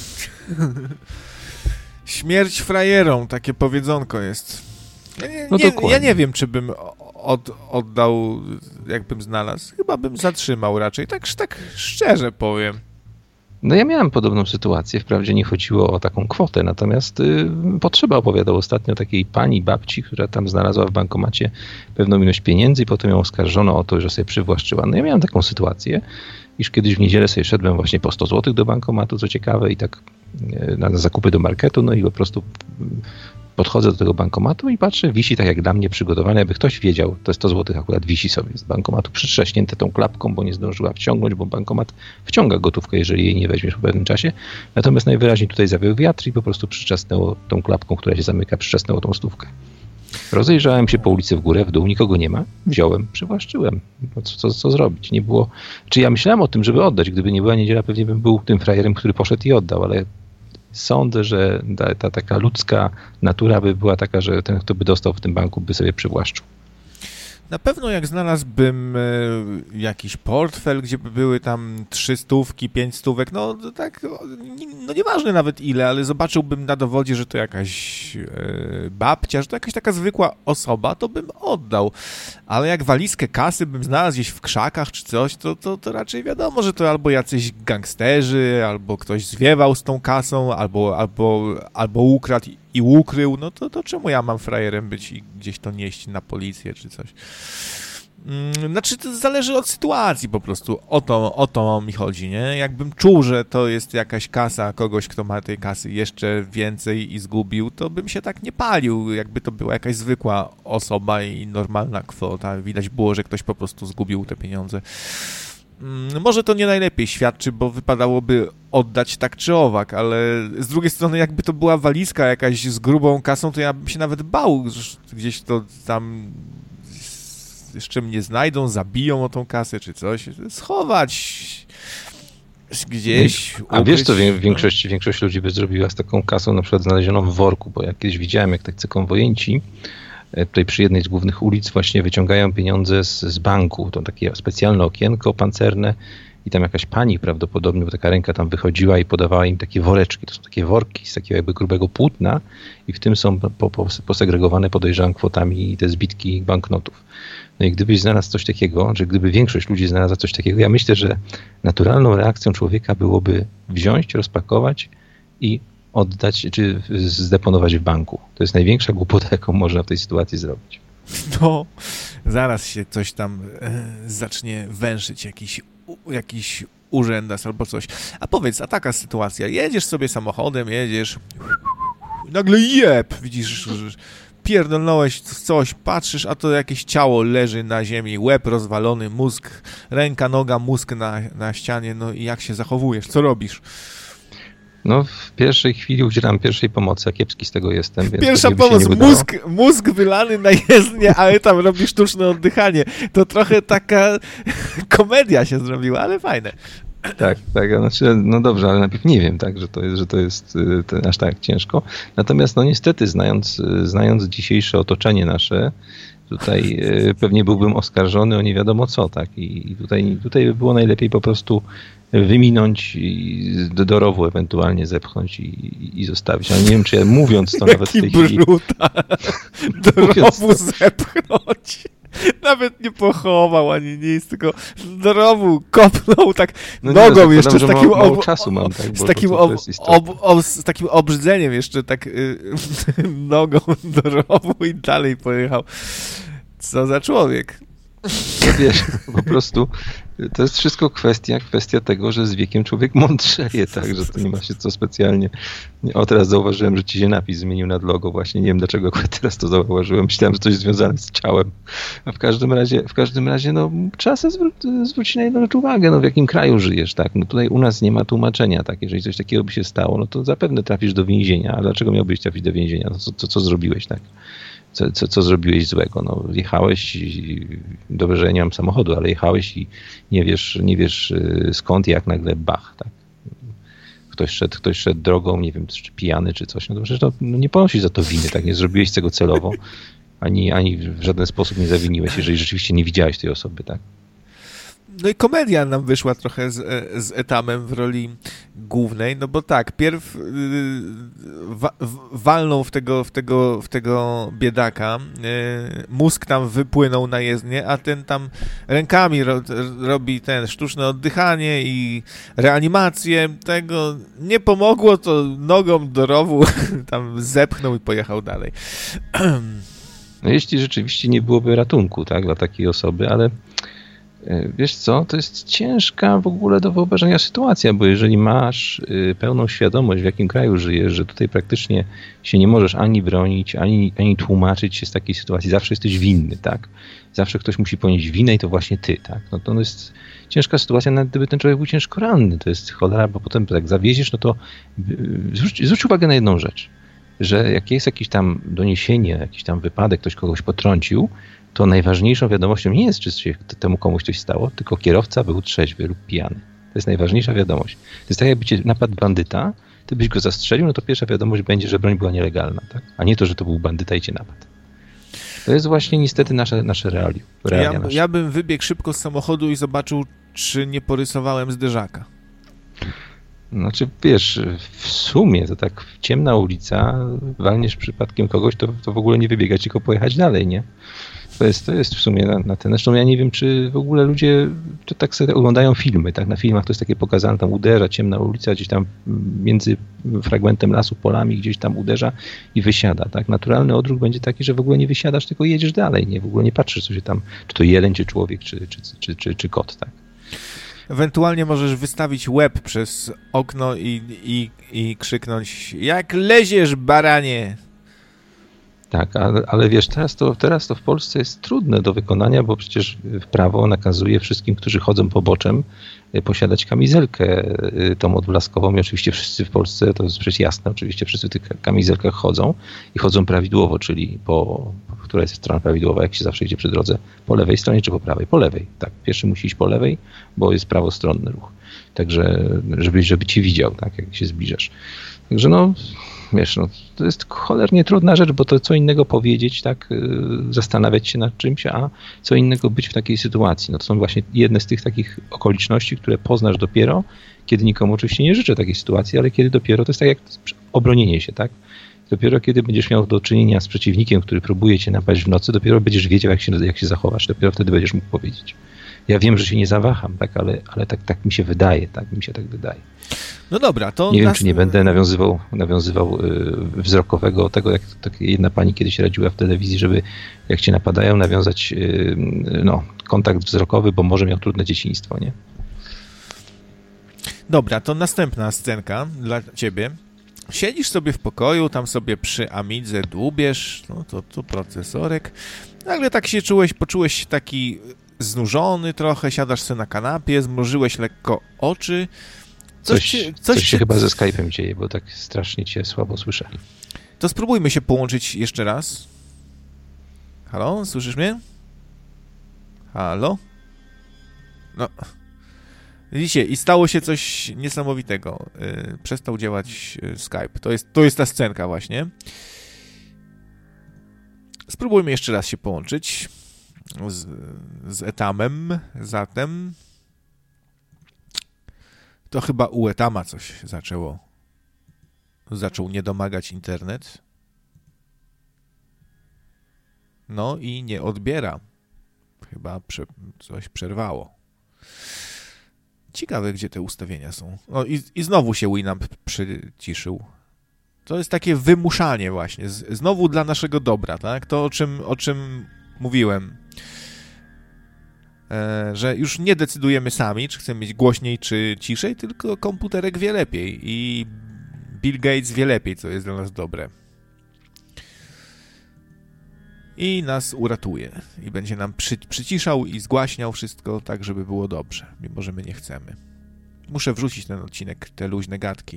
Śmierć frajerom, takie powiedzonko jest. Ja nie wiem, czy bym oddał, jakbym znalazł. Chyba bym zatrzymał raczej, tak szczerze powiem. No ja miałem podobną sytuację, wprawdzie nie chodziło o taką kwotę, natomiast Potrzeba opowiadał ostatnio o takiej pani babci, która tam znalazła w bankomacie pewną ilość pieniędzy i potem ją oskarżono o to, że sobie przywłaszczyła. No ja miałem taką sytuację, iż kiedyś w niedzielę sobie szedłem właśnie po 100 zł do bankomatu, co ciekawe, i tak na zakupy do marketu, no i po prostu podchodzę do tego bankomatu i patrzę, wisi tak jak dla mnie przygotowane, aby ktoś wiedział, te 100 zł akurat wisi sobie z bankomatu przytrzaśnięte tą klapką, bo nie zdążyła wciągnąć, bo bankomat wciąga gotówkę, jeżeli jej nie weźmiesz w pewnym czasie. Natomiast najwyraźniej tutaj zawiał wiatr i po prostu przytrzasnęło tą klapką, która się zamyka, przytrzasnęło tą stówkę. Rozejrzałem się po ulicy w górę, w dół, nikogo nie ma, wziąłem, przywłaszczyłem. Co zrobić? Nie było... Czy ja myślałem o tym, żeby oddać? Gdyby nie była niedziela, pewnie bym był tym frajerem, który poszedł i oddał, ale sądzę, że ta taka ludzka natura by była taka, że ten, kto by dostał w tym banku, by sobie przywłaszczył. Na pewno jak znalazłbym jakiś portfel, gdzie by były tam 300, 500, no tak, no nieważne nawet ile, ale zobaczyłbym na dowodzie, że to jakaś babcia, że to jakaś taka zwykła osoba, to bym oddał. Ale jak walizkę kasy bym znalazł gdzieś w krzakach czy coś, to raczej wiadomo, że to albo jacyś gangsterzy, albo ktoś zwiewał z tą kasą, albo ukradł i ukrył, no to czemu ja mam frajerem być i gdzieś to nieść na policję czy coś? Znaczy, to zależy od sytuacji po prostu. O to mi chodzi, nie? Jakbym czuł, że to jest jakaś kasa kogoś, kto ma tej kasy jeszcze więcej i zgubił, to bym się tak nie palił. Jakby to była jakaś zwykła osoba i normalna kwota. Widać było, że ktoś po prostu zgubił te pieniądze. Może to nie najlepiej świadczy, bo wypadałoby oddać tak czy owak, ale z drugiej strony jakby to była walizka jakaś z grubą kasą, to ja bym się nawet bał, że gdzieś to tam jeszcze mnie znajdą, zabiją o tą kasę czy coś, schować gdzieś. A wiesz co większość ludzi by zrobiła z taką kasą, na przykład znalezioną w worku, bo ja kiedyś widziałem, jak tacy konwojenci tutaj przy jednej z głównych ulic właśnie wyciągają pieniądze z banku, to takie specjalne okienko pancerne i tam jakaś pani prawdopodobnie, bo taka ręka tam wychodziła i podawała im takie woreczki, to są takie worki z takiego jakby grubego płótna i w tym są posegregowane, podejrzewam, kwotami te zbitki banknotów. No i gdybyś znalazł coś takiego, że gdyby większość ludzi znalazła coś takiego, ja myślę, że naturalną reakcją człowieka byłoby wziąć, rozpakować i oddać, czy zdeponować w banku. To jest największa głupota, jaką można w tej sytuacji zrobić. No, zaraz się coś tam zacznie węszyć, jakiś urzędas albo coś. A powiedz, a taka sytuacja, jedziesz sobie samochodem, nagle widzisz, że pierdolnąłeś coś, patrzysz, a to jakieś ciało leży na ziemi, łeb rozwalony, mózg, ręka, noga, mózg na ścianie, no i jak się zachowujesz, co robisz? No w pierwszej chwili udzielam pierwszej pomocy, a kiepski z tego jestem. Więc pierwsza pomoc, mózg wylany na jezdnię, ale tam robi sztuczne oddychanie. To trochę taka komedia się zrobiła, ale fajne. Tak, znaczy, no dobrze, ale najpierw nie wiem, tak, że to jest aż tak ciężko. Natomiast no niestety, znając dzisiejsze otoczenie nasze, tutaj pewnie byłbym oskarżony o nie wiadomo co, tak, i tutaj by było najlepiej po prostu wyminąć i do rowu ewentualnie zepchnąć i zostawić. Ale nie wiem, czy ja mówiąc to nawet w tej chwili... Do rowu zepchnąć. Nawet nie pochował ani nic, tylko do rowu kopnął tak nogą jeszcze z takim czasu mam, tak, z takim obrzydzeniem jeszcze tak nogą do rowu i dalej pojechał. Co za człowiek. No wiesz, po prostu to jest wszystko kwestia tego, że z wiekiem człowiek mądrzeje, tak, że to nie ma się co specjalnie... O, teraz zauważyłem, że ci się napis zmienił nad logo właśnie, nie wiem dlaczego teraz to zauważyłem, myślałem, że coś związane z ciałem, a w każdym razie no trzeba sobie zwrócić na jedną rzecz uwagę, no w jakim kraju żyjesz, tak, no tutaj u nas nie ma tłumaczenia, tak, jeżeli coś takiego by się stało, no to zapewne trafisz do więzienia, a dlaczego miałbyś trafić do więzienia, no co zrobiłeś, tak? Co zrobiłeś złego? No, jechałeś, dobrze, że ja nie mam samochodu, ale jechałeś i nie wiesz skąd, jak nagle bach, tak? Ktoś szedł drogą, nie wiem, czy pijany, czy coś, no to przecież nie ponosisz za to winy, tak? Nie zrobiłeś tego celowo, ani w żaden sposób nie zawiniłeś, jeżeli rzeczywiście nie widziałeś tej osoby, tak? No i komedia nam wyszła trochę z Etamem w roli głównej, no bo tak, pierw walnął w tego biedaka, mózg tam wypłynął na jezdnię, a ten tam rękami robi ten sztuczne oddychanie i reanimację, tego nie pomogło, to nogą do rowu tam zepchnął i pojechał dalej. No jeśli rzeczywiście nie byłoby ratunku, tak, dla takiej osoby, ale wiesz co, to jest ciężka w ogóle do wyobrażenia sytuacja, bo jeżeli masz pełną świadomość, w jakim kraju żyjesz, że tutaj praktycznie się nie możesz ani bronić, ani tłumaczyć się z takiej sytuacji, zawsze jesteś winny, tak? Zawsze ktoś musi ponieść winę i to właśnie ty, tak? No to jest ciężka sytuacja, nawet gdyby ten człowiek był ciężko ranny, to jest cholera, bo potem jak zawieziesz, no to zwróć uwagę na jedną rzecz, że jak jest jakieś tam doniesienie, jakiś tam wypadek, ktoś kogoś potrącił, to najważniejszą wiadomością nie jest, czy się temu komuś coś stało, tylko kierowca był trzeźwy lub pijany. To jest najważniejsza wiadomość. To jest tak, jakby cię napadł bandyta, ty byś go zastrzelił, no to pierwsza wiadomość będzie, że broń była nielegalna, tak? A nie to, że to był bandyta i cię napadł. To jest właśnie niestety nasze realia. Ja bym wybiegł szybko z samochodu i zobaczył, czy nie porysowałem zderzaka. Znaczy, wiesz, w sumie to tak ciemna ulica, walniesz przypadkiem kogoś, to w ogóle nie wybiegać, tylko pojechać dalej, nie? To jest w sumie na ten. Zresztą ja nie wiem, czy w ogóle ludzie to tak sobie oglądają filmy, tak? Na filmach to jest takie pokazane, tam uderza, ciemna ulica, gdzieś tam między fragmentem lasu, polami, gdzieś tam uderza i wysiada, tak? Naturalny odruch będzie taki, że w ogóle nie wysiadasz, tylko jedziesz dalej, nie? W ogóle nie patrzysz, co się tam, czy to jeleń, czy człowiek, czy kot, tak? Ewentualnie możesz wystawić łeb przez okno i krzyknąć: jak leziesz, baranie! Tak, ale wiesz, teraz to w Polsce jest trudne do wykonania, bo przecież prawo nakazuje wszystkim, którzy chodzą poboczem, posiadać kamizelkę tą odblaskową i oczywiście wszyscy w Polsce, to jest przecież jasne, oczywiście wszyscy w tych kamizelkach chodzą i chodzą prawidłowo, czyli która jest strona prawidłowa, jak się zawsze idzie przy drodze, po lewej stronie czy po prawej? Po lewej, tak, pieszy musi iść po lewej, bo jest prawostronny ruch, także żeby cię widział, tak, jak się zbliżasz. Także wiesz, to jest cholernie trudna rzecz, bo to co innego powiedzieć, tak, zastanawiać się nad czymś, a co innego być w takiej sytuacji. No to są właśnie jedne z tych takich okoliczności, które poznasz dopiero, kiedy nikomu oczywiście nie życzę takiej sytuacji, ale kiedy dopiero, to jest tak jak obronienie się, tak? Dopiero kiedy będziesz miał do czynienia z przeciwnikiem, który próbuje cię napaść w nocy, dopiero będziesz wiedział, jak się zachowasz, dopiero wtedy będziesz mógł powiedzieć. Ja wiem, że się nie zawaham, tak, ale tak mi się wydaje, tak mi się tak wydaje. No dobra, to... Nie wiem, czy nie będę nawiązywał wzrokowego tego, jak jedna pani kiedyś radziła w telewizji, żeby jak cię napadają, nawiązać kontakt wzrokowy, bo może miał trudne dzieciństwo, nie? Dobra, to następna scenka dla ciebie. Siedzisz sobie w pokoju, tam sobie przy Amidze dłubiesz, no to procesorek. Nagle tak się poczułeś się taki znużony trochę, siadasz sobie na kanapie, zmrużyłeś lekko oczy. Coś się chyba ze Skype'em dzieje, bo tak strasznie cię słabo słyszę. To spróbujmy się połączyć jeszcze raz. Halo, słyszysz mnie? Halo? No. Widzicie, i stało się coś niesamowitego. Przestał działać Skype. To jest ta scenka właśnie. Spróbujmy jeszcze raz się połączyć z Etamem. Zatem to chyba u Etama coś zaczął niedomagać internet. No i nie odbiera. Chyba coś przerwało. Ciekawe, gdzie te ustawienia są. No i znowu się Winamp przyciszył. To jest takie wymuszanie właśnie. Znowu dla naszego dobra, tak? To, o czym mówiłem. Że już nie decydujemy sami, czy chcemy mieć głośniej, czy ciszej, tylko komputerek wie lepiej i Bill Gates wie lepiej, co jest dla nas dobre. I nas uratuje. I będzie nam przyciszał i zgłaśniał wszystko tak, żeby było dobrze, mimo że my nie chcemy. Muszę wrzucić ten odcinek, te luźne gadki.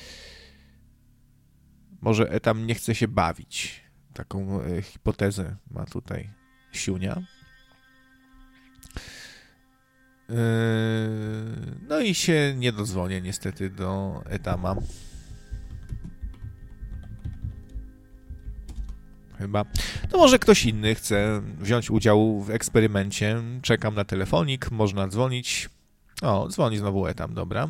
Może Etam nie chce się bawić. Taką hipotezę ma tutaj Siunia. No i się nie dodzwonię niestety do Etama. Chyba. To może ktoś inny chce wziąć udział w eksperymencie. Czekam na telefonik, można dzwonić. O, dzwoni znowu Etam, dobra.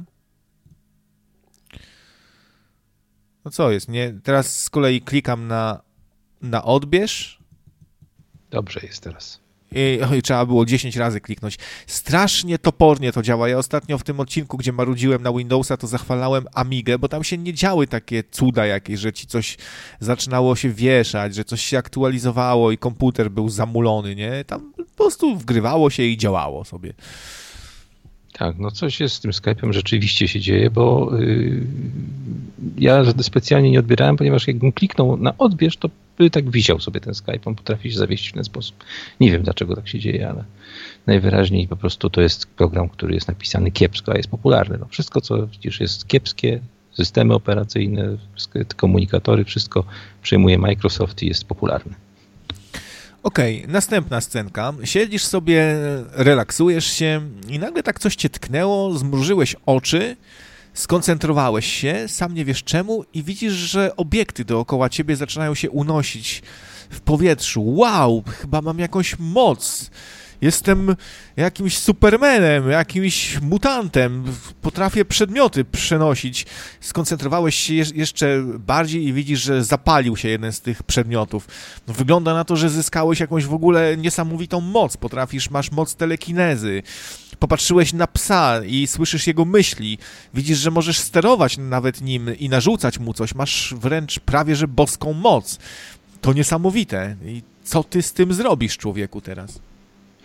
No co jest, nie? Teraz z kolei klikam na odbierz. Dobrze jest teraz. I trzeba było 10 razy kliknąć. Strasznie topornie to działa. Ja ostatnio w tym odcinku, gdzie marudziłem na Windowsa, to zachwalałem Amigę, bo tam się nie działy takie cuda jakieś, że ci coś zaczynało się wieszać, że coś się aktualizowało i komputer był zamulony, nie? Tam po prostu wgrywało się i działało sobie. Tak, no coś jest z tym Skype'em, rzeczywiście się dzieje, bo ja specjalnie nie odbierałem, ponieważ jakbym kliknął na odbierz, to by tak wisiał sobie ten Skype, on potrafi się zawiesić w ten sposób. Nie wiem, dlaczego tak się dzieje, ale najwyraźniej po prostu to jest program, który jest napisany kiepsko, a jest popularny. No wszystko, co przecież jest kiepskie, systemy operacyjne, komunikatory, wszystko przejmuje Microsoft i jest popularny. Okej, następna scenka. Siedzisz sobie, relaksujesz się i nagle tak coś cię tknęło, zmrużyłeś oczy, skoncentrowałeś się, sam nie wiesz czemu i widzisz, że obiekty dookoła ciebie zaczynają się unosić w powietrzu. Wow, chyba mam jakąś moc. Jestem jakimś supermanem, jakimś mutantem. Potrafię przedmioty przenosić. Skoncentrowałeś się jeszcze bardziej i widzisz, że zapalił się jeden z tych przedmiotów. Wygląda na to, że zyskałeś jakąś w ogóle niesamowitą moc. Masz moc telekinezy. Popatrzyłeś na psa i słyszysz jego myśli. Widzisz, że możesz sterować nawet nim i narzucać mu coś. Masz wręcz prawie że boską moc. To niesamowite. I co ty z tym zrobisz, człowieku, teraz?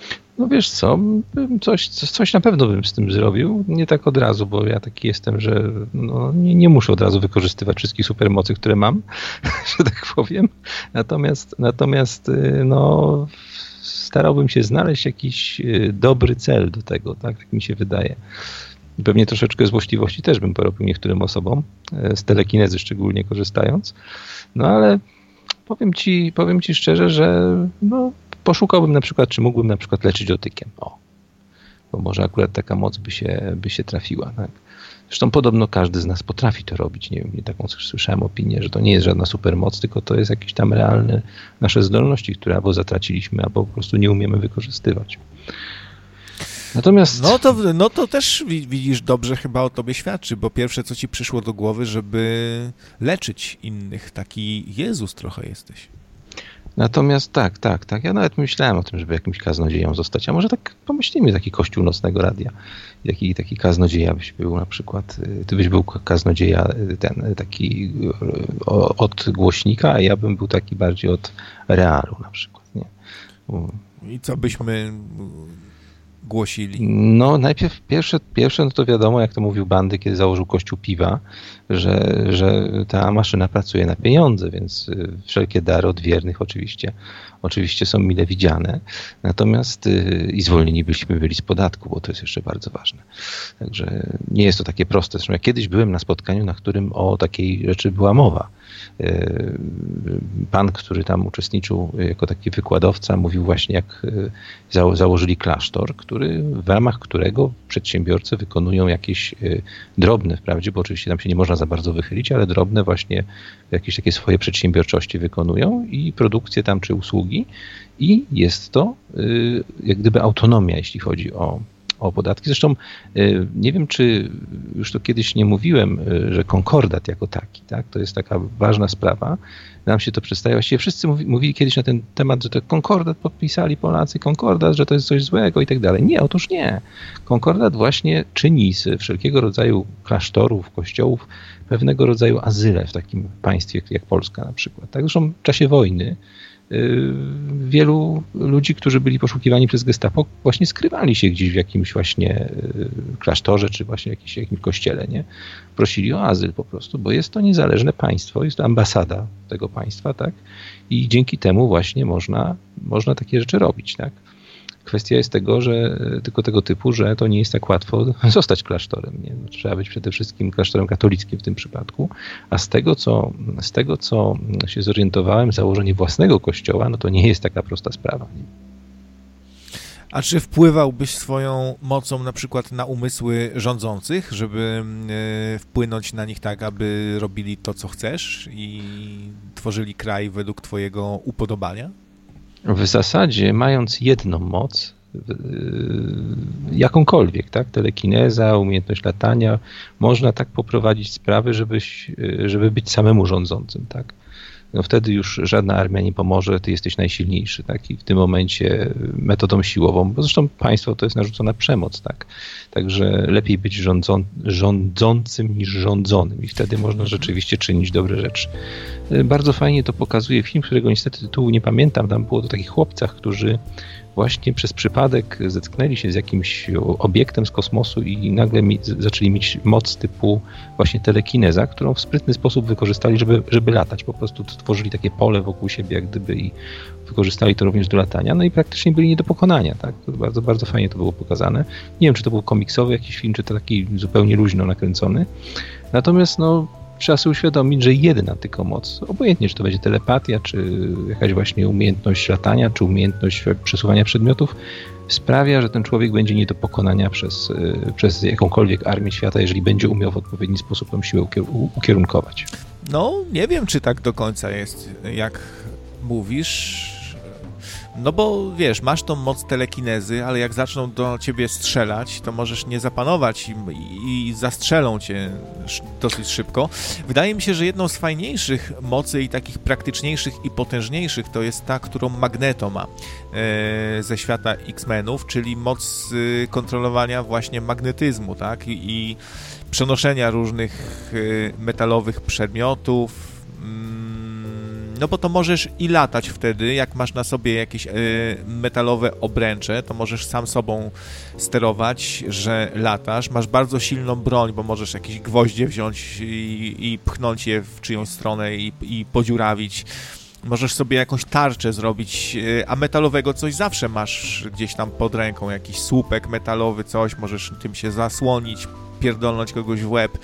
No wiesz co, coś na pewno bym z tym zrobił, nie tak od razu, bo ja taki jestem, że no, nie muszę od razu wykorzystywać wszystkich supermocy, które mam, że tak powiem. Natomiast no, starałbym się znaleźć jakiś dobry cel do tego, tak mi się wydaje. Pewnie troszeczkę złośliwości też bym porobił niektórym osobom, z telekinezy szczególnie korzystając, no ale powiem ci szczerze, że no, poszukałbym na przykład, czy mógłbym na przykład leczyć dotykiem. Bo może akurat taka moc by się trafiła. Tak? Zresztą podobno każdy z nas potrafi to robić. Nie wiem, taką słyszałem opinię, że to nie jest żadna supermoc, tylko to jest jakieś tam realne nasze zdolności, które albo zatraciliśmy, albo po prostu nie umiemy wykorzystywać. Natomiast... No to też widzisz, dobrze chyba o tobie świadczy, bo pierwsze, co ci przyszło do głowy, żeby leczyć innych. Taki Jezus trochę jesteś. Natomiast tak. Ja nawet myślałem o tym, żeby jakimś kaznodzieją zostać. A może tak pomyślimy, taki kościół nocnego radia. Taki kaznodzieja byś był na przykład. Ty byś był kaznodzieja taki od głośnika, a ja bym był taki bardziej od realu na przykład. Nie? I co byśmy głosili? No najpierw pierwsze no to wiadomo, jak to mówił Bandy, kiedy założył kościół piwa, że ta maszyna pracuje na pieniądze, więc wszelkie dary od wiernych oczywiście są mile widziane. Natomiast i zwolnieni byśmy byli z podatku, bo to jest jeszcze bardzo ważne. Także nie jest to takie proste. Zresztą ja kiedyś byłem na spotkaniu, na którym o takiej rzeczy była mowa. Pan, który tam uczestniczył jako taki wykładowca, mówił właśnie, jak założyli klasztor, w ramach którego przedsiębiorcy wykonują jakieś drobne, wprawdzie, bo oczywiście tam się nie można za bardzo wychylić, ale drobne właśnie jakieś takie swoje przedsiębiorczości wykonują i produkcje tam czy usługi i jest to jak gdyby autonomia, jeśli chodzi o podatki. Zresztą nie wiem, czy już to kiedyś nie mówiłem, że konkordat jako taki, tak, to jest taka ważna sprawa. Nam się to przedstawia. Właściwie wszyscy mówili kiedyś na ten temat, że to konkordat podpisali Polacy, konkordat, że to jest coś złego i tak dalej. Nie, otóż nie. Konkordat właśnie czyni z wszelkiego rodzaju klasztorów, kościołów pewnego rodzaju azyle w takim państwie jak Polska na przykład. Tak? Zresztą w czasie wojny wielu ludzi, którzy byli poszukiwani przez Gestapo, właśnie skrywali się gdzieś w jakimś właśnie klasztorze, czy właśnie jakimś kościele, nie? Prosili o azyl po prostu, bo jest to niezależne państwo, jest to ambasada tego państwa, tak? I dzięki temu właśnie można takie rzeczy robić, tak? Kwestia jest tylko tego typu, że to nie jest tak łatwo zostać klasztorem. Nie? Trzeba być przede wszystkim klasztorem katolickim w tym przypadku, a z tego, co się zorientowałem, założenie własnego kościoła, no to nie jest taka prosta sprawa. Nie? A czy wpływałbyś swoją mocą na przykład na umysły rządzących, żeby wpłynąć na nich tak, aby robili to, co chcesz i tworzyli kraj według twojego upodobania? W zasadzie, mając jedną moc, jakąkolwiek, tak, telekineza, umiejętność latania, można tak poprowadzić sprawy, żeby być samemu rządzącym, tak. No wtedy już żadna armia nie pomoże, ty jesteś najsilniejszy, tak, i w tym momencie metodą siłową, bo zresztą państwo to jest narzucona przemoc, tak, także lepiej być rządzącym niż rządzonym i wtedy można rzeczywiście czynić dobre rzeczy. Bardzo fajnie to pokazuje film, którego niestety tytułu nie pamiętam, tam było o takich chłopcach, którzy właśnie przez przypadek zetknęli się z jakimś obiektem z kosmosu i nagle zaczęli mieć moc typu właśnie telekineza, którą w sprytny sposób wykorzystali, żeby latać. Po prostu tworzyli takie pole wokół siebie jak gdyby i wykorzystali to również do latania. No i praktycznie byli nie do pokonania. Tak? To bardzo, bardzo fajnie to było pokazane. Nie wiem, czy to był komiksowy jakiś film, czy to taki zupełnie luźno nakręcony. Natomiast trzeba sobie uświadomić, że jedna tylko moc, obojętnie czy to będzie telepatia, czy jakaś właśnie umiejętność latania, czy umiejętność przesuwania przedmiotów, sprawia, że ten człowiek będzie nie do pokonania przez jakąkolwiek armię świata, jeżeli będzie umiał w odpowiedni sposób tą siłę ukierunkować. No, nie wiem, czy tak do końca jest, jak mówisz. No bo wiesz, masz tą moc telekinezy, ale jak zaczną do ciebie strzelać, to możesz nie zapanować i zastrzelą cię dosyć szybko. Wydaje mi się, że jedną z fajniejszych mocy i takich praktyczniejszych i potężniejszych to jest ta, którą Magneto ma ze świata X-Menów, czyli moc kontrolowania właśnie magnetyzmu, tak? I przenoszenia różnych metalowych przedmiotów. No bo to możesz i latać wtedy, jak masz na sobie jakieś metalowe obręcze, to możesz sam sobą sterować, że latasz. Masz bardzo silną broń, bo możesz jakieś gwoździe wziąć i pchnąć je w czyjąś stronę i podziurawić. Możesz sobie jakąś tarczę zrobić, a metalowego coś zawsze masz gdzieś tam pod ręką, jakiś słupek metalowy, coś, możesz tym się zasłonić, pierdolnąć kogoś w łeb.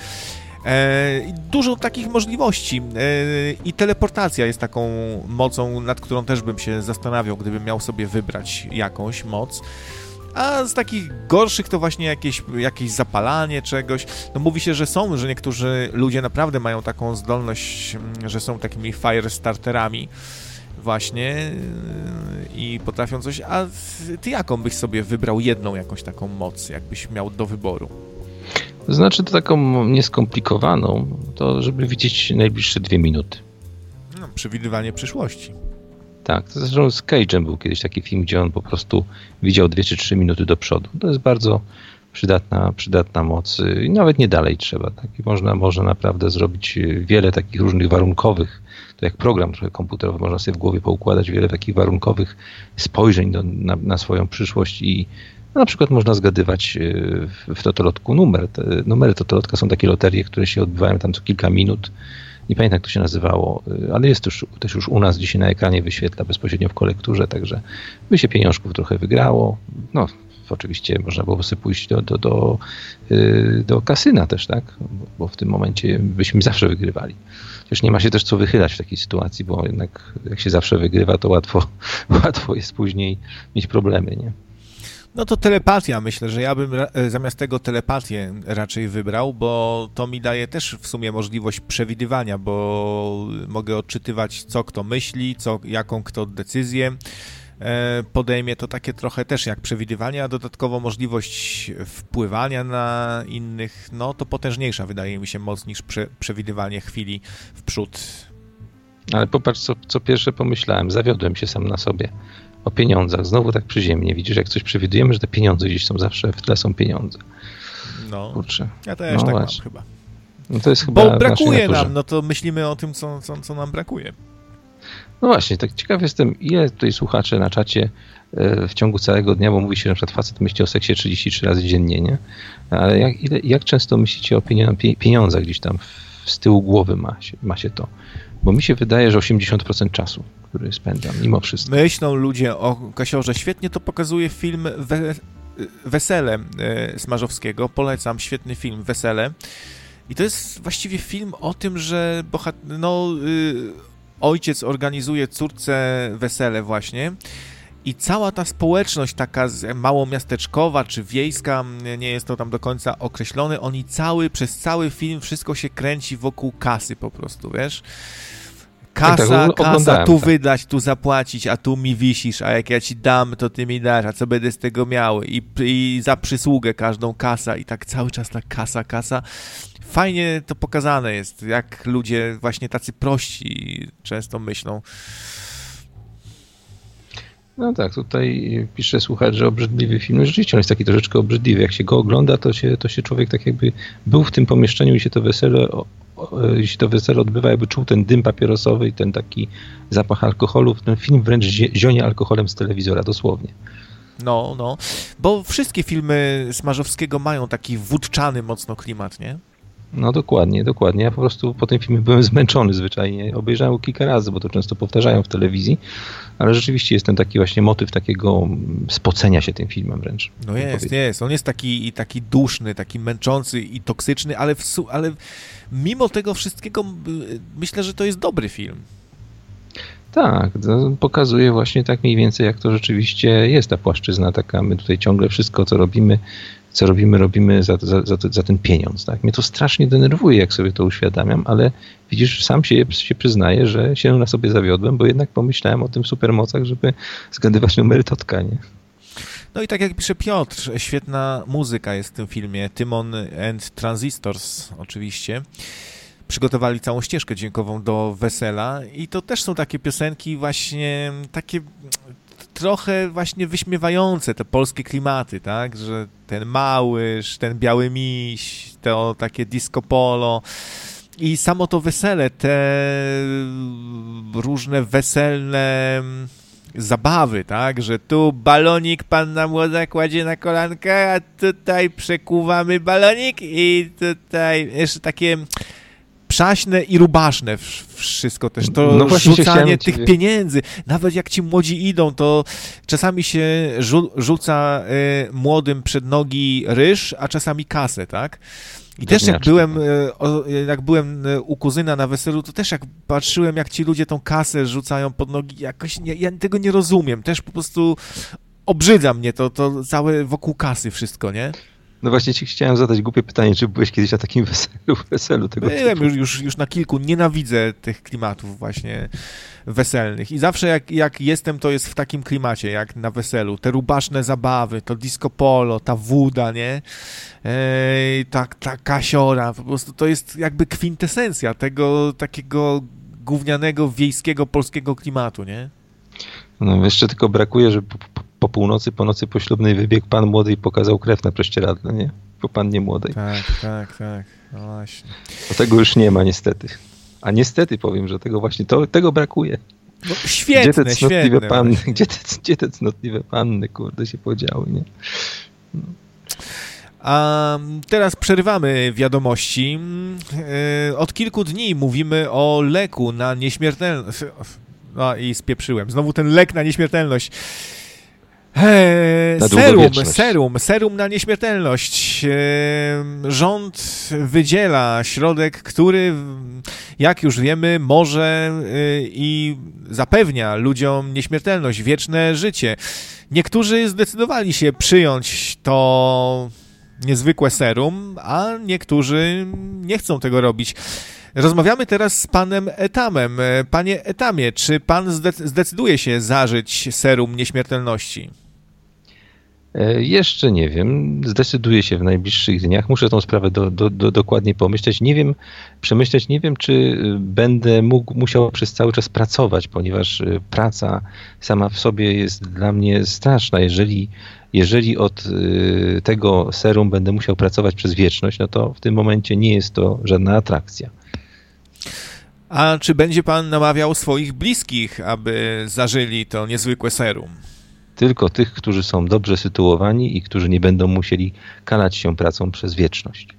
Dużo takich możliwości i teleportacja jest taką mocą, nad którą też bym się zastanawiał, gdybym miał sobie wybrać jakąś moc. A z takich gorszych to właśnie jakieś zapalanie czegoś. No mówi się, że niektórzy ludzie naprawdę mają taką zdolność, że są takimi fire starterami właśnie i potrafią coś. A ty jaką byś sobie wybrał jedną jakąś taką moc, jakbyś miał do wyboru? To znaczy to taką nieskomplikowaną, to żeby widzieć najbliższe 2 minuty. No, przewidywanie przyszłości. Tak, to zresztą z Cage'em był kiedyś taki film, gdzie on po prostu widział 2 czy 3 minuty do przodu. To jest bardzo przydatna moc i nawet nie dalej trzeba. Tak? I można naprawdę zrobić wiele takich różnych warunkowych, to jak program trochę komputerowy, można sobie w głowie poukładać wiele takich warunkowych spojrzeń na swoją przyszłość i na przykład można zgadywać w totolotku numery totolotka są takie loterie, które się odbywają tam co kilka minut. Nie pamiętam, jak to się nazywało, ale jest też już u nas dzisiaj na ekranie wyświetla bezpośrednio w kolekturze, także by się pieniążków trochę wygrało. No, oczywiście można było sobie pójść do kasyna też, tak? Bo w tym momencie byśmy zawsze wygrywali. Chociaż nie ma się też co wychylać w takiej sytuacji, bo jednak jak się zawsze wygrywa, to łatwo jest później mieć problemy, nie? No to telepatia, myślę, że ja bym zamiast tego telepatię raczej wybrał, bo to mi daje też w sumie możliwość przewidywania, bo mogę odczytywać, co kto myśli, jaką kto decyzję podejmie. To takie trochę też jak przewidywanie, a dodatkowo możliwość wpływania na innych, no to potężniejsza wydaje mi się moc niż przewidywanie chwili w przód. Ale popatrz, co pierwsze pomyślałem, zawiodłem się sam na sobie. O pieniądzach, znowu tak przyziemnie. Widzisz, jak coś przewidujemy, że te pieniądze gdzieś są zawsze, w tle są pieniądze. No, kurczę. Ja też tak właśnie. mam chyba. No to jest chyba bo brakuje nam, no to myślimy o tym, co nam brakuje. No właśnie, tak ciekaw jestem, ile tutaj słuchacze na czacie w ciągu całego dnia, bo mówi się, że na przykład facet myśli o seksie 33 razy dziennie, nie? Ale jak często myślicie o pieniądzach gdzieś tam z tyłu głowy ma się to? Bo mi się wydaje, że 80% czasu, który spędzam, mimo wszystko. Myślą ludzie o Kasiorze. Świetnie to pokazuje film Wesele Smarzowskiego. Polecam, świetny film, Wesele. I to jest właściwie film o tym, że ojciec organizuje córce wesele właśnie i cała ta społeczność taka małomiasteczkowa czy wiejska, nie jest to tam do końca określone, oni przez cały film wszystko się kręci wokół kasy po prostu, wiesz? Kasa, tu wydać, tu zapłacić, a tu mi wisisz, a jak ja ci dam, to ty mi dasz, a co będę z tego miał? I za przysługę każdą kasa i tak cały czas ta kasa. Fajnie to pokazane jest, jak ludzie właśnie tacy prości często myślą. No tak, tutaj pisze słuchacz, że obrzydliwy film. Rzeczywiście on jest taki troszeczkę obrzydliwy. Jak się go ogląda, to się człowiek tak jakby był w tym pomieszczeniu i się to wesele odbywa, jakby czuł ten dym papierosowy i ten taki zapach alkoholu. Ten film wręcz zionie alkoholem z telewizora, dosłownie. No, bo wszystkie filmy Smarzowskiego mają taki wódczany mocno klimat, nie? No dokładnie. Ja po prostu po tym filmie byłem zmęczony zwyczajnie. Obejrzałem go kilka razy, bo to często powtarzają w telewizji, ale rzeczywiście jest ten taki właśnie motyw takiego spocenia się tym filmem wręcz. No jest. On jest taki duszny, taki męczący i toksyczny, ale mimo tego wszystkiego myślę, że to jest dobry film. Tak, to pokazuje właśnie tak mniej więcej, jak to rzeczywiście jest ta płaszczyzna taka. My tutaj ciągle wszystko, co robimy za ten pieniądz. Tak? Mnie to strasznie denerwuje, jak sobie to uświadamiam, ale widzisz, sam się przyznaję, że się na sobie zawiodłem, bo jednak pomyślałem o tym supermocach, żeby zgadywać numery totka, nie? No i tak jak pisze Piotr, świetna muzyka jest w tym filmie. Tymon and Transistors oczywiście. Przygotowali całą ścieżkę dźwiękową do Wesela i to też są takie piosenki właśnie takie trochę właśnie wyśmiewające te polskie klimaty, tak, że ten Małysz, ten Biały Miś, to takie disco polo I samo to wesele, te różne weselne zabawy, tak, że tu balonik panna młoda kładzie na kolanka, a tutaj przekuwamy balonik i tutaj jeszcze takie przaśne i rubaszne wszystko też, to no rzucanie tych pieniędzy, nawet jak ci młodzi idą, to czasami się rzuca młodym przed nogi ryż, a czasami kasę, tak? I też jak byłem u kuzyna na weselu, to też jak patrzyłem, jak ci ludzie tą kasę rzucają pod nogi, jakoś ja tego nie rozumiem, też po prostu obrzydza mnie to całe wokół kasy wszystko, nie? No właśnie ci chciałem zadać głupie pytanie, czy byłeś kiedyś na takim weselu tego Byłem typu? już na kilku, nienawidzę tych klimatów właśnie weselnych i zawsze jak jestem, to jest w takim klimacie, jak na weselu, te rubaszne zabawy, to disco polo, ta wuda, nie? Ta kasiora, po prostu to jest jakby kwintesencja tego takiego gównianego, wiejskiego, polskiego klimatu, nie? No jeszcze tylko brakuje, że po północy, po nocy poślubnej wybiegł pan młody i pokazał krew na prześcieradle, nie? Po pannie młodej. Tak, no właśnie. Bo tego już nie ma niestety. A niestety powiem, że tego właśnie, tego brakuje. No, świetne, gdzie te cnotliwe panny, właśnie. gdzie te cnotliwe panny, kurde, się podziały, nie? No. A teraz przerywamy wiadomości. Od kilku dni mówimy o leku na nieśmiertelność. No i spieprzyłem. Znowu ten lek na nieśmiertelność. Serum na nieśmiertelność. Rząd wydziela środek, który, jak już wiemy, może i zapewnia ludziom nieśmiertelność, wieczne życie. Niektórzy zdecydowali się przyjąć to niezwykłe serum, a niektórzy nie chcą tego robić. Rozmawiamy teraz z panem Etamem. Panie Etamie, czy pan zdecyduje się zażyć serum nieśmiertelności? Jeszcze nie wiem. Zdecyduję się w najbliższych dniach. Muszę tą sprawę dokładnie pomyśleć. Przemyśleć. Nie wiem, czy będę musiał przez cały czas pracować, ponieważ praca sama w sobie jest dla mnie straszna. Jeżeli od tego serum będę musiał pracować przez wieczność, no to w tym momencie nie jest to żadna atrakcja. A czy będzie pan namawiał swoich bliskich, aby zażyli to niezwykłe serum? Tylko tych, którzy są dobrze sytuowani i którzy nie będą musieli kalać się pracą przez wieczność.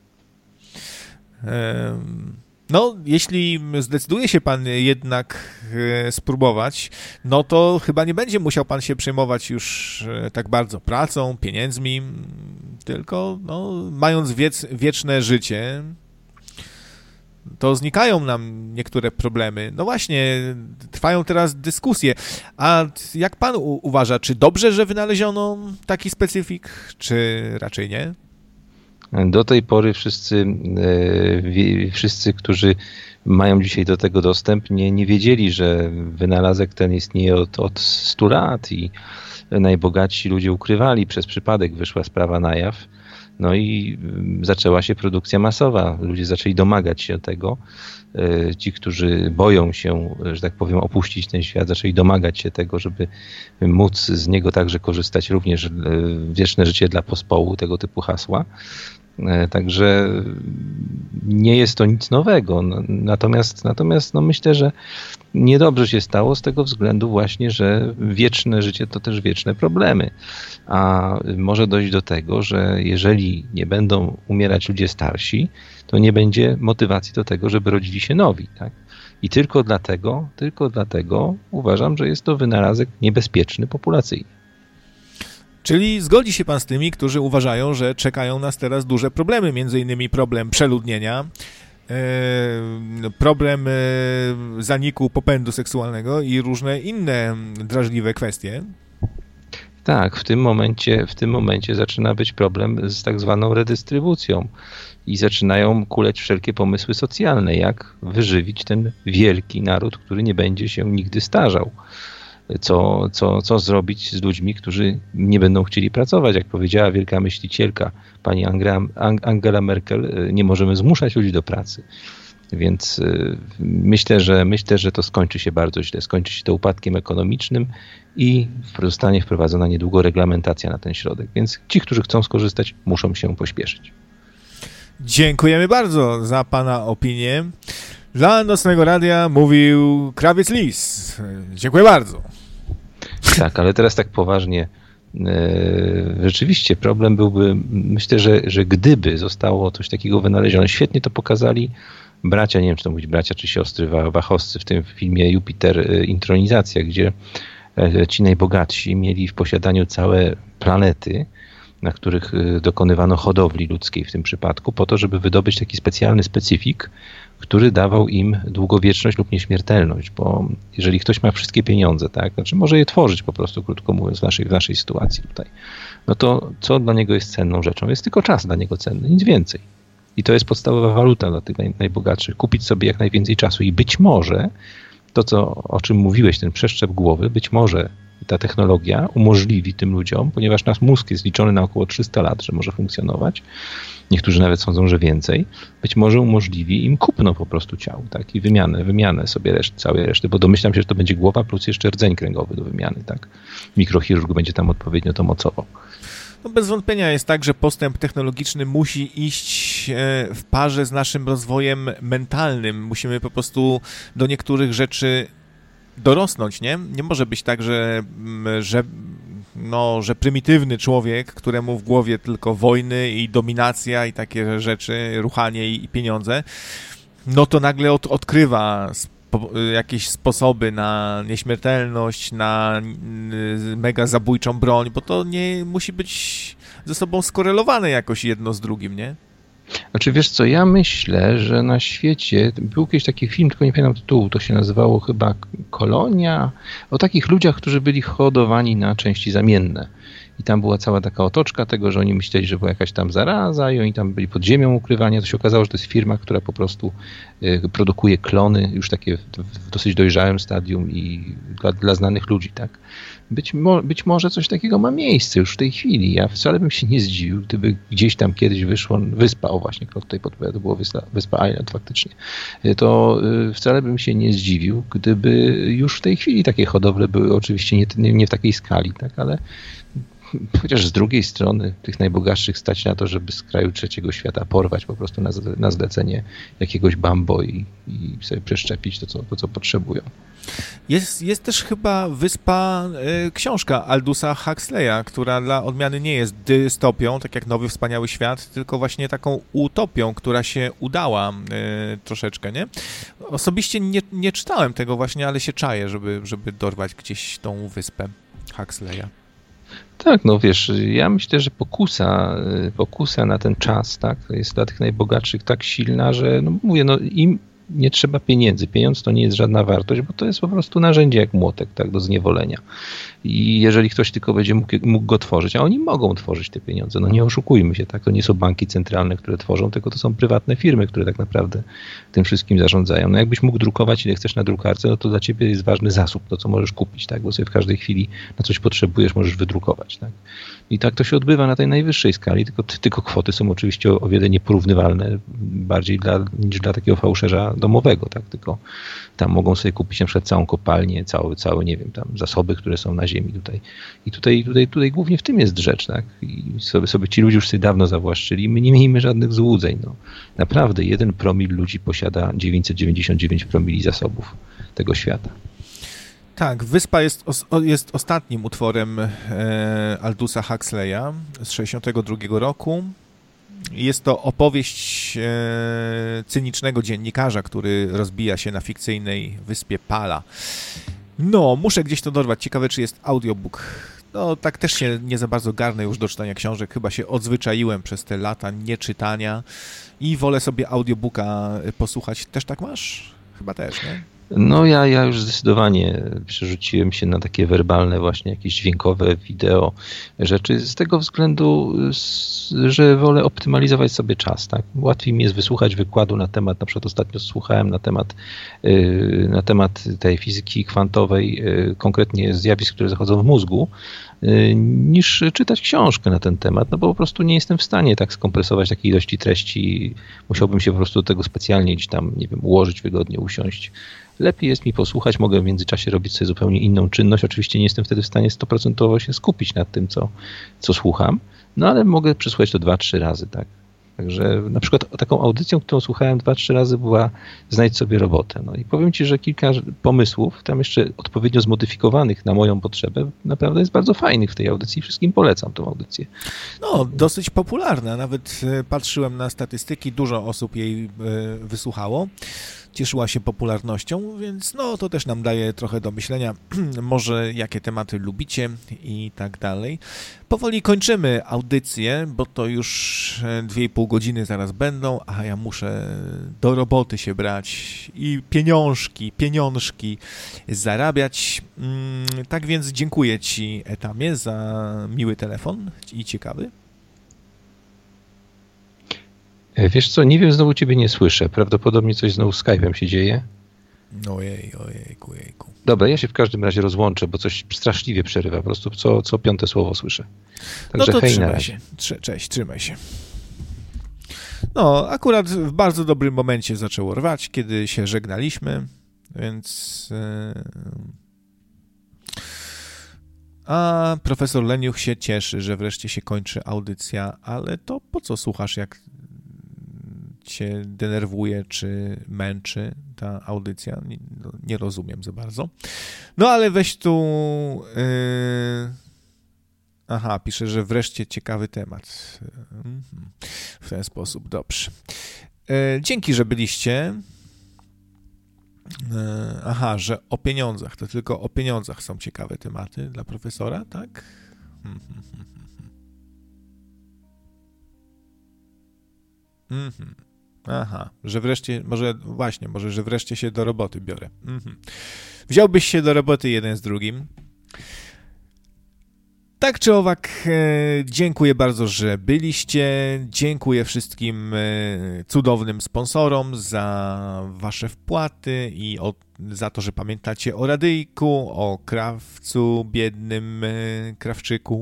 No, jeśli zdecyduje się pan jednak spróbować, no to chyba nie będzie musiał pan się przejmować już tak bardzo pracą, pieniędzmi, tylko mając wieczne życie, to znikają nam niektóre problemy. No właśnie, trwają teraz dyskusje. A jak pan uważa, czy dobrze, że wynaleziono taki specyfik, czy raczej nie? Do tej pory wszyscy, którzy mają dzisiaj do tego dostęp, nie wiedzieli, że wynalazek ten istnieje od 100 lat i najbogatsi ludzie ukrywali. Przez przypadek wyszła sprawa na jaw. No i zaczęła się produkcja masowa. Ludzie zaczęli domagać się tego. Ci, którzy boją się, że tak powiem, opuścić ten świat, zaczęli domagać się tego, żeby móc z niego także korzystać, również wieczne życie dla pospołu, tego typu hasła. Także nie jest to nic nowego. Natomiast myślę, że niedobrze się stało z tego względu właśnie, że wieczne życie to też wieczne problemy. A może dojść do tego, że jeżeli nie będą umierać ludzie starsi, to nie będzie motywacji do tego, żeby rodzili się nowi. Tak? I tylko dlatego uważam, że jest to wynalazek niebezpieczny populacyjnie. Czyli zgodzi się pan z tymi, którzy uważają, że czekają nas teraz duże problemy, między innymi problem przeludnienia, problem zaniku popędu seksualnego i różne inne drażliwe kwestie? Tak, w tym momencie zaczyna być problem z tak zwaną redystrybucją i zaczynają kuleć wszelkie pomysły socjalne, jak wyżywić ten wielki naród, który nie będzie się nigdy starzał. Co zrobić z ludźmi, którzy nie będą chcieli pracować. Jak powiedziała wielka myślicielka, pani Angela Merkel, nie możemy zmuszać ludzi do pracy. Więc myślę, że to skończy się bardzo źle. Skończy się to upadkiem ekonomicznym i zostanie wprowadzona niedługo reglamentacja na ten środek. Więc ci, którzy chcą skorzystać, muszą się pośpieszyć. Dziękujemy bardzo za pana opinię. Dla Nocnego Radia mówił Krawiec Lis. Dziękuję bardzo. Tak, ale teraz tak poważnie. Rzeczywiście problem byłby, myślę, że gdyby zostało coś takiego wynalezione, świetnie to pokazali bracia, nie wiem czy to mówić bracia czy siostry Wachowscy w tym filmie Jupiter Intronizacja, gdzie ci najbogatsi mieli w posiadaniu całe planety, na których dokonywano hodowli ludzkiej w tym przypadku, po to, żeby wydobyć taki specjalny specyfik, który dawał im długowieczność lub nieśmiertelność, bo jeżeli ktoś ma wszystkie pieniądze, tak, znaczy może je tworzyć po prostu, krótko mówiąc, w naszej sytuacji tutaj, no to co dla niego jest cenną rzeczą? Jest tylko czas dla niego cenny, nic więcej. I to jest podstawowa waluta dla tych najbogatszych. Kupić sobie jak najwięcej czasu i być może to, o czym mówiłeś, ten przeszczep głowy, być może ta technologia umożliwi tym ludziom, ponieważ nasz mózg jest liczony na około 300 lat, że może funkcjonować, niektórzy nawet sądzą, że więcej, być może umożliwi im kupno po prostu ciał, tak? I wymianę sobie całej reszty, bo domyślam się, że to będzie głowa plus jeszcze rdzeń kręgowy do wymiany, tak? Mikrochirurg będzie tam odpowiednio to mocował. No bez wątpienia jest tak, że postęp technologiczny musi iść w parze z naszym rozwojem mentalnym. Musimy po prostu do niektórych rzeczy dorosnąć, nie? Nie może być tak, że prymitywny człowiek, któremu w głowie tylko wojny i dominacja i takie rzeczy, ruchanie i pieniądze, no to nagle odkrywa jakieś sposoby na nieśmiertelność, na mega zabójczą broń, bo to nie musi być ze sobą skorelowane jakoś jedno z drugim, nie? Znaczy wiesz co, ja myślę, że na świecie był kiedyś taki film, tylko nie pamiętam tytułu, to się nazywało chyba Kolonia, o takich ludziach, którzy byli hodowani na części zamienne. I tam była cała taka otoczka tego, że oni myśleli, że była jakaś tam zaraza i oni tam byli pod ziemią ukrywani. To się okazało, że to jest firma, która po prostu produkuje klony już takie w dosyć dojrzałym stadium i dla znanych ludzi, tak. Być może coś takiego ma miejsce już w tej chwili. Ja wcale bym się nie zdziwił, gdyby gdzieś tam kiedyś wyszło wyspa, o właśnie, kto tutaj podpowiada, to było Wyspa Island faktycznie. To wcale bym się nie zdziwił, gdyby już w tej chwili takie hodowle były, oczywiście nie w takiej skali, tak, ale chociaż z drugiej strony tych najbogatszych stać na to, żeby z kraju trzeciego świata porwać po prostu na zlecenie jakiegoś Bambo i sobie przeszczepić to, co potrzebują. Jest też chyba książka Aldusa Huxleya, która dla odmiany nie jest dystopią, tak jak Nowy Wspaniały Świat, tylko właśnie taką utopią, która się udała troszeczkę, nie? Osobiście nie czytałem tego właśnie, ale się czaję, żeby dorwać gdzieś tą wyspę Huxleya. Tak, no wiesz, ja myślę, że pokusa na ten czas, tak, jest dla tych najbogatszych tak silna, że no mówię, no im nie trzeba pieniędzy. Pieniądz to nie jest żadna wartość, bo to jest po prostu narzędzie jak młotek, tak, do zniewolenia. I jeżeli ktoś tylko będzie mógł go tworzyć, a oni mogą tworzyć te pieniądze, no nie oszukujmy się, tak, to nie są banki centralne, które tworzą, tylko to są prywatne firmy, które tak naprawdę tym wszystkim zarządzają. No jakbyś mógł drukować ile chcesz na drukarce, no to dla ciebie jest ważny zasób, to co możesz kupić, tak, bo sobie w każdej chwili na coś potrzebujesz, możesz wydrukować, tak. I tak to się odbywa na tej najwyższej skali, tylko kwoty są oczywiście o wiele nieporównywalne bardziej niż dla takiego fałszerza domowego, tak, tylko tam mogą sobie kupić na przykład całą kopalnię, całe nie wiem, tam zasoby, które są na ziemi tutaj. I tutaj głównie w tym jest rzecz, tak, i sobie ci ludzie już sobie dawno zawłaszczyli, my nie miejmy żadnych złudzeń, no. Naprawdę 1 promil ludzi posiada 999 promili zasobów tego świata. Tak, Wyspa jest ostatnim utworem Aldusa Huxleya z 1962 roku. Jest to opowieść cynicznego dziennikarza, który rozbija się na fikcyjnej wyspie Pala. No, muszę gdzieś to dorwać. Ciekawe, czy jest audiobook. No, tak też się nie za bardzo garnę już do czytania książek. Chyba się odzwyczaiłem przez te lata nieczytania i wolę sobie audiobooka posłuchać. Też tak masz? Chyba też, nie? No ja już zdecydowanie przerzuciłem się na takie werbalne właśnie jakieś dźwiękowe, wideo rzeczy z tego względu, że wolę optymalizować sobie czas, tak? Łatwiej mi jest wysłuchać wykładu na temat, na przykład ostatnio słuchałem na temat tej fizyki kwantowej, konkretnie zjawisk, które zachodzą w mózgu, niż czytać książkę na ten temat, no bo po prostu nie jestem w stanie tak skompresować takiej ilości treści, musiałbym się po prostu do tego specjalnie gdzieś tam, nie wiem, ułożyć wygodnie, usiąść. Lepiej jest mi posłuchać, mogę w międzyczasie robić sobie zupełnie inną czynność, oczywiście nie jestem wtedy w stanie 100% się skupić nad tym, co słucham, no ale mogę przesłuchać to 2-3 razy, tak. Także na przykład taką audycją, którą słuchałem 2-3 razy, była Znajdź sobie robotę. No i powiem Ci, że kilka pomysłów, tam jeszcze odpowiednio zmodyfikowanych na moją potrzebę, naprawdę jest bardzo fajnych w tej audycji. Wszystkim polecam tą audycję. No, dosyć popularna. Nawet patrzyłem na statystyki, dużo osób jej wysłuchało. Cieszyła się popularnością, więc no to też nam daje trochę do myślenia, może jakie tematy lubicie i tak dalej. Powoli kończymy audycję, bo to już 2,5 godziny zaraz będą, a ja muszę do roboty się brać i pieniążki zarabiać. Tak więc dziękuję Ci, Etamie, za miły telefon i ciekawy. Wiesz co, nie wiem, znowu Ciebie nie słyszę. Prawdopodobnie coś znowu z Skype'em się dzieje. Ojejku. Dobra, ja się w każdym razie rozłączę, bo coś straszliwie przerywa. Po prostu co 5. słowo słyszę. Także no to hej, trzymaj na razie. się. Cześć, trzymaj się. No, akurat w bardzo dobrym momencie zaczęło rwać, kiedy się żegnaliśmy, więc... A profesor Leniuch się cieszy, że wreszcie się kończy audycja, ale to po co słuchasz, jak cię denerwuje czy męczy ta audycja? Nie rozumiem za bardzo. No ale weź tu... Aha, pisze, że wreszcie ciekawy temat. W ten sposób, dobrze. Dzięki, że byliście. Aha, że o pieniądzach, to tylko o pieniądzach są ciekawe tematy dla profesora, tak? Aha, że wreszcie, że wreszcie się do roboty biorę. Wziąłbyś się do roboty jeden z drugim. Tak czy owak, dziękuję bardzo, że byliście. Dziękuję wszystkim cudownym sponsorom za wasze wpłaty i za to, że pamiętacie o radyjku, o krawcu, biednym krawczyku.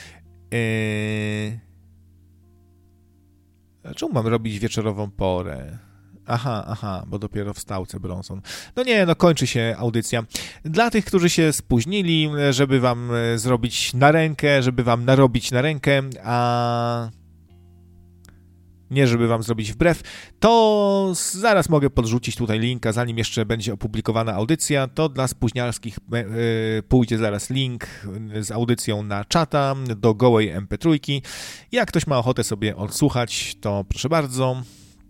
Czemu mam robić wieczorową porę? Aha, bo dopiero wstał Bronson. No kończy się audycja. Dla tych, którzy się spóźnili, żeby wam zrobić na rękę, żeby wam narobić na rękę, a nie żeby wam zrobić wbrew, to zaraz mogę podrzucić tutaj linka, zanim jeszcze będzie opublikowana audycja, to dla spóźnialskich pójdzie zaraz link z audycją na czata do gołej MP3. Jak ktoś ma ochotę sobie odsłuchać, to proszę bardzo.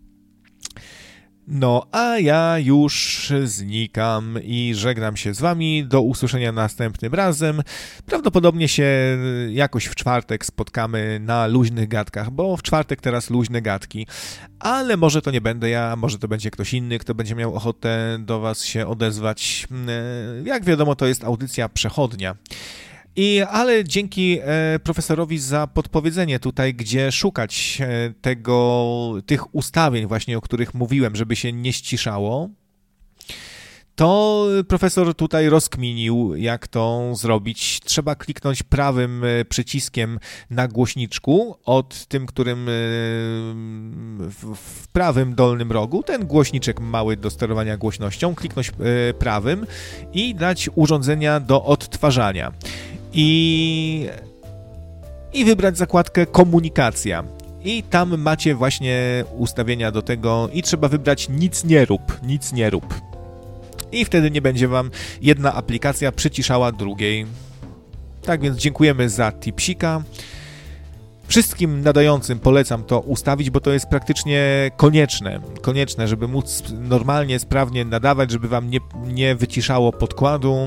No, a ja już znikam i żegnam się z wami. Do usłyszenia następnym razem. Prawdopodobnie się jakoś w czwartek spotkamy na luźnych gadkach, bo w czwartek teraz luźne gadki. Ale może to nie będę ja, może to będzie ktoś inny, kto będzie miał ochotę do was się odezwać. Jak wiadomo, to jest audycja przechodnia. Ale dzięki profesorowi za podpowiedzenie tutaj, gdzie szukać tych ustawień właśnie, o których mówiłem, żeby się nie ściszało, to profesor tutaj rozkminił, jak to zrobić. Trzeba kliknąć prawym przyciskiem na głośniczku od tym, którym w prawym dolnym rogu, ten głośniczek mały do sterowania głośnością, kliknąć prawym i dać urządzenia do odtwarzania. I wybrać zakładkę komunikacja. I tam macie właśnie ustawienia do tego i trzeba wybrać nic nie rób. I wtedy nie będzie wam jedna aplikacja przyciszała drugiej. Tak więc dziękujemy za tipsika. Wszystkim nadającym polecam to ustawić, bo to jest praktycznie konieczne, żeby móc normalnie, sprawnie nadawać, żeby wam nie wyciszało podkładu.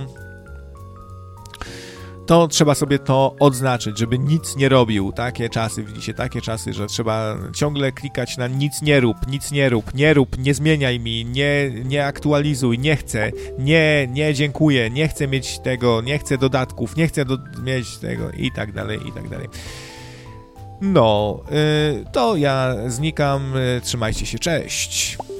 To trzeba sobie to odznaczyć, żeby nic nie robił. Takie czasy, widzicie, że trzeba ciągle klikać na nic nie rób, nie zmieniaj mi, nie aktualizuj, nie chcę, nie dziękuję, nie chcę mieć tego, nie chcę dodatków, nie chcę mieć tego i tak dalej. No, to ja znikam, trzymajcie się, cześć.